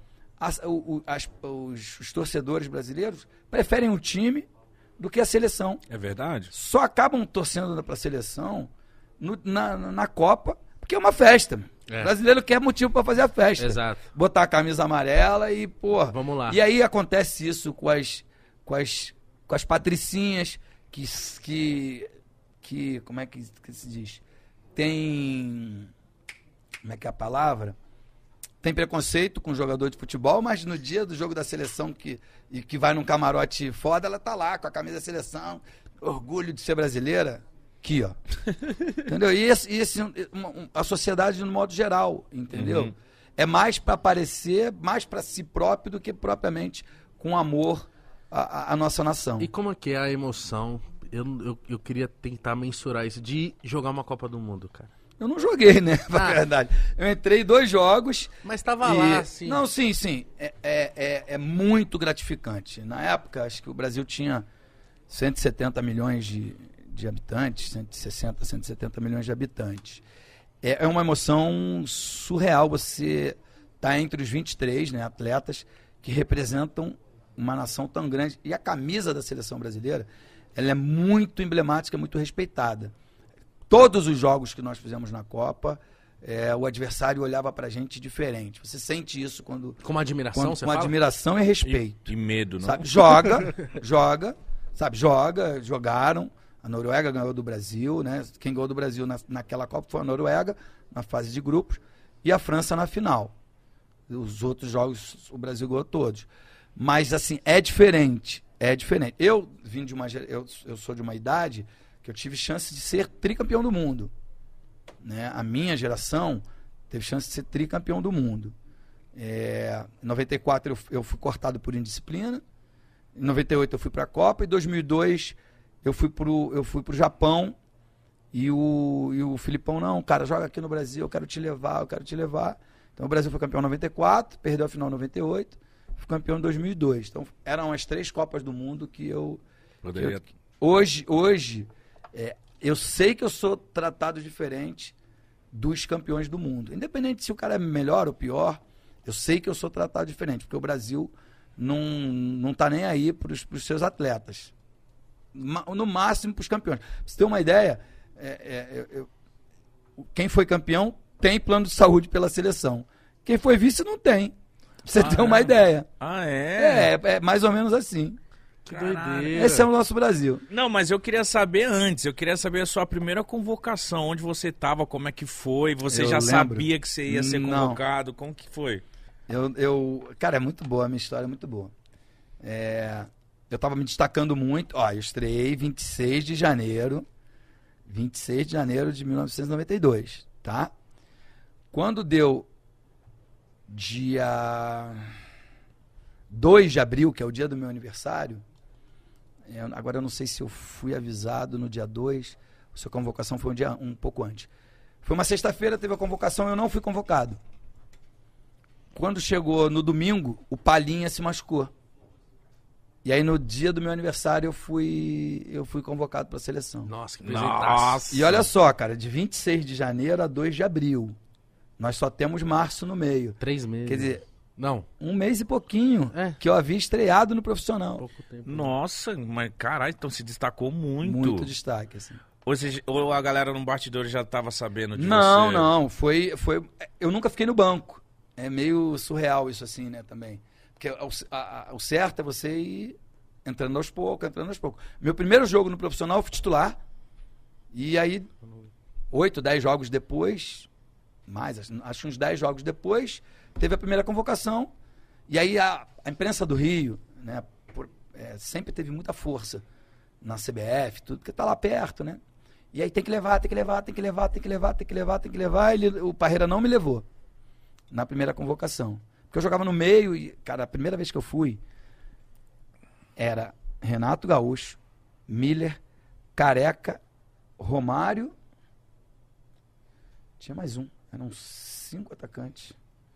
os torcedores brasileiros preferem o time do que a seleção. É verdade? Só acabam torcendo para a seleção na Copa, porque é uma festa. O brasileiro quer motivo para fazer a festa. Exato. Botar a camisa amarela e, porra. Vamos lá. E aí acontece isso com as patricinhas que como é que se diz? Tem, como é que é a palavra? Tem preconceito com jogador de futebol, mas no dia do jogo da seleção que vai num camarote foda, ela tá lá com a camisa da seleção, orgulho de ser brasileira. Aqui, ó. Entendeu? E a sociedade no modo geral, entendeu? Uhum. É mais para aparecer, mais para si próprio do que propriamente com amor à nossa nação. E como é que é a emoção? Eu queria tentar mensurar isso de jogar uma Copa do Mundo, cara. Eu não joguei, né? Na verdade. Eu entrei 2 jogos. Mas tava lá, assim. Não, sim. É muito gratificante. Na época, acho que o Brasil tinha 170 milhões de habitantes, 160, 170 milhões de habitantes. É uma emoção surreal você estar entre os 23, né, atletas que representam uma nação tão grande. E a camisa da seleção brasileira, ela é muito emblemática, muito respeitada. Todos os jogos que nós fizemos na Copa, o adversário olhava pra gente diferente. Você sente isso quando... Com uma admiração, você com fala? admiração e respeito. E medo, não? Sabe? Jogaram. A Noruega ganhou do Brasil, né? Quem ganhou do Brasil naquela Copa foi a Noruega, na fase de grupos, e a França na final. Os outros jogos, o Brasil ganhou todos. Mas, assim, é diferente. Eu vim de eu sou de uma idade que eu tive chance de ser tricampeão do mundo. Né? A minha geração teve chance de ser tricampeão do mundo. Em 94 eu fui cortado por indisciplina. Em 98 eu fui para a Copa. Em 2002 eu fui pro Japão. E o Filipão, não, cara, joga aqui no Brasil, eu quero te levar. Então o Brasil foi campeão em 94, perdeu a final em 98, fui campeão em 2002. Então eram as 3 Copas do Mundo que eu... Poderia... Hoje eu sei que eu sou tratado diferente dos campeões do mundo. Independente se o cara é melhor ou pior, eu sei que eu sou tratado diferente, porque o Brasil não tá nem aí pros seus atletas. No máximo pros campeões. Pra você ter uma ideia, quem foi campeão tem plano de saúde pela seleção. Quem foi vice não tem. Pra você ter uma ideia. Ah, é? É mais ou menos assim. Que doideira. Esse é o nosso Brasil. Não, mas eu queria saber antes. Eu queria saber a sua primeira convocação. Onde você estava, como é que foi? Você já sabia que você ia ser convocado? Como que foi? Cara, é muito boa. A minha história é muito boa. Eu estava me destacando muito. Ó, eu estreiei 26 de janeiro de 1992, tá? Quando deu dia 2 de abril, que é o dia do meu aniversário, agora eu não sei se eu fui avisado no dia 2, ou se a convocação foi um pouco antes. Foi uma sexta-feira, teve a convocação, eu não fui convocado. Quando chegou no domingo, o Palhinha se machucou. E aí no dia do meu aniversário eu fui convocado para a seleção. Nossa, que presentaço. E olha só, cara, de 26 de janeiro a 2 de abril. Nós só temos março no meio. 3 meses. Quer dizer, não. 1 mês e pouquinho que eu havia estreado no profissional. Pouco tempo. Nossa, mas caralho, então se destacou muito. Muito destaque, assim. Ou a galera no bastidor já estava sabendo de você? Não. Foi. Eu nunca fiquei no banco. É meio surreal isso assim, né, também. Porque o certo é você ir entrando aos poucos. Meu primeiro jogo no profissional eu fui titular. E aí 8, 10 jogos depois, acho uns 10 jogos depois, teve a primeira convocação. E aí a imprensa do Rio, né, sempre teve muita força na CBF, tudo, porque tá lá perto, né? E aí tem que levar. O Parreira não me levou na primeira convocação. Porque eu jogava no meio e, cara, a primeira vez que eu fui era Renato Gaúcho, Miller, Careca, Romário. Tinha mais um. Eram 5 atacantes.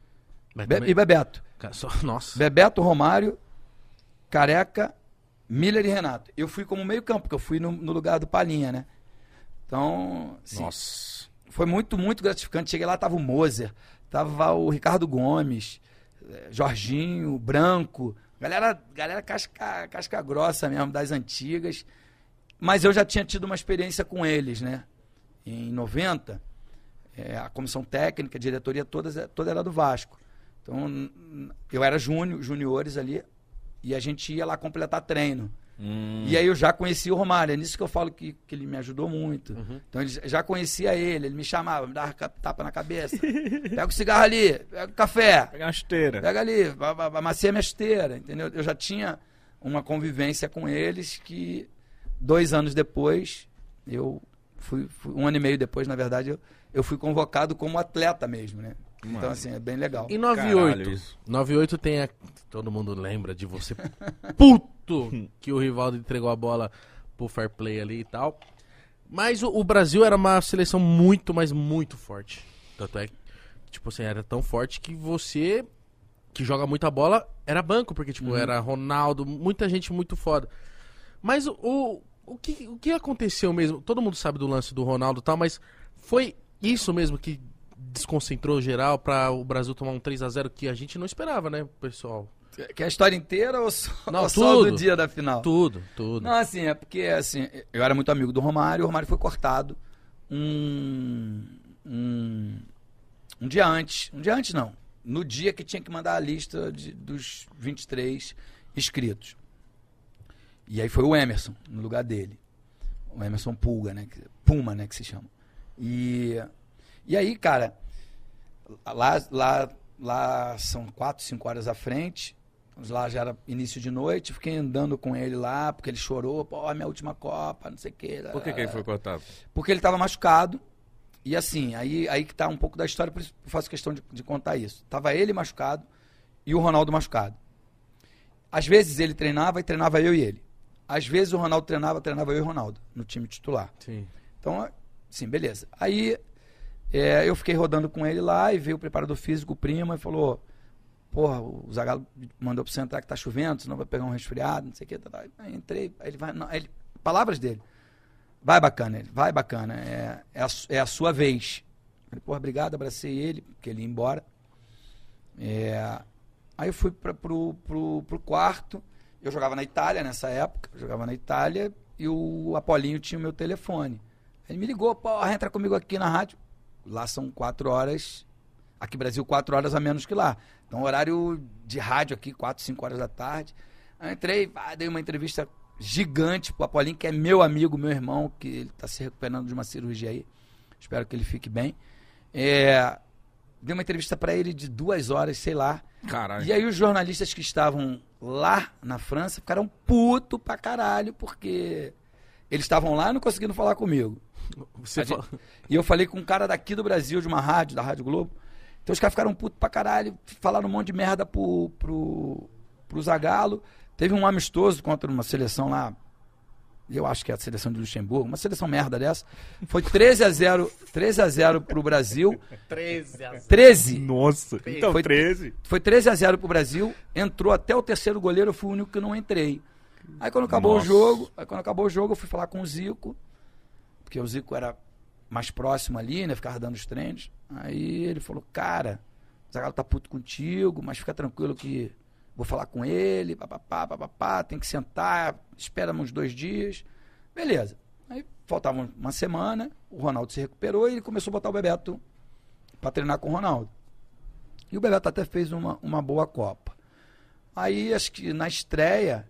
E Bebeto. Nossa. Bebeto, Romário, Careca, Miller e Renato. Eu fui como meio campo, porque eu fui no lugar do Palhinha, né? Então, assim, Nossa. foi muito, muito gratificante. Cheguei lá, tava o Moser, tava o Ricardo Gomes, Jorginho, Branco, galera casca grossa mesmo, das antigas. Mas eu já tinha tido uma experiência com eles, né? Em 90, a comissão técnica, a diretoria toda era do Vasco. Então, eu era juniores ali, e a gente ia lá completar treino. E aí eu já conhecia o Romário, é nisso que eu falo que ele me ajudou muito. Então, já conhecia ele me chamava, me dava tapa na cabeça. Pega o cigarro ali, pega o café. Pega uma esteira. Pega ali, amacia minha esteira, entendeu? Eu já tinha uma convivência com eles que 2 anos depois, eu fui 1 ano e meio depois, na verdade, eu fui convocado como atleta mesmo, né? Mano. Então, assim, é bem legal. E 98 tem todo mundo lembra de você puto que o Rivaldo entregou a bola pro fair play ali e tal. Mas o Brasil era uma seleção muito, mas muito forte. Tanto é que, tipo assim, era tão forte que você, que joga muita bola, era banco, porque, tipo, era Ronaldo, muita gente muito foda. Mas o que aconteceu mesmo? Todo mundo sabe do lance do Ronaldo e tal, mas foi isso mesmo que desconcentrou geral pra o Brasil tomar um 3-0 que a gente não esperava, né, pessoal? Quer a história inteira ou só, não, ou só do dia da final? Tudo. Não, assim, é porque assim, eu era muito amigo do Romário, o Romário foi cortado um dia antes. Um dia antes, não. No dia que tinha que mandar a lista dos 23 inscritos. E aí foi o Emerson, no lugar dele. O Emerson Puma, né, que se chama. E aí, cara, lá são 4, 5 horas à frente. Lá já era início de noite. Fiquei andando com ele lá, porque ele chorou. Pô, minha última Copa, não sei o quê. Por que ele foi cortado? Porque ele estava machucado. E assim, aí que tá um pouco da história, por isso eu faço questão de contar isso. Tava ele machucado e o Ronaldo machucado. Às vezes ele treinava e treinava eu e ele. Às vezes o Ronaldo treinava eu e o Ronaldo, no time titular. Sim. Então, sim, beleza. Aí eu fiquei rodando com ele lá e veio o preparador físico, o Prima, e falou: porra, o Zagallo mandou pra você entrar que tá chovendo, senão vai pegar um resfriado, não sei o que. Aí entrei, aí ele vai. Não, palavras dele. Vai bacana, é a sua vez. Falei, porra, obrigado, abracei ele, porque ele ia embora. Aí eu fui pro quarto. Eu jogava na Itália nessa época, e o Apolinho tinha o meu telefone. Ele me ligou, porra, entra comigo aqui na rádio. Lá são 4 horas, aqui Brasil 4 horas a menos que lá. Então horário de rádio aqui, 4, 5 horas da tarde. Aí eu entrei, dei uma entrevista gigante pro Apolinho, que é meu amigo, meu irmão, que ele tá se recuperando de uma cirurgia aí. Espero que ele fique bem. Dei uma entrevista para ele de 2 horas, sei lá. Caralho. E aí os jornalistas que estavam lá na França ficaram puto pra caralho, porque eles estavam lá e não conseguindo falar comigo. E eu falei com um cara daqui do Brasil, de uma rádio, da Rádio Globo. Então os caras ficaram putos pra caralho, falaram um monte de merda pro Zagallo. Teve um amistoso contra uma seleção lá, eu acho que é a seleção de Luxemburgo, uma seleção merda dessa. Foi 13-0 pro Brasil. 13. Nossa, então foi 13. Foi 13-0 pro Brasil, entrou até o terceiro goleiro, eu fui o único que não entrei. Aí quando acabou o jogo, eu fui falar com o Zico, porque o Zico era mais próximo ali, né, ficava dando os treinos. Aí ele falou: cara, o Zagallo tá puto contigo, mas fica tranquilo que vou falar com ele, papapá, tem que sentar, espera uns 2 dias. Beleza. Aí faltava uma semana, o Ronaldo se recuperou e ele começou a botar o Bebeto para treinar com o Ronaldo. E o Bebeto até fez uma boa Copa. Aí, acho que na estreia,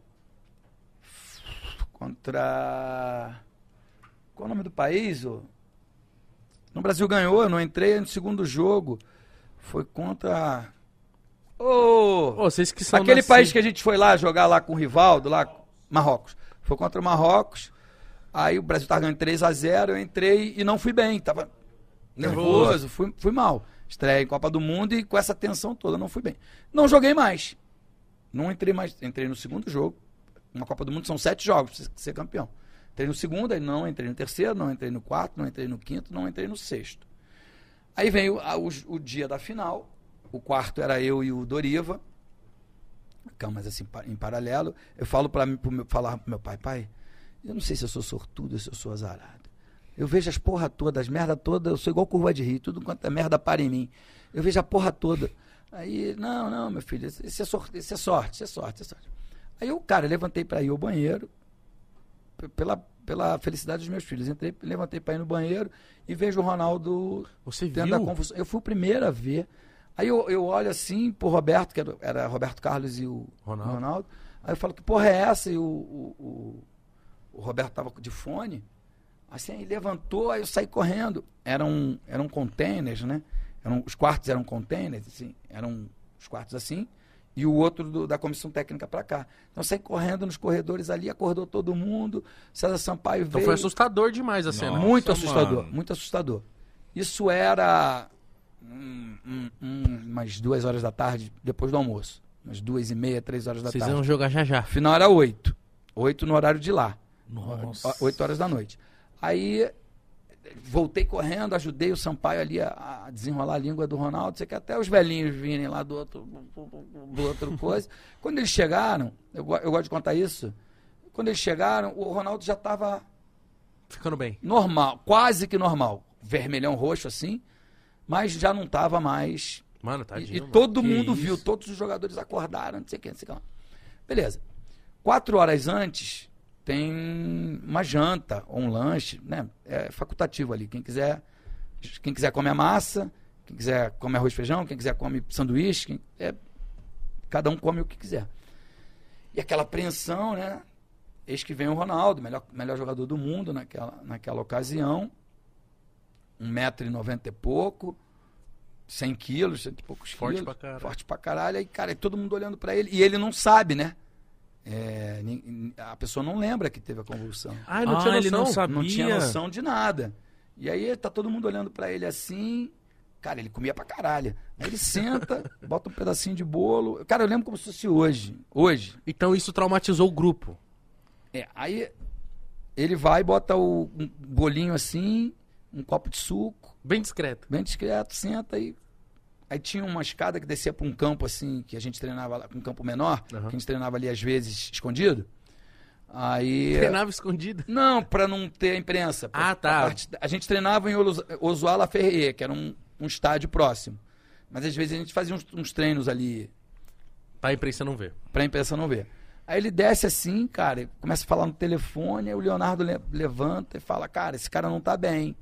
contra... Qual é o nome do país? No Brasil ganhou, eu não entrei no segundo jogo. Foi contra... vocês que são aquele país que a gente foi lá jogar lá com o Rivaldo, lá, Marrocos. Foi contra o Marrocos. Aí o Brasil tava ganhando 3-0, eu entrei e não fui bem. Tava nervoso, fui mal. Estreia em Copa do Mundo e com essa tensão toda, não fui bem. Não joguei mais. Não entrei mais. Entrei no segundo jogo. Uma Copa do Mundo são 7 jogos pra ser campeão. Entrei no segundo, aí não entrei no terceiro, não entrei no quarto, não entrei no quinto, não entrei no sexto. Aí veio o dia da final. O quarto era eu e o Doriva. Camas assim, em paralelo. Eu falo falar pro meu pai, eu não sei se eu sou sortudo ou se eu sou azarado. Eu vejo as porra todas, as merda toda, eu sou igual curva de rio, tudo quanto é merda para em mim. Eu vejo a porra toda. Aí, não, meu filho, isso é sorte. Aí eu, levantei para ir ao banheiro, pela felicidade dos meus filhos. Levantei para ir no banheiro e vejo o Ronaldo tendo a confusão. Eu fui o primeiro a ver. Aí eu olho assim pro Roberto, que era Roberto Carlos e o Ronaldo. Aí eu falo, que porra é essa? E o Roberto tava de fone. Assim, aí levantou, aí eu saí correndo. Eram containers, né? Os quartos eram containers, assim. Eram os quartos assim. E o outro da comissão técnica para cá. Então eu saí correndo nos corredores ali, acordou todo mundo. César Sampaio veio. Então foi assustador demais a cena. Nossa, muito assustador, mano. muito assustador. Isso era umas 2 horas da tarde, depois do almoço. Umas 2h30, 3 horas da tarde. Vocês iam jogar já. O final era 8. 8 no horário de lá. Nossa. 8 horas da noite. Aí voltei correndo, ajudei o Sampaio ali a desenrolar a língua do Ronaldo. Sei que até os velhinhos virem lá do outro coisa. Quando eles chegaram, eu gosto de contar isso. Quando eles chegaram, o Ronaldo já estava ficando bem. Normal, quase que normal. Vermelhão roxo assim, mas já não estava mais. Mano, tadinho. E todo mundo isso? viu, todos os jogadores acordaram, não sei o que, não sei o que lá. Beleza. 4 horas antes, tem uma janta ou um lanche, né? É facultativo ali. Quem quiser come a massa, quem quiser come arroz e feijão, quem quiser come sanduíche, cada um come o que quiser. E aquela apreensão, né? Eis que vem o Ronaldo, melhor jogador do mundo naquela ocasião. 1,90 m e pouco, 100 quilos, 100 e poucos Forte quilos. pra caralho. Forte pra caralho. Aí, cara, todo mundo olhando pra ele. E ele não sabe, né? A pessoa não lembra que teve a convulsão. Ai, não tinha noção. Ele não sabia. Não tinha noção de nada. E aí tá todo mundo olhando pra ele assim. Cara, ele comia pra caralho. Aí ele senta, bota um pedacinho de bolo. Cara, eu lembro como se fosse hoje. Então isso traumatizou o grupo. Aí ele vai e bota um bolinho assim, um copo de suco. Bem discreto. Bem discreto, senta aí. Aí tinha uma escada que descia para um campo assim, que a gente treinava lá, um campo menor, que a gente treinava ali às vezes escondido. Aí... Treinava escondido? Não, para não ter a imprensa. Tá. A gente treinava em Ozoala Ferreira, que era um estádio próximo. Mas às vezes a gente fazia uns treinos ali. Pra imprensa não ver. Pra imprensa não ver. Aí ele desce assim, cara, e começa a falar no telefone, aí o Leonardo levanta e fala, cara, esse cara não tá bem.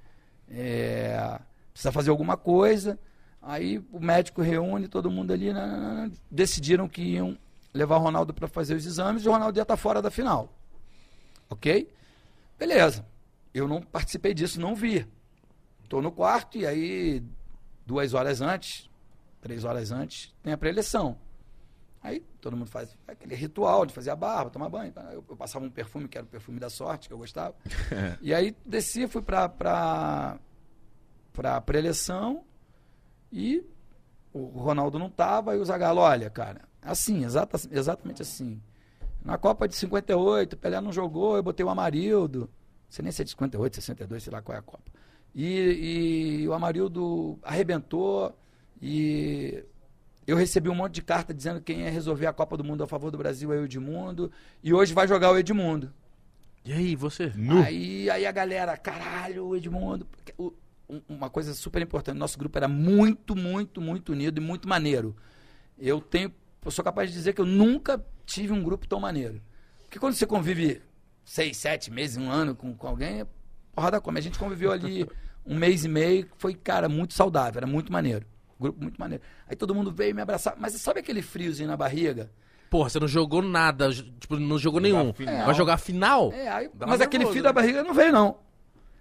Precisa fazer alguma coisa. Aí o médico reúne todo mundo ali, decidiram que iam levar o Ronaldo para fazer os exames e o Ronaldo ia estar fora da final. Ok? Beleza. Eu não participei disso, não vi. Estou no quarto e aí 2 horas antes, 3 horas antes, tem a pré-eleição. Aí todo mundo faz aquele ritual de fazer a barba, tomar banho. Eu passava um perfume, que era o perfume da sorte, que eu gostava. E aí desci, fui para a pré-eleição. E o Ronaldo não tava, e o Zagallo, olha, cara, assim, exatamente assim. Na Copa de 58, Pelé não jogou, eu botei o Amarildo, não sei nem se é de 58, 62, sei lá qual é a Copa. E o Amarildo arrebentou, e eu recebi um monte de carta dizendo que quem ia resolver a Copa do Mundo a favor do Brasil é o Edmundo, e hoje vai jogar o Edmundo. E aí, você? Aí a galera, caralho, o Edmundo... Uma coisa super importante, nosso grupo era muito, muito, muito unido e muito maneiro. Eu sou capaz de dizer que eu nunca tive um grupo tão maneiro. Porque quando você convive 6, 7 meses, 1 ano com alguém, é porrada como. A gente conviveu ali 1 mês e meio, foi, cara, muito saudável, era muito maneiro. Grupo muito maneiro. Aí todo mundo veio me abraçar, mas sabe aquele friozinho na barriga? Porra, você não jogou nada, tipo, não jogou nenhum. Vai jogar a final? Mas aquele frio da barriga não veio, não.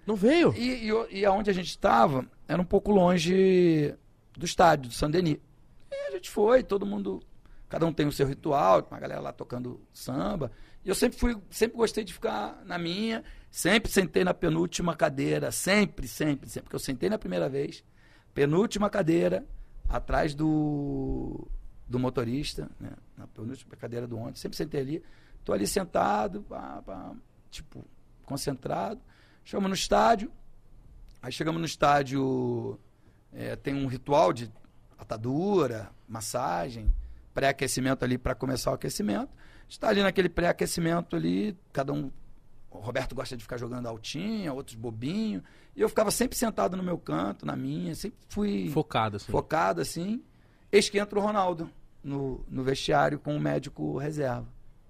Não veio? E aonde a gente estava era um pouco longe do estádio, do Saint-Denis. E a gente foi, todo mundo, cada um tem o seu ritual, uma galera lá tocando samba. E eu sempre gostei de ficar na minha, sempre sentei na penúltima cadeira, sempre, porque eu sentei na primeira vez, penúltima cadeira, atrás do motorista, né? Na penúltima cadeira do ônibus, sempre sentei ali, tô ali sentado, tipo, concentrado. Chegamos no estádio, aí chegamos no estádio, tem um ritual de atadura, massagem, pré-aquecimento ali para começar o aquecimento. Está ali naquele pré-aquecimento ali, cada um, o Roberto gosta de ficar jogando altinha, outros bobinho, e eu ficava sempre sentado no meu canto, na minha, sempre fui Focado, assim. Eis que entra o Ronaldo no vestiário com o médico reserva.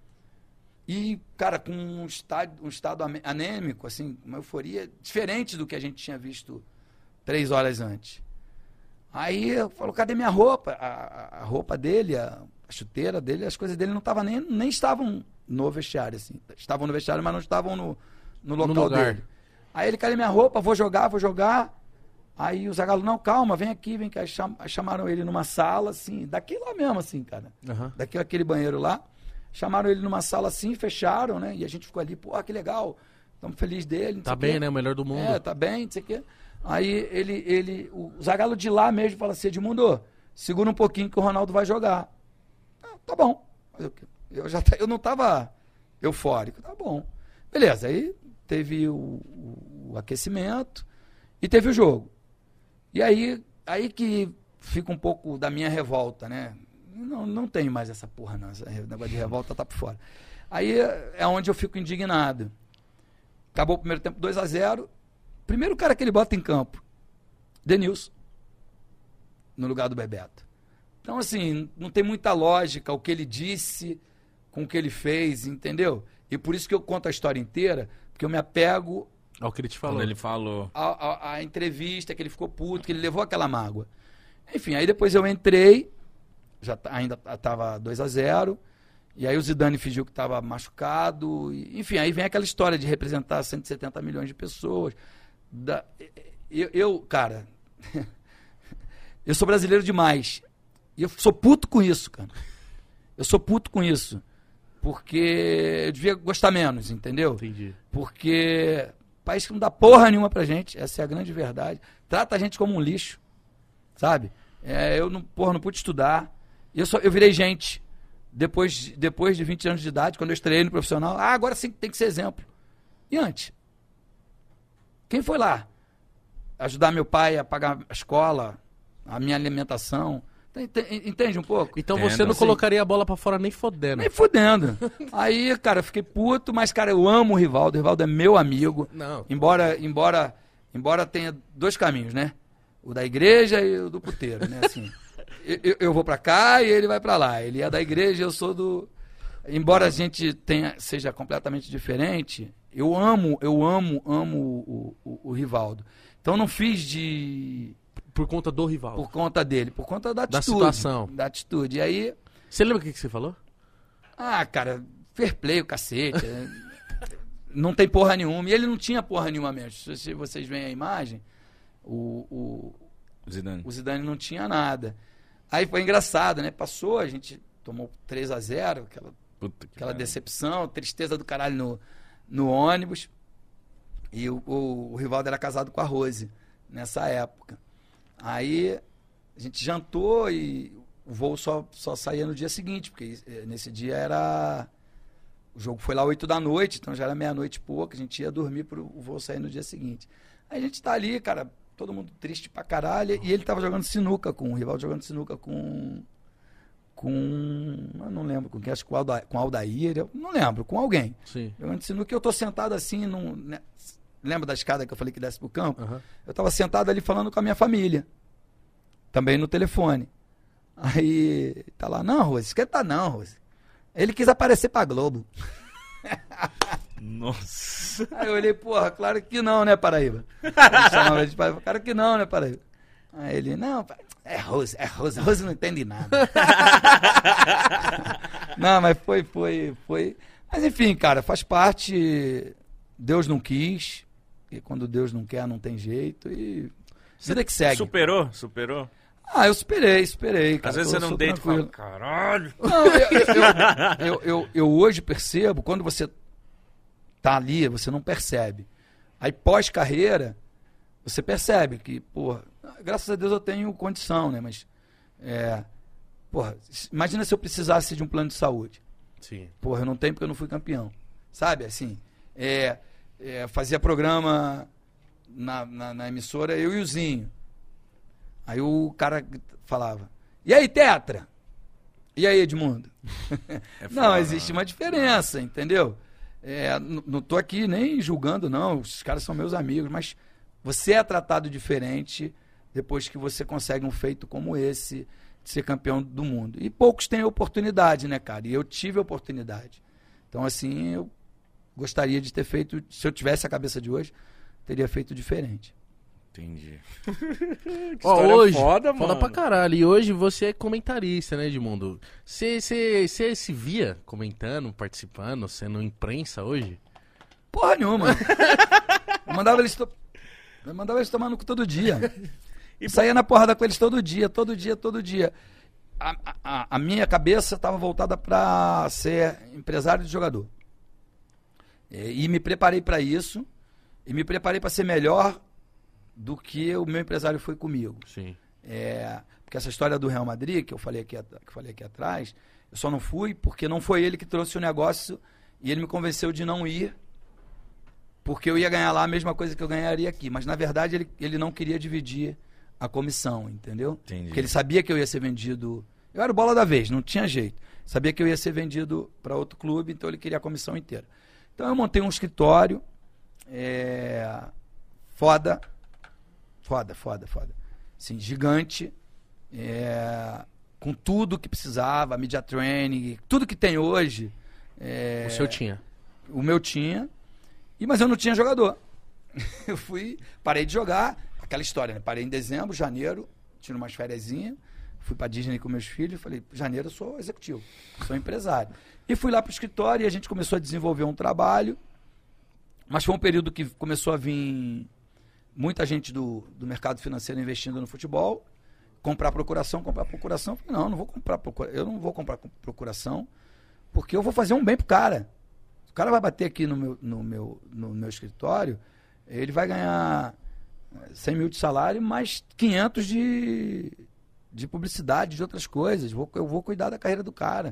E, cara, com um estado anêmico, assim, uma euforia diferente do que a gente tinha visto 3 horas antes. Aí eu falo, cadê minha roupa? A roupa dele, a chuteira dele, as coisas dele não estavam nem estavam no vestiário, assim. Estavam no vestiário, mas não estavam no local dele. Aí ele, cadê minha roupa? Vou jogar. Aí o Zagallo, não, calma, vem aqui. Aí chamaram ele numa sala, assim, daqui lá mesmo, assim, cara. Uhum. Daqui aquele banheiro lá. Chamaram ele numa sala assim, fecharam, né? E a gente ficou ali, pô, que legal. Estamos felizes dele. Tá bem, né? O melhor do mundo. Tá bem, não sei o quê. Aí o Zagallo de lá mesmo fala assim, Edmundo, segura um pouquinho que o Ronaldo vai jogar. Tá bom. Eu não tava eufórico. Tá bom. Beleza, aí teve o aquecimento e teve o jogo. E aí que fica um pouco da minha revolta, né? Não tem mais essa porra, não. Esse negócio de revolta tá por fora. Aí é onde eu fico indignado. Acabou o primeiro tempo 2-0. Primeiro cara que ele bota em campo, Denilson, no lugar do Bebeto. Então, assim, não tem muita lógica o que ele disse com o que ele fez, entendeu? E por isso que eu conto a história inteira, porque eu me apego ao que ele te falou. Quando ele falou. A entrevista, que ele ficou puto, que ele levou aquela mágoa. Enfim, aí depois eu entrei, ainda estava 2-0, e aí o Zidane fingiu que estava machucado, enfim, aí vem aquela história de representar 170 milhões de pessoas. Cara, eu sou brasileiro demais. E eu sou puto com isso, cara. Eu sou puto com isso. Porque eu devia gostar menos, entendeu? Entendi. Porque país que não dá porra nenhuma pra gente, essa é a grande verdade. Trata a gente como um lixo, sabe? Eu não pude estudar. Eu virei gente. Depois de 20 anos de idade, quando eu estreiei no profissional, agora sim tem que ser exemplo. E antes? Quem foi lá ajudar meu pai a pagar a escola, a minha alimentação? Entende um pouco? Então você não colocaria a bola pra fora nem fodendo. Nem fodendo. Aí, cara, eu fiquei puto, mas, cara, eu amo o Rivaldo. O Rivaldo é meu amigo. Não. Embora tenha 2 caminhos, né? O da igreja e o do puteiro, né? Assim, eu vou pra cá e ele vai pra lá. Ele é da igreja, eu sou do... Embora a gente seja completamente diferente, eu amo o Rivaldo. Então não fiz de... Por conta do Rivaldo. Por conta dele, por conta da atitude. Da situação. Da atitude. E aí... Você lembra o que você falou? Cara, fair play o cacete. Não tem porra nenhuma. E ele não tinha porra nenhuma mesmo. Se vocês veem a imagem, o Zidane não tinha nada. Aí foi engraçado, né? Passou, a gente tomou 3-0, aquela decepção, tristeza do caralho no ônibus. E o Rivaldo era casado com a Rose nessa época. Aí a gente jantou e o voo só saía no dia seguinte, porque nesse dia o jogo foi lá 8 da noite, então já era meia-noite e pouco, a gente ia dormir para o voo sair no dia seguinte. Aí a gente tá ali, cara, todo mundo triste pra caralho, e ele tava jogando sinuca o Rivaldo jogando sinuca com eu não lembro com quem, acho que com Aldair, eu não lembro, com alguém. Sim. Jogando sinuca, e eu tô sentado assim, né, lembra da escada que eu falei que desce pro campo? Uhum. Eu tava sentado ali falando com a minha família, também no telefone. Aí tá lá, não, Rose, esquenta não, Rose. Ele quis aparecer pra Globo. Nossa. Aí eu olhei, porra, claro que não, né, Paraíba? Claro que não, né, Paraíba? Aí ele, não, é Rose, Rose não entende nada. Não, mas foi. Mas enfim, cara, faz parte, Deus não quis, porque quando Deus não quer, não tem jeito, e vida que segue. Superou? Eu superei, cara. Às vezes você não deita e fala, caralho. Não, eu hoje percebo, quando você tá ali, você não percebe. Aí pós-carreira, você percebe que, pô, graças a Deus eu tenho condição, né? Mas, porra, imagina se eu precisasse de um plano de saúde. Sim. Porra, eu não tenho porque eu não fui campeão. Sabe, assim, fazia programa na emissora, eu e o Zinho. Aí o cara falava, e aí, Tetra? E aí, Edmundo? Não, existe uma diferença, entendeu? Não tô aqui nem julgando, não, os caras são meus amigos, mas você é tratado diferente depois que você consegue um feito como esse, de ser campeão do mundo. E poucos têm oportunidade, né, cara? E eu tive a oportunidade. Então, assim, eu gostaria de ter feito, se eu tivesse a cabeça de hoje, teria feito diferente. Entendi. Hoje, foda, mano. Foda pra caralho. E hoje você é comentarista, né, Edmundo? Você se via comentando, participando, sendo imprensa hoje? Porra nenhuma. Eu mandava eles tomar no cu todo dia. E saía na porrada com eles todo dia. A minha cabeça estava voltada para ser empresário de jogador. E me preparei para isso. E me preparei para ser melhor do que o meu empresário foi comigo. Sim. Porque essa história do Real Madrid, que eu falei aqui atrás, eu só não fui porque não foi ele que trouxe o negócio e ele me convenceu de não ir, porque eu ia ganhar lá a mesma coisa que eu ganharia aqui. Mas, na verdade, ele não queria dividir a comissão, entendeu? Entendi. Porque ele sabia que eu ia ser vendido... Eu era o bola da vez, não tinha jeito. Sabia que eu ia ser vendido para outro clube, então ele queria a comissão inteira. Então, eu montei um escritório foda. Assim, gigante, com tudo que precisava, media training, tudo que tem hoje. O seu tinha? O meu tinha, mas eu não tinha jogador. Eu parei de jogar, aquela história, né? Parei em dezembro, janeiro, tiro umas fériasinhas, fui pra Disney com meus filhos, falei, janeiro eu sou executivo, sou empresário. E fui lá pro escritório e a gente começou a desenvolver um trabalho, mas foi um período que começou a vir muita gente do mercado financeiro investindo no futebol, comprar procuração. Não, eu não vou comprar procuração, porque eu vou fazer um bem pro cara. O cara vai bater aqui no meu escritório, ele vai ganhar 100 mil de salário, mais 500 de publicidade, de outras coisas. Eu vou cuidar da carreira do cara.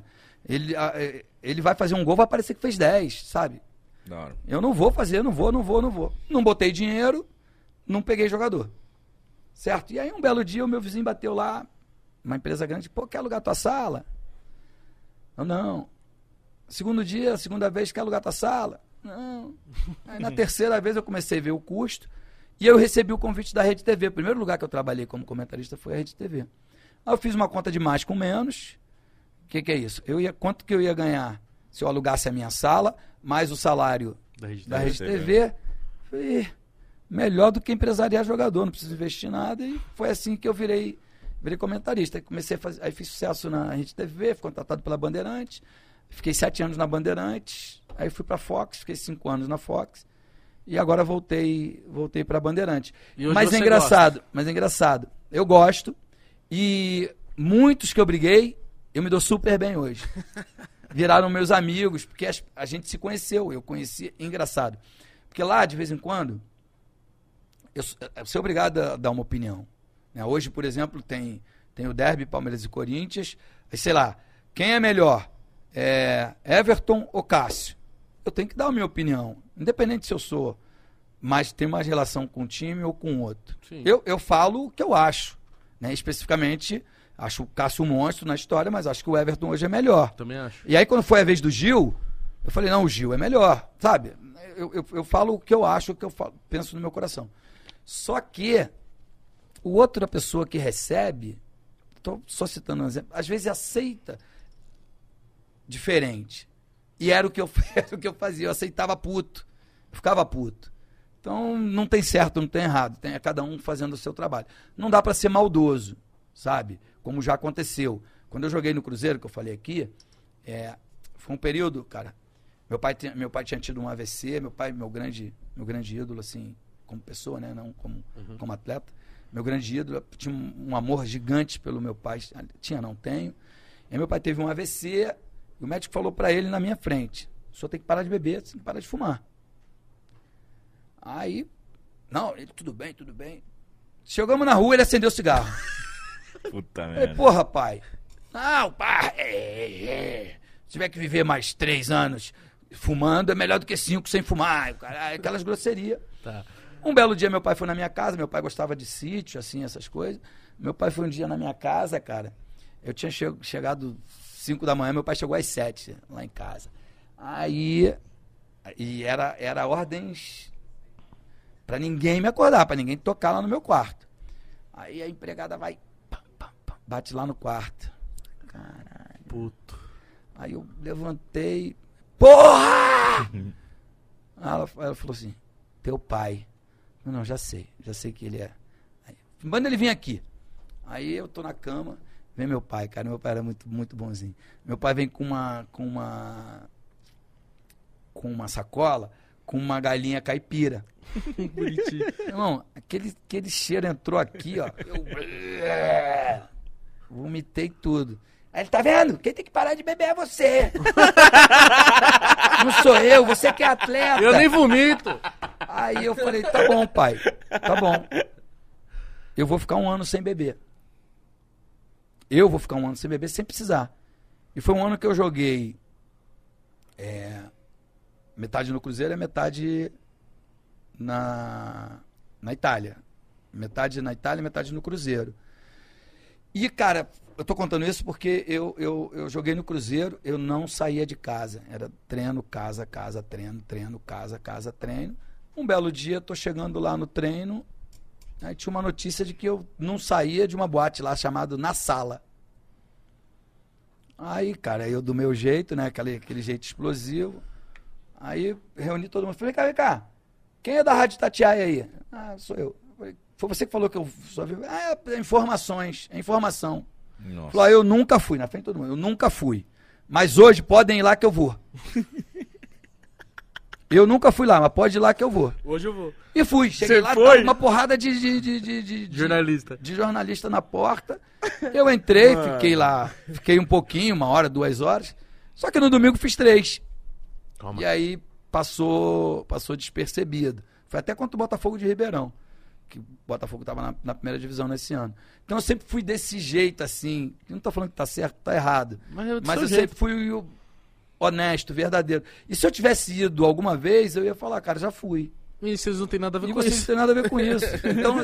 Ele vai fazer um gol, vai parecer que fez 10, sabe? Claro. Eu não vou fazer, não vou. Não botei dinheiro, não peguei jogador. Certo? E aí um belo dia o meu vizinho bateu lá, uma empresa grande, pô, quer alugar tua sala? Eu, não. Segundo dia, segunda vez, quer alugar tua sala? Não. Aí na terceira vez eu comecei a ver o custo e eu recebi o convite da Rede TV. O primeiro lugar que eu trabalhei como comentarista foi a Rede TV. Aí eu fiz uma conta de mais com menos. O que é isso? Quanto que eu ia ganhar se eu alugasse a minha sala, mais o salário da Rede TV? Falei, melhor do que empresariar jogador, não preciso investir nada. E foi assim que eu virei comentarista. Aí comecei a fazer, aí fiz sucesso na Rede TV, fui contratado pela Bandeirantes. Fiquei 7 anos na Bandeirantes, aí fui pra Fox, fiquei 5 anos na Fox, e agora voltei pra Bandeirantes. Mas é engraçado, eu gosto, e muitos que eu briguei, eu me dou super bem hoje. Viraram meus amigos, porque a gente se conheceu, eu conheci, engraçado. Porque lá, de vez em quando, eu sou obrigado a dar uma opinião. Né? Hoje, por exemplo, tem o derby, Palmeiras e Corinthians, aí sei lá, quem é melhor? Everton ou Cássio? Eu tenho que dar a minha opinião, independente se eu tenho mais relação com um time ou com outro. Eu falo o que eu acho, né? Especificamente, acho o Cássio um monstro na história, mas acho que o Everton hoje é melhor. Também acho. E aí quando foi a vez do Gil, eu falei, não, o Gil é melhor, sabe? Eu falo o que eu acho, o que eu penso no meu coração. Só que outra pessoa que recebe, estou só citando um exemplo, às vezes aceita diferente. E era o que eu fazia, eu aceitava puto, eu ficava puto. Então não tem certo, não tem errado, tem cada um fazendo o seu trabalho. Não dá para ser maldoso, sabe? Como já aconteceu. Quando eu joguei no Cruzeiro, que eu falei aqui, foi um período, cara, meu pai tinha tido um AVC, meu pai, meu grande ídolo, assim, como pessoa, né? Não como atleta. Meu grande ídolo, eu tinha um amor gigante pelo meu pai. Tenho. E meu pai teve um AVC e o médico falou para ele na minha frente: o senhor tem que parar de beber, tem que parar de fumar. Aí, não, ele, tudo bem. Chegamos na rua, ele acendeu o cigarro. Puta merda. Falei, porra, pai. Não, pai, se tiver que viver mais 3 anos fumando, é melhor do que 5 sem fumar. Caralho, aquelas grosserias. Tá. Um belo dia, meu pai foi na minha casa, meu pai gostava de sítio, assim, essas coisas. Meu pai foi um dia na minha casa, cara. Eu tinha chegado 5 da manhã, meu pai chegou às 7 lá em casa. Aí, e era ordens pra ninguém me acordar, pra ninguém tocar lá no meu quarto. Aí a empregada vai, bate lá no quarto. Caralho. Puto. Aí eu levantei, porra! Ela falou assim, teu pai. Não, já sei que ele é. Aí, manda ele vir aqui. Aí eu tô na cama, vem meu pai, cara, meu pai era muito, muito bonzinho. Meu pai vem com uma sacola, com uma galinha caipira. Bonitinho. Irmão, aquele cheiro entrou aqui, ó. Eu vomitei tudo. Aí ele, tá vendo? Quem tem que parar de beber é você. Não sou eu, você que é atleta. Eu nem vomito. Aí eu falei, tá bom, pai, tá bom. Eu vou ficar 1 ano sem beber. Eu vou ficar 1 ano sem beber sem precisar. E foi um ano que eu joguei metade no Cruzeiro e metade na Itália. Metade na Itália e metade no Cruzeiro. E, cara, eu tô contando isso porque eu joguei no Cruzeiro, eu não saía de casa. Era treino, casa, treino, casa, treino. Um belo dia, tô chegando lá no treino, aí tinha uma notícia de que eu não saía de uma boate lá chamada Na Sala. Aí, cara, eu do meu jeito, né, aquele jeito explosivo, aí reuni todo mundo, falei, vem cá, quem é da Rádio Itatiaia aí? Ah, sou eu. Falei, foi você que falou que eu só vi? Ah, é informação. Nossa. Falou, eu nunca fui, na frente de todo mundo, eu nunca fui. Mas hoje podem ir lá que eu vou. Eu nunca fui lá, mas pode ir lá que eu vou. Hoje eu vou. E fui, cheguei lá, foi? tava uma porrada de Jornalista. de jornalista na porta. Eu entrei, fiquei lá, fiquei um pouquinho, 1 hora, 2 horas. Só que no domingo fiz 3. Toma. E aí passou despercebido. Foi até contra o Botafogo de Ribeirão, que o Botafogo estava na primeira divisão nesse ano. Então eu sempre fui desse jeito, assim. Eu não tô falando que tá certo, tá errado. Mas eu sempre fui honesto, verdadeiro. E se eu tivesse ido alguma vez, eu ia falar, cara, já fui. E vocês não tem nada a ver E com vocês isso. não tem nada a ver com isso. Então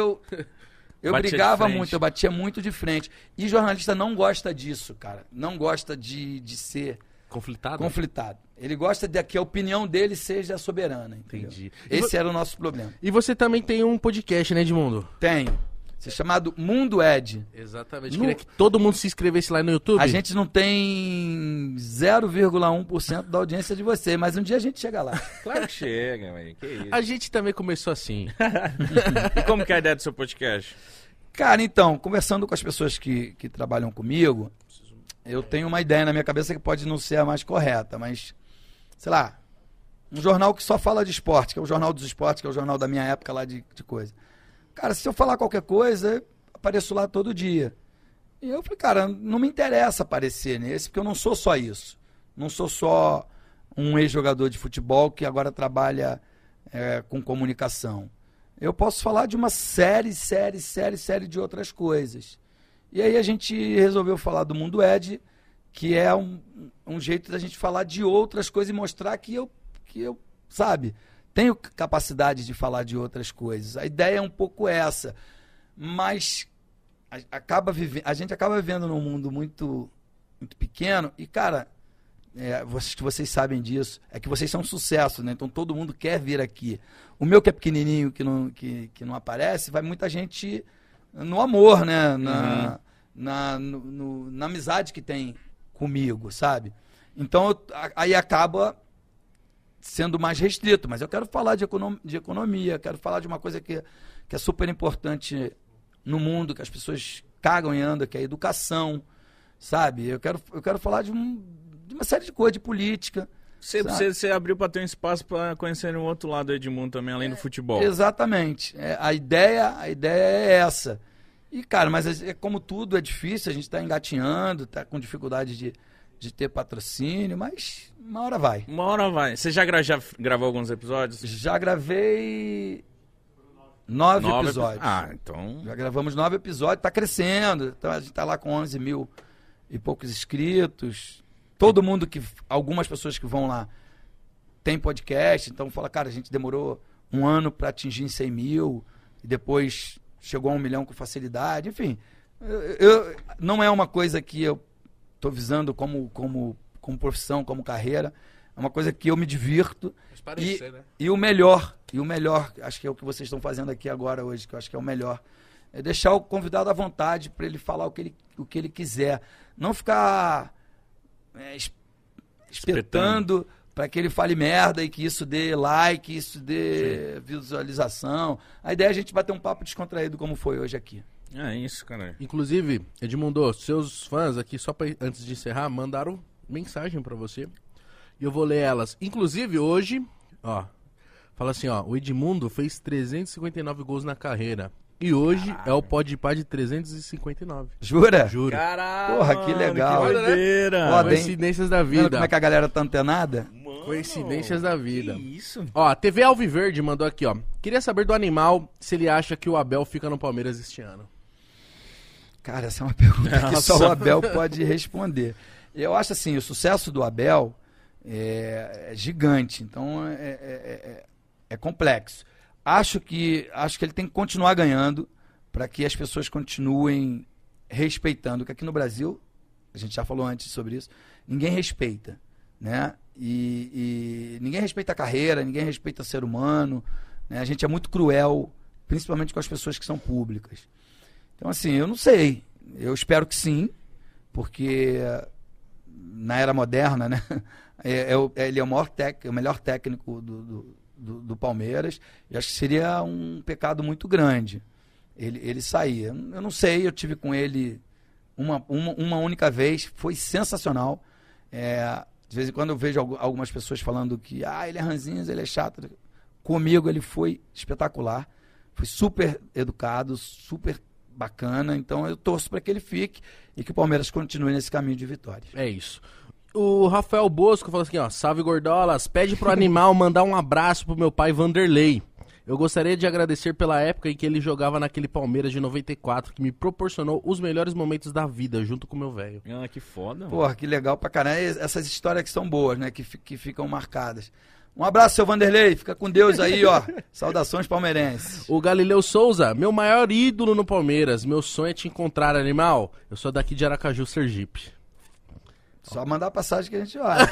eu brigava muito, eu batia muito de frente. E jornalista não gosta disso, cara. Não gosta de ser conflitado. Ele gosta de que a opinião dele seja soberana. Entendeu? Entendi. Esse era o nosso problema. E você também tem um podcast, né, Edmundo? Tenho. Isso é chamado Mundo Ed. Exatamente. Queria que todo mundo se inscrevesse lá no YouTube. A gente não tem 0,1% da audiência de você, mas um dia a gente chega lá. Claro que chega, velho. Que isso. A gente também começou assim. E como que é a ideia do seu podcast? Cara, então, conversando com as pessoas que trabalham comigo, eu tenho uma ideia na minha cabeça que pode não ser a mais correta, mas, sei lá, um jornal que só fala de esporte, que é o Jornal dos Esportes, que é o jornal da minha época lá de coisa. Cara, se eu falar qualquer coisa, eu apareço lá todo dia. E eu falei, cara, não me interessa aparecer nesse, porque eu não sou só isso. Não sou só um ex-jogador de futebol que agora trabalha com comunicação. Eu posso falar de uma série de outras coisas. E aí a gente resolveu falar do Mundo Ed, que é um jeito da gente falar de outras coisas e mostrar que eu sabe, tenho capacidade de falar de outras coisas. A ideia é um pouco essa. Mas a gente acaba vivendo num mundo muito, muito pequeno e, cara, vocês sabem disso, é que vocês são um sucesso, né? Então todo mundo quer vir aqui. O meu que é pequenininho, que não aparece, vai muita gente no amor, né? Na amizade que tem comigo, sabe? Então aí acaba sendo mais restrito, mas eu quero falar de economia, quero falar de uma coisa que é super importante no mundo, que as pessoas cagam e andam, que é a educação, sabe? Eu quero falar de uma série de coisas, de política, Você abriu para ter um espaço para conhecer um outro lado do Edmundo também, além do futebol. Exatamente. A ideia é essa. E, cara, mas como tudo é difícil, a gente tá engatinhando, tá com dificuldade de ter patrocínio, mas uma hora vai. Uma hora vai. Você já gravou alguns episódios? Já gravei 9 episódios. Então... Já gravamos 9 episódios, tá crescendo. Então a gente tá lá com 11 mil e poucos inscritos. Todo mundo algumas pessoas que vão lá tem podcast, então fala, cara, a gente demorou um ano para atingir em 100 mil e depois chegou a 1 milhão com facilidade. Enfim, não é uma coisa que eu tô visando como profissão, como carreira. É uma coisa que eu me divirto. Né? E o melhor, acho que é o que vocês estão fazendo aqui agora hoje, que eu acho que é o melhor, é deixar o convidado à vontade para ele falar o que ele quiser. Não ficar espetando para que ele fale merda e que isso dê like, isso dê visualização. A ideia é a gente bater um papo descontraído como foi hoje aqui. É isso, cara. Inclusive, Edmundo, seus fãs aqui, antes de encerrar, mandaram mensagem para você. E eu vou ler elas. Inclusive, hoje, fala assim, o Edmundo fez 359 gols na carreira. E hoje é o Podpah de 359. Jura? Juro. Caralho. Porra, que legal. Que doideira. Coincidências da vida. Vendo como é que a galera tá antenada? Mano, coincidências da vida. Que isso? A TV Alviverde mandou aqui, Queria saber do Animal se ele acha que o Abel fica no Palmeiras este ano. Cara, essa é uma pergunta que só o Abel pode responder. Eu acho assim, o sucesso do Abel é gigante, então é complexo. Acho que ele tem que continuar ganhando para que as pessoas continuem respeitando, que aqui no Brasil, a gente já falou antes sobre isso, ninguém respeita, né? E ninguém respeita a carreira, ninguém respeita o ser humano, né? A gente é muito cruel, principalmente com as pessoas que são públicas. Então, assim, eu não sei, eu espero que sim, porque na era moderna, né? Ele é o melhor técnico do Palmeiras, e acho que seria um pecado muito grande ele sair. Eu não sei, eu tive com ele uma única vez, foi sensacional. De vez em quando eu vejo algumas pessoas falando que ele é ranzinhas, ele é chato. Comigo ele foi espetacular, foi super educado, super bacana, então eu torço para que ele fique e que o Palmeiras continue nesse caminho de vitória. É isso. O Rafael Bosco falou assim, salve Gordolas, pede pro Animal mandar um abraço pro meu pai Vanderlei. Eu gostaria de agradecer pela época em que ele jogava naquele Palmeiras de 94, que me proporcionou os melhores momentos da vida, junto com o meu velho. Ah, que foda. Porra, que legal pra caramba. Essas histórias que são boas, né, que ficam marcadas. Um abraço, seu Vanderlei, fica com Deus aí, Saudações palmeirenses. O Galileu Souza, meu maior ídolo no Palmeiras, meu sonho é te encontrar, Animal. Eu sou daqui de Aracaju, Sergipe. Só mandar a passagem que a gente olha.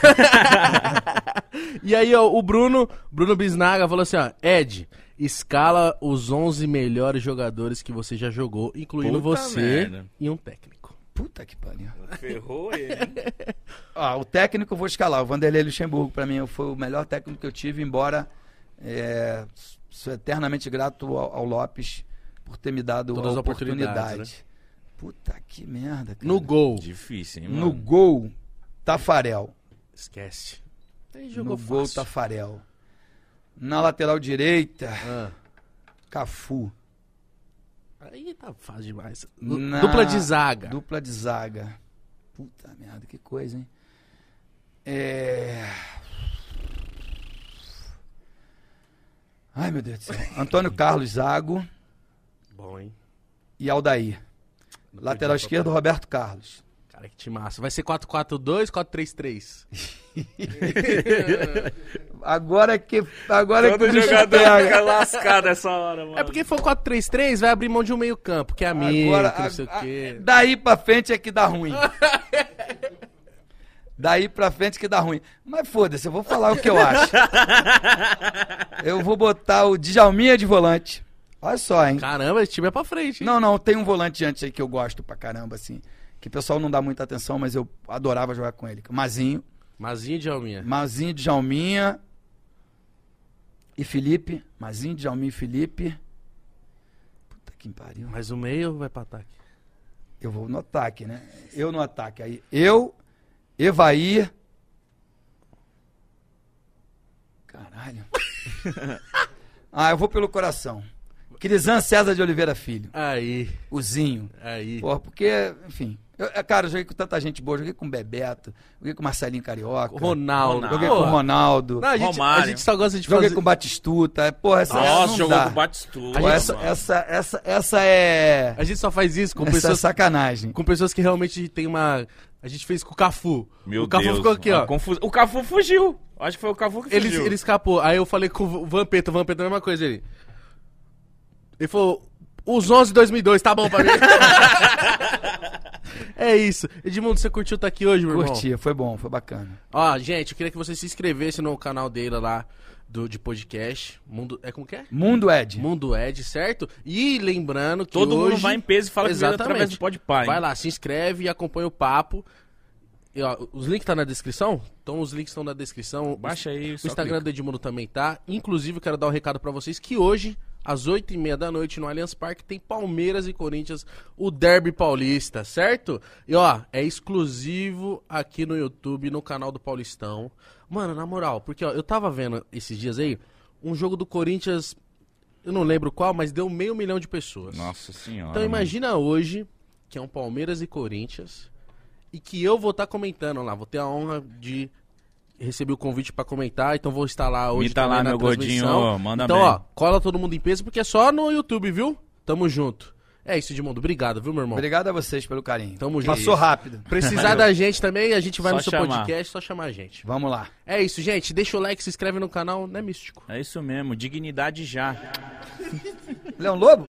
E aí, o Bruno Bisnaga falou assim, Ed, escala os 11 melhores jogadores que você já jogou, incluindo você e um técnico. Puta que pariu. Ferrou ele, hein? O técnico eu vou escalar. O Vanderlei Luxemburgo, pra mim, foi o melhor técnico que eu tive, embora sou eternamente grato ao Lopes por ter me dado todas a as oportunidade. Né? Puta que merda, cara. No gol. Difícil, hein, mano? No gol, Tafarel. Esquece. No gol, Tafarel. Na lateral direita, Cafu. Aí tá fácil demais. Dupla de zaga. Dupla de zaga. Puta merda, que coisa, hein? Ai, meu Deus do céu. Antônio Carlos Zago. Bom, hein? E Aldair. Lateral esquerdo, Roberto Carlos. Cara, que time massa. Vai ser 4-4-2, 4-3-3. Agora que todo jogador fica lascado essa hora, mano. É porque for 4-3-3, vai abrir mão de um meio campo, que é amigo, que não sei o quê. Daí pra frente é que dá ruim. Daí pra frente que dá ruim. Mas foda-se, eu vou falar o que eu acho. Eu vou botar o Djalminha de volante. Olha só, hein? Caramba, esse time é pra frente, hein? Não, tem um volante antes aí que eu gosto pra caramba, assim. Que o pessoal não dá muita atenção, mas eu adorava jogar com ele. Mazinho. Mazinho e Djalminha. Mazinho, Djalminha e Felipe. Mazinho, Djalminha e Felipe. Puta que pariu. Mas o meio vai pra ataque. Eu vou no ataque, né? Eu no ataque. Aí eu, Evair Caralho. Eu vou pelo coração. Crisan César de Oliveira Filho. Aí. O Zinho. Aí. Porra, porque, enfim... Cara, eu joguei com tanta gente boa, joguei com o Bebeto, joguei com o Marcelinho Carioca. Ronaldo. Joguei com o Ronaldo. Não, a gente só gosta de joguei fazer... com o Batistuta. Porra, Nossa, jogou dá. com o Batistuta. Essa é... A gente só faz isso com essa pessoas... é sacanagem. Com pessoas que realmente tem uma... A gente fez com o Cafu. Meu o Cafu Deus, ficou aqui, ó. O Cafu fugiu. Acho que foi o Cafu que fugiu. Ele escapou. Aí eu falei com o Vampeta. O Vampeta é a mesma coisa. Ele falou... Os 11 de 2002, tá bom pra mim. É isso. Edmundo, você curtiu estar aqui hoje, meu irmão? Curti, foi bom, foi bacana. Ó, gente, eu queria que você se inscrevesse no canal dele lá de podcast. Como que é? Mundo Ed. Mundo Ed, certo? E lembrando que todo hoje... mundo vai em peso e fala que veio através do Podpah. Vai lá, se inscreve e acompanha o papo. E, ó, os links tá na descrição? Então os links estão na descrição. Baixa aí, o Instagram do Edmundo também tá. Inclusive, eu quero dar um recado pra vocês que hoje, às 8h30 da noite, no Allianz Parque, tem Palmeiras e Corinthians, o Derby Paulista, certo? E ó, é exclusivo aqui no YouTube, no canal do Paulistão. Mano, na moral, porque ó, eu tava vendo esses dias aí, um jogo do Corinthians, eu não lembro qual, mas deu 500 mil de pessoas. Nossa senhora. Então imagina hoje, que é um Palmeiras e Corinthians, e que eu vou estar comentando lá, vou ter a honra de receber o convite pra comentar, então vou estar lá hoje. Me tá lá, na meu transmissão. gordinho, manda então, bem. ó, cola todo mundo em peso, porque é só no YouTube, viu? Tamo junto. É isso, Edmundo. Obrigado, viu, meu irmão? Obrigado a vocês pelo carinho. Tamo junto. Passou rápido. Precisar da gente também, a gente vai Só no seu chamar. podcast, só chamar a gente. Vamos lá. É isso, gente. Deixa o like, se inscreve no canal, não é místico. É isso mesmo, dignidade já. Leão Lobo?